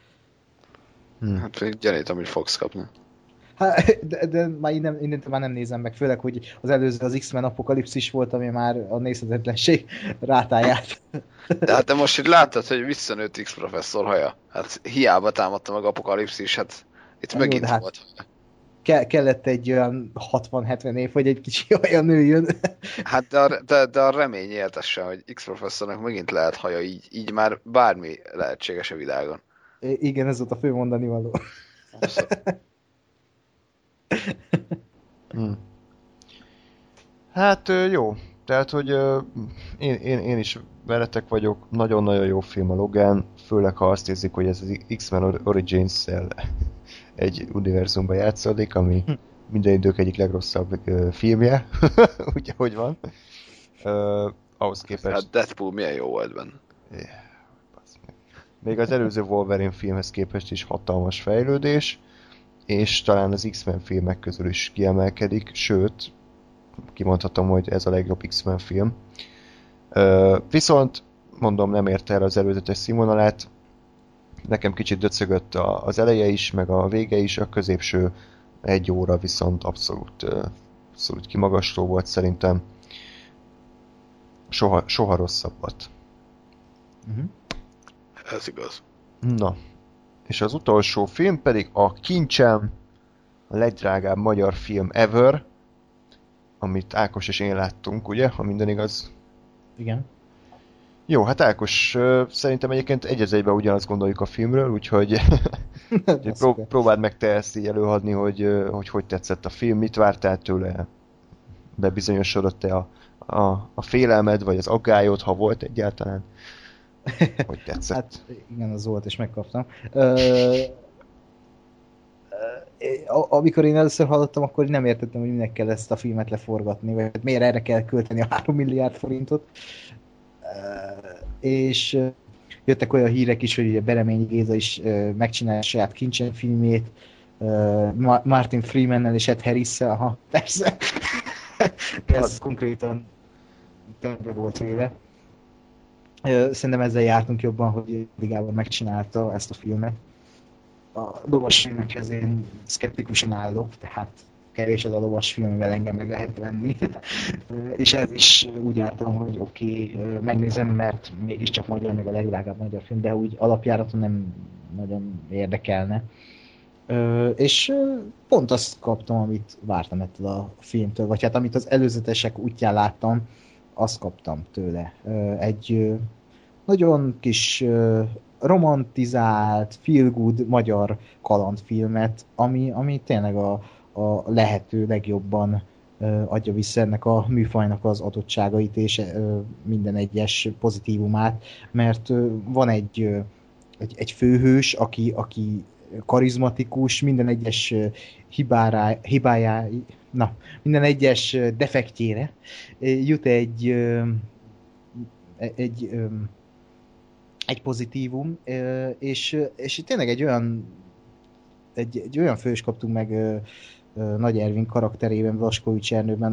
Hát gyanítom, hogy fogsz kapni. De már innen már nem nézem meg, főleg, hogy az előző az X-Men apokalipszis volt, ami már a nézhetetlenség rátáját. De most itt láttad, hogy visszanőtt X-professzor haja. Hát hiába támadta meg apokalipszis, hát itt na megint jó, volt. Kellett egy olyan 60-70 év, hogy egy kicsi haja nőjön. Hát de a remény éltesse, hogy X-professzornak megint lehet haja, így már bármi lehetséges a világon. Igen, ez volt a fő mondani való. Hát jó, tehát hogy én is veletek vagyok, nagyon-nagyon jó film a Logan, főleg ha azt érzik, hogy ez az X-Men Origins-szel egy univerzumban játszódik, ami minden idők egyik legrosszabb filmje, úgy ahogy van. Ahhoz képest... Hát Deadpool milyen jó volt benne. Még az előző Wolverine filmhez képest is hatalmas fejlődés, és talán az X-Men filmek közül is kiemelkedik, sőt, kimondhatom, hogy ez a legjobb X-Men film. Viszont, mondom, nem érte el az előzetes színvonalát, nekem kicsit döcögött az eleje is, meg a vége is, a középső 1 óra viszont abszolút kimagasló volt szerintem. Soha rosszabbat. Ez igaz. Na, és az utolsó film pedig a Kincsem, a legdrágább magyar film ever, amit Ákos és én láttunk, ugye, ha minden igaz? Igen. Jó, hát Ákos, szerintem egyébként egy-egyben ugyanazt gondoljuk a filmről, úgyhogy próbáld meg te ezt így előadni, hogy tetszett a film, mit vártál tőle, bebizonyosodott-e a félelmed, vagy az aggályod, ha volt egyáltalán, hogy tetszett. Hát igen, az volt, és megkaptam. Amikor én először hallottam, akkor nem értettem, hogy minek kell ezt a filmet leforgatni, vagy miért erre kell költeni a 3 milliárd forintot. És jöttek olyan hírek is, hogy ugye Bereményi Géza is megcsinálja a saját Kincsen filmjét, Martin Freemannel és Ed Harris-szel, aha, persze. Ez konkrétan többre volt véle. Szerintem ezzel jártunk jobban, hogy Gábor megcsinálta ezt a filmet. A lovasfilmekhez én szkeptikusan állok, tehát kevés az a lovasfilm, amivel engem meg lehet venni. És ez is úgy jártam, hogy oké, megnézem, mert mégiscsak magyar, meg a legdrágább magyar film, de úgy alapjáraton nem nagyon érdekelne. És pont azt kaptam, amit vártam ettől a filmtől, vagy hát amit az előzetesek útján láttam, azt kaptam tőle. Egy nagyon kis romantizált, feel good magyar kalandfilmet, ami tényleg a lehető legjobban adja vissza ennek a műfajnak az adottságait és minden egyes pozitívumát, mert van egy főhős, aki karizmatikus, minden egyes minden egyes defektjére jut egy pozitívum, és tényleg egy olyan fős kaptunk meg Nagy Ervin karakterében, Vlaskovics Ernőben,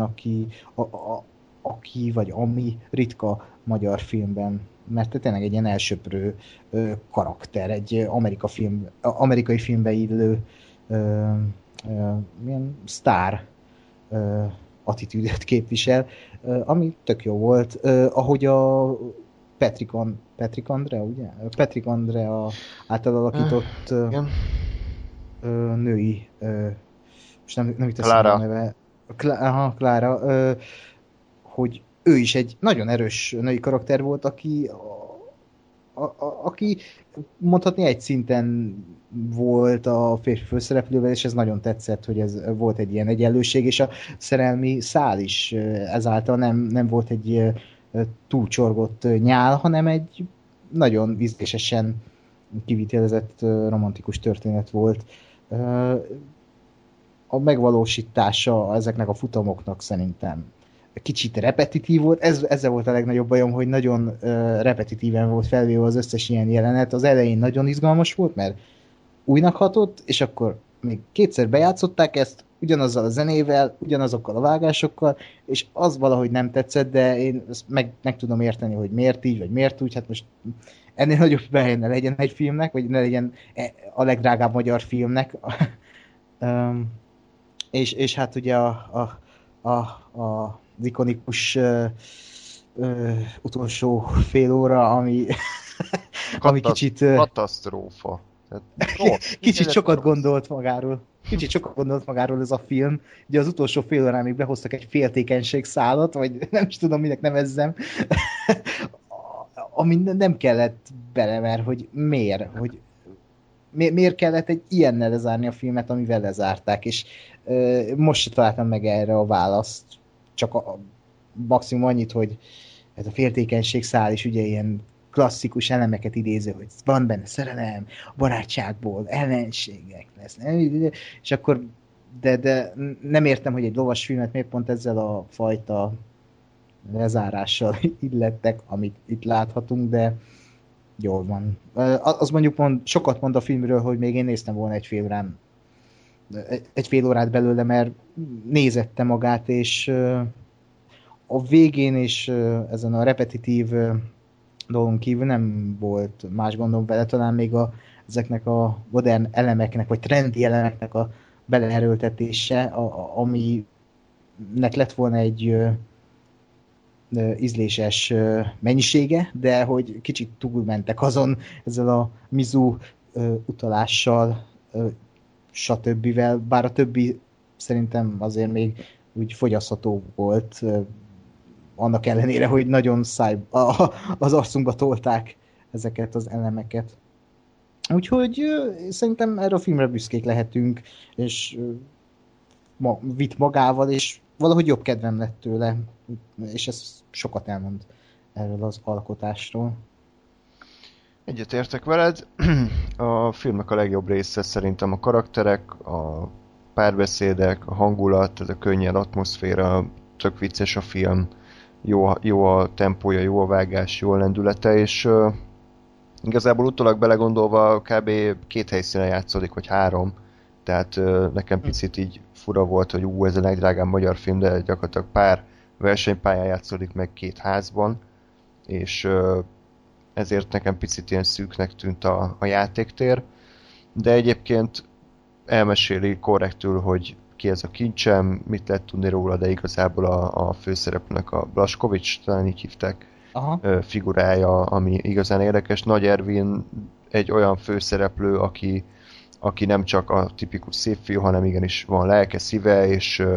aki vagy ami ritka magyar filmben, mert tényleg egy ilyen elsöprő karakter, egy amerikai filmbe illő milyen sztár attitűdöt képvisel, ami tök jó volt. Ahogy a Patrick Andrea, ugye? Patrick Andrea által alakított női, most nem itt eszembe a neve. Clara, hogy ő is egy nagyon erős női karakter volt, aki mondhatni egy szinten volt a férfi főszereplővel, és ez nagyon tetszett, hogy ez volt egy ilyen egyenlőség, és a szerelmi szál is ezáltal nem volt egy túlcsorgott nyál, hanem egy nagyon ízlésesen kivitelezett romantikus történet volt. A megvalósítása ezeknek a futamoknak szerintem kicsit repetitív volt. Ezzel volt a legnagyobb bajom, hogy nagyon repetitíven volt felvéve az összes ilyen jelenet. Az elején nagyon izgalmas volt, mert újnak hatott, és akkor még kétszer bejátszották ezt, ugyanazzal a zenével, ugyanazokkal a vágásokkal, és az valahogy nem tetszett, de én ezt meg tudom érteni, hogy miért így, vagy miért úgy. Hát most ennél nagyobb belje ne legyen egy filmnek, vagy ne legyen a legdrágább magyar filmnek. És hát ugye az ikonikus utolsó fél óra, ami kicsit... Katasztrófa. Kicsit sokat gondolt magáról ez a film. Ugye az utolsó fél óráig behoztak egy féltékenység szálat, vagy nem is tudom, minek nevezzem, ami nem kellett bele, mert hogy miért? Hogy miért kellett egy ilyennel lezárni a filmet, amivel lezárták, és most se találtam meg erre a választ. Csak maximum annyit, hogy ez a féltékenység szál is ugye ilyen klasszikus elemeket idéző, hogy van benne szerelem, barátságból, ellenségek lesz, nem? És akkor de nem értem, hogy egy lovas filmet miért pont ezzel a fajta lezárással illettek, amit itt láthatunk, de jól van. Az mondjuk sokat mond a filmről, hogy még én néztem volna egy fél órát belőle, mert nézette magát, és a végén is ezen a repetitív dolgon kívül nem volt más gondom vele, talán még ezeknek a modern elemeknek, vagy trendi elemeknek a beleerőltetése, aminek lett volna egy ízléses mennyisége, de hogy kicsit túlmentek azon ezzel a Mizu utalással, stb. Bár a többi szerintem azért még úgy fogyasztható volt, annak ellenére, hogy nagyon az arcunkba tolták ezeket az elemeket. Úgyhogy szerintem erre a filmre büszkék lehetünk, és vitt magával, és valahogy jobb kedvem lett tőle, és ez sokat elmond erről az alkotásról. Egyetértek veled. A filmnek a legjobb része szerintem a karakterek, a párbeszédek, a hangulat, ez a könnyed atmoszféra, tök vicces a film, jó a tempója, jó a vágás, jó a lendülete, és igazából utólag belegondolva kb. 2 helyszínen játszódik, vagy 3, tehát nekem picit így fura volt, hogy ez a legdrágább magyar film, de gyakorlatilag pár versenypályán játszódik meg 2 házban, és ezért nekem picit ilyen szűknek tűnt a játéktér, de egyébként elmeséli korrektül, hogy ki ez a kincsem, mit lehet tudni róla, de igazából a főszereplőnek a Blaskovics, talán így hívták, figurája, ami igazán érdekes. Nagy Ervin egy olyan főszereplő, aki nem csak a tipikus szép fiú, hanem igenis van lelke, szíve,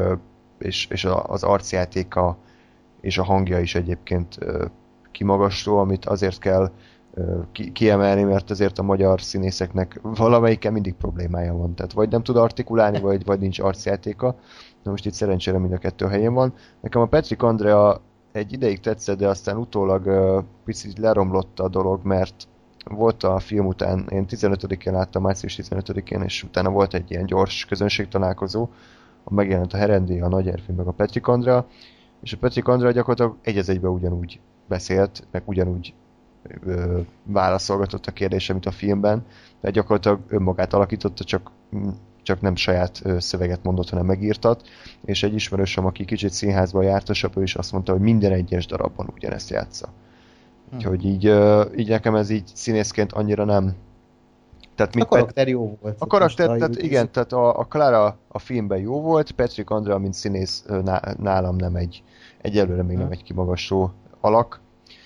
és az arcjátéka és a hangja is egyébként kimagasló, amit azért kell kiemelni, mert azért a magyar színészeknek valamelyikkel mindig problémája van. Tehát vagy nem tud artikulálni, vagy nincs arcjátéka. Na most itt szerencsére mind a 2 helyén van. Nekem a Patrick Andrea egy ideig tetszett, de aztán utólag picit leromlott a dolog, mert volt a film után, én 15-én láttam, március 15-én, és utána volt egy ilyen gyors közönségtalálkozó, megjelent a Herendi, a Nagy Ervin, meg a Patrick Andrea, és a Patrick Andrea gyakorlatilag egy az egyben ugyanúgy beszélt, meg ugyanúgy válaszolgatott a kérdésre, mint a filmben, de gyakorlatilag önmagát alakította, csak nem saját szöveget mondott, hanem megírtat, és egy ismerősöm, aki kicsit színházban jártasabb, ő is azt mondta, hogy minden egyes darabban ugyanezt játsza. Úgyhogy így nekem ez így színészként annyira nem Tehát, a karakter jó volt. A karakter, tehát igen, tehát a Clara a filmben jó volt, Patrick Andrea, mint színész nálam nem egyelőre még nem egy kimagasló alak.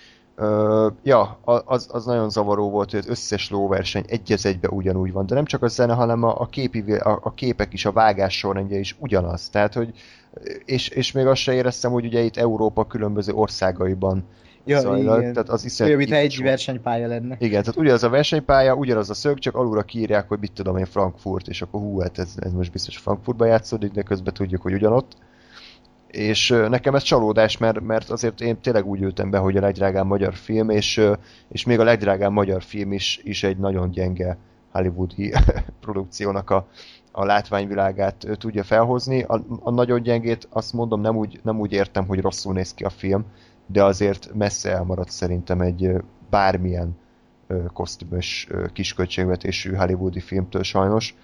Az nagyon zavaró volt, hogy az összes lóverseny egy az egybe ugyanúgy van, de nem csak a zene, hanem a képek is, a vágás sorrendje is ugyanaz. Tehát, hogy és még azt se éreztem, hogy ugye itt Európa különböző országaiban zajlott. Tehát az olyan, mintha egy versenypálya lenne. Igen, tehát ugyanaz a versenypálya, ugyanaz a szög, csak alulra kiírják, hogy mit tudom én, Frankfurt, és akkor hát ez most biztos Frankfurtba játszódik, de közben tudjuk, hogy ugyanott. És nekem ez csalódás, mert azért én tényleg úgy ültem be, hogy a legdrágább magyar film, és még a legdrágább magyar film is egy nagyon gyenge hollywoodi produkciónak a látványvilágát tudja felhozni. A nagyon gyengét, azt mondom, nem úgy értem, hogy rosszul néz ki a film, de azért messze elmaradt szerintem egy bármilyen kosztümös, kisköltségvetésű hollywoodi filmtől sajnos.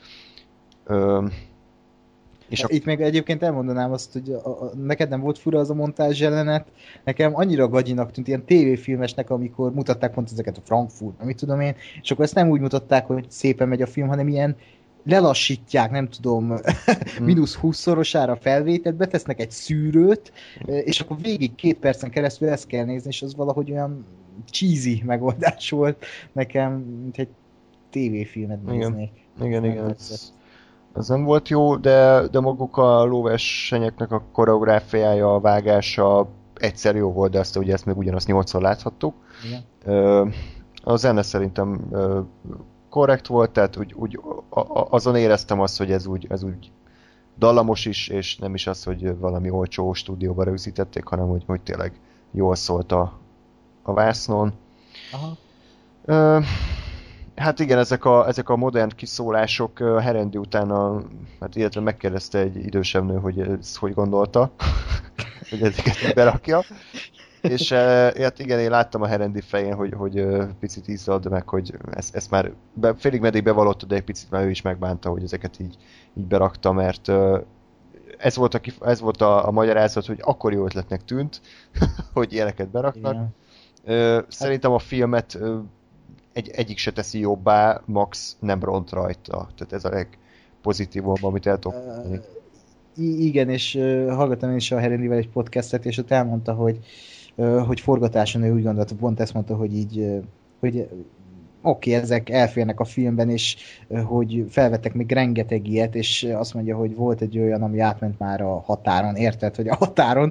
És itt még egyébként elmondanám azt, hogy neked nem volt fura az a montázs jelenet, nekem annyira gagyinak tűnt, ilyen tévéfilmesnek, amikor mutatták pont ezeket a Frankfurt, mit tudom én, és akkor ezt nem úgy mutatták, hogy szépen megy a film, hanem ilyen lelassítják, nem tudom, mínusz 20-szorosára felvételt, betesznek egy szűrőt, és akkor végig 2 percen keresztül ezt kell nézni, és az valahogy olyan cheesy megoldás volt nekem, mint egy tévéfilmet néznék. Igen. Ez nem volt jó, de maguk a lóversenyeknek a koreográfiája, a vágása egyszer jó volt, de ugye ezt még ugyanazt 8-szor láthattuk. Igen. A zene szerintem korrekt volt, tehát úgy azon éreztem azt, hogy ez úgy dallamos is, és nem is az, hogy valami olcsó stúdióba rögzítették, hanem hogy tényleg jól szólt a vásznon. Aha. Hát igen, ezek a modern kiszólások Herendi utána, hát illetve megkérdezte egy idősebb nő, hogy ezt hogy gondolta, hogy ezeket berakja. És hát igen, én láttam a Herendi fején, hogy picit izzad meg, hogy ezt már félig meddig bevallotta, de egy picit már ő is megbánta, hogy ezeket így berakta, mert ez volt a magyarázat, hogy akkor jó ötletnek tűnt, hogy ilyeneket beraknak. Szerintem a filmet egyik se teszi jobbá, max nem ront rajta. Tehát ez a legpozitívabb, amit el tudok mondani. Igen, és hallgattam én is a Herendivel egy podcastet, és ott elmondta, hogy forgatáson ő úgy gondolta, pont ezt mondta, hogy így, hogy oké, ezek elférnek a filmben, és hogy felvettek még rengeteg ilyet, és azt mondja, hogy volt egy olyan, ami átment már a határon, érted, hogy a határon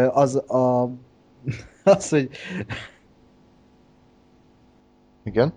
az, hogy igen?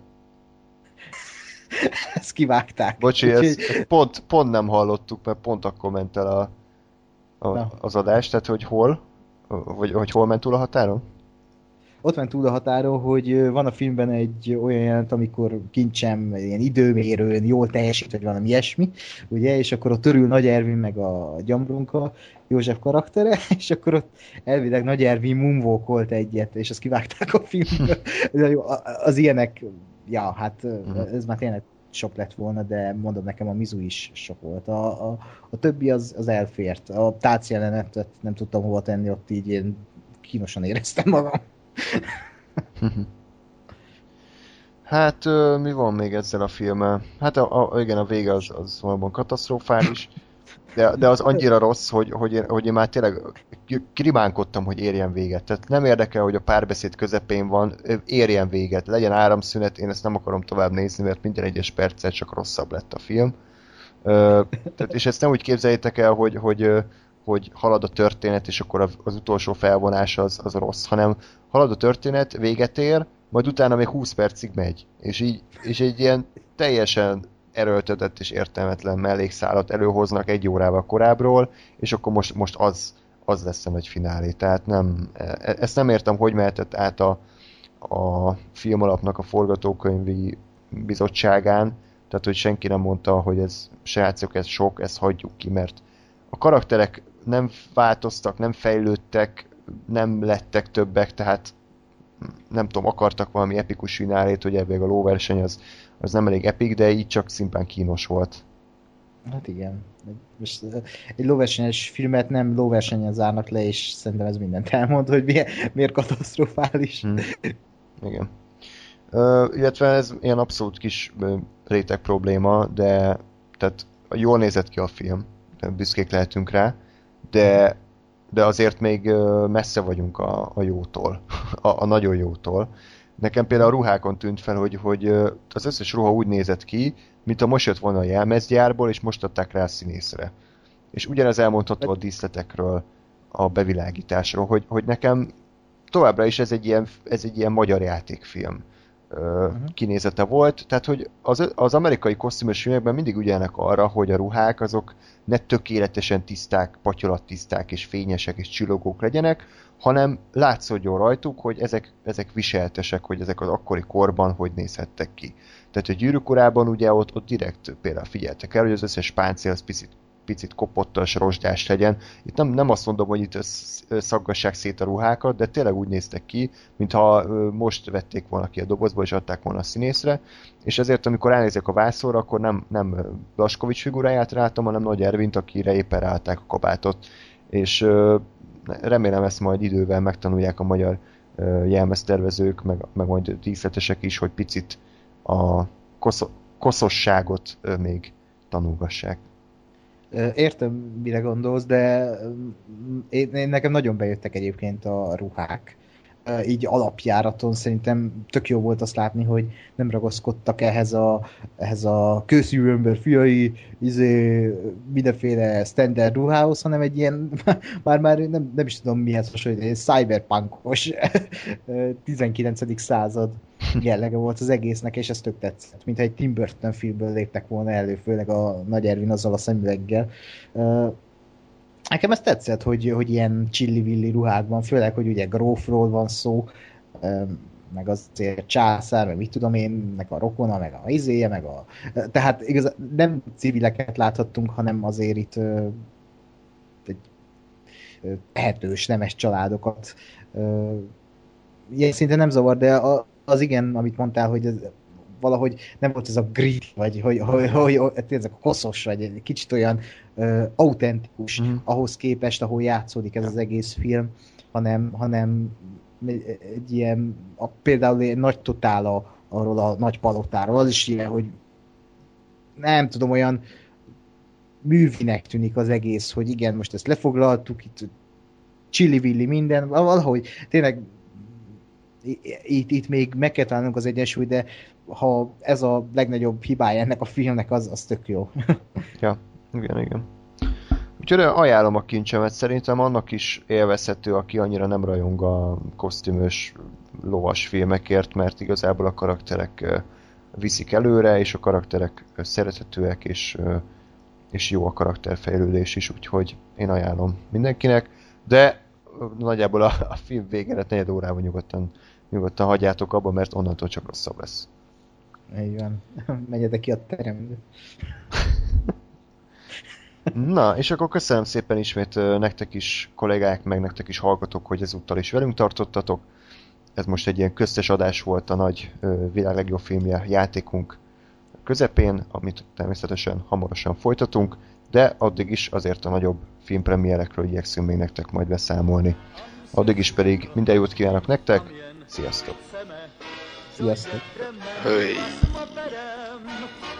Ezt kivágták. Bocsi, ezt pont nem hallottuk, mert pont akkor ment el az adás, tehát hogy hol? Vagy hol ment túl a határon? Ott ment túl a határon, hogy van a filmben egy olyan jelent, amikor kincsem ilyen időmérőn jól teljesít, vagy valami ilyesmi, ugye, és akkor ott törül Nagy Ervin meg a Gyambrunka, József karaktere, és akkor ott elvileg Nagy Ervin moonwalkolt egyet, és azt kivágták a filmből. Az ilyenek, ja, hát ez már tényleg sok lett volna, de mondom, nekem a Mizu is sok volt. A többi az elfért. A tác jelenetet nem tudtam hova tenni, ott így én kínosan éreztem magam. Hát mi van még ezzel a filmmel? Hát igen, a vége az valóban katasztrofális, de az annyira rossz, hogy én már tényleg krimánkodtam, hogy érjen véget. Tehát nem érdekel, hogy a párbeszéd közepén van, érjen véget, legyen áramszünet, én ezt nem akarom tovább nézni, mert minden egyes perccel csak rosszabb lett a film. És ezt nem úgy képzeljétek el, hogy halad a történet, és akkor az utolsó felvonás az rossz, hanem halad a történet, véget ér, majd utána még 20 percig megy. És egy ilyen teljesen erőltetett és értelmetlen mellékszálat előhoznak 1 órával korábbról, és akkor most az lesz a nagy finálé. Tehát ezt nem értem, hogy mehetett át a filmalapnak a forgatókönyvi bizottságán, tehát hogy senki nem mondta, hogy ez srácok, ez sok, ezt hagyjuk ki, mert a karakterek nem változtak, nem fejlődtek, nem lettek többek, tehát nem tudom, akartak valami epikus finálét, hogy ebből a lóverseny az nem elég epik, de így csak szimplán kínos volt. Hát igen. Most egy lóversenyes filmet nem lóversenyen zárnak le, és szerintem ez mindent elmond, hogy miért katasztrofális. Igen. Illetve ez ilyen abszolút kis réteg probléma, de tehát jól nézett ki a film, büszkék lehetünk rá, de azért még messze vagyunk a jótól, a nagyon jótól. Nekem például a ruhákon tűnt fel, hogy az összes ruha úgy nézett ki, mint ha most jött volna a jelmezgyárból, és most adták rá a színészre. És ugyanez elmondható a díszletekről, a bevilágításról, hogy nekem továbbra is ez egy ilyen magyar játékfilm kinézete volt, tehát hogy az amerikai kosztümös filmekben mindig ügyelnek arra, hogy a ruhák azok ne tökéletesen tiszták, patyolattiszták és fényesek és csillogók legyenek, hanem látszódjon rajtuk, hogy ezek viseltesek, hogy ezek az akkori korban hogy nézhettek ki. Tehát a Gyűrűk Urában ugye ott direkt például figyeltek el, hogy az összes páncél az picit kopottas, rozsdás legyen. Itt nem azt mondom, hogy itt szaggassák szét a ruhákat, de tényleg úgy néztek ki, mintha most vették volna ki a dobozból, és adták volna a színészre, és ezért, amikor elnézek a vászorra, akkor nem Blaskovics figuráját láttam, hanem Nagy Ervint, akire éppen ráállták a kabátot. És remélem ezt majd idővel megtanulják a magyar jelmeztervezők, meg majd díszletesek is, hogy picit a koszosságot még tanulgassák. Értem, mire gondolsz, de nekem nagyon bejöttek egyébként a ruhák. Így alapjáraton szerintem tök jó volt azt látni, hogy nem ragaszkodtak ehhez a kőszívőmből fiai, mindenféle standard ruhához, hanem egy ilyen, már nem is tudom mihez hasonlít, egy cyberpunkos 19. század jellege volt az egésznek, és ez tök tetszett. Mintha egy Tim Burton filmből léptek volna elő, főleg a Nagy Ervin azzal a szemüveggel. Nekem ez tetszett, hogy ilyen csillivilli ruhákban, főleg, hogy ugye grófról van szó, meg azért császár, meg mit tudom én, meg a rokona, meg a izéje, meg a... Tehát igaz, nem civileket láthattunk, hanem azért itt tehetős, nemes családokat. Ilyen szinte nem zavar, de az igen, amit mondtál, hogy ez valahogy nem volt ez a grit, vagy hogy ez a koszos, vagy egy kicsit olyan autentikus ahhoz képest, ahol játszódik ez az egész film, hanem egy ilyen, például egy nagy totála arról a nagy palotáról, az is ilyen, hogy nem tudom, olyan művinek tűnik az egész, hogy igen, most ezt lefoglaltuk, itt csillivilli minden, valahogy tényleg itt még meg kell találnunk az egyensúly, de ha ez a legnagyobb hibája ennek a filmnek, az tök jó. Ja, igen. Úgyhogy ajánlom a kincsemet, szerintem annak is élvezhető, aki annyira nem rajong a kosztümös lovas filmekért, mert igazából a karakterek viszik előre, és a karakterek szerethetőek, és jó a karakterfejlődés is, úgyhogy én ajánlom mindenkinek, de nagyjából a film végére negyed órában nyugodtan hagyjátok abba, mert onnantól csak rosszabb lesz. Így van. Menjetek ki a teremből. Na, és akkor köszönöm szépen ismét nektek is, kollégák, meg nektek is hallgatók, hogy ezúttal is velünk tartottatok. Ez most egy ilyen köztes adás volt a nagy világ legjobb filmje játékunk közepén, amit természetesen hamarosan folytatunk, de addig is azért a nagyobb filmpremierekről igyekszünk még nektek majd beszámolni. Addig is pedig minden jót kívánok nektek, sziasztok! Sziasztok! Hey.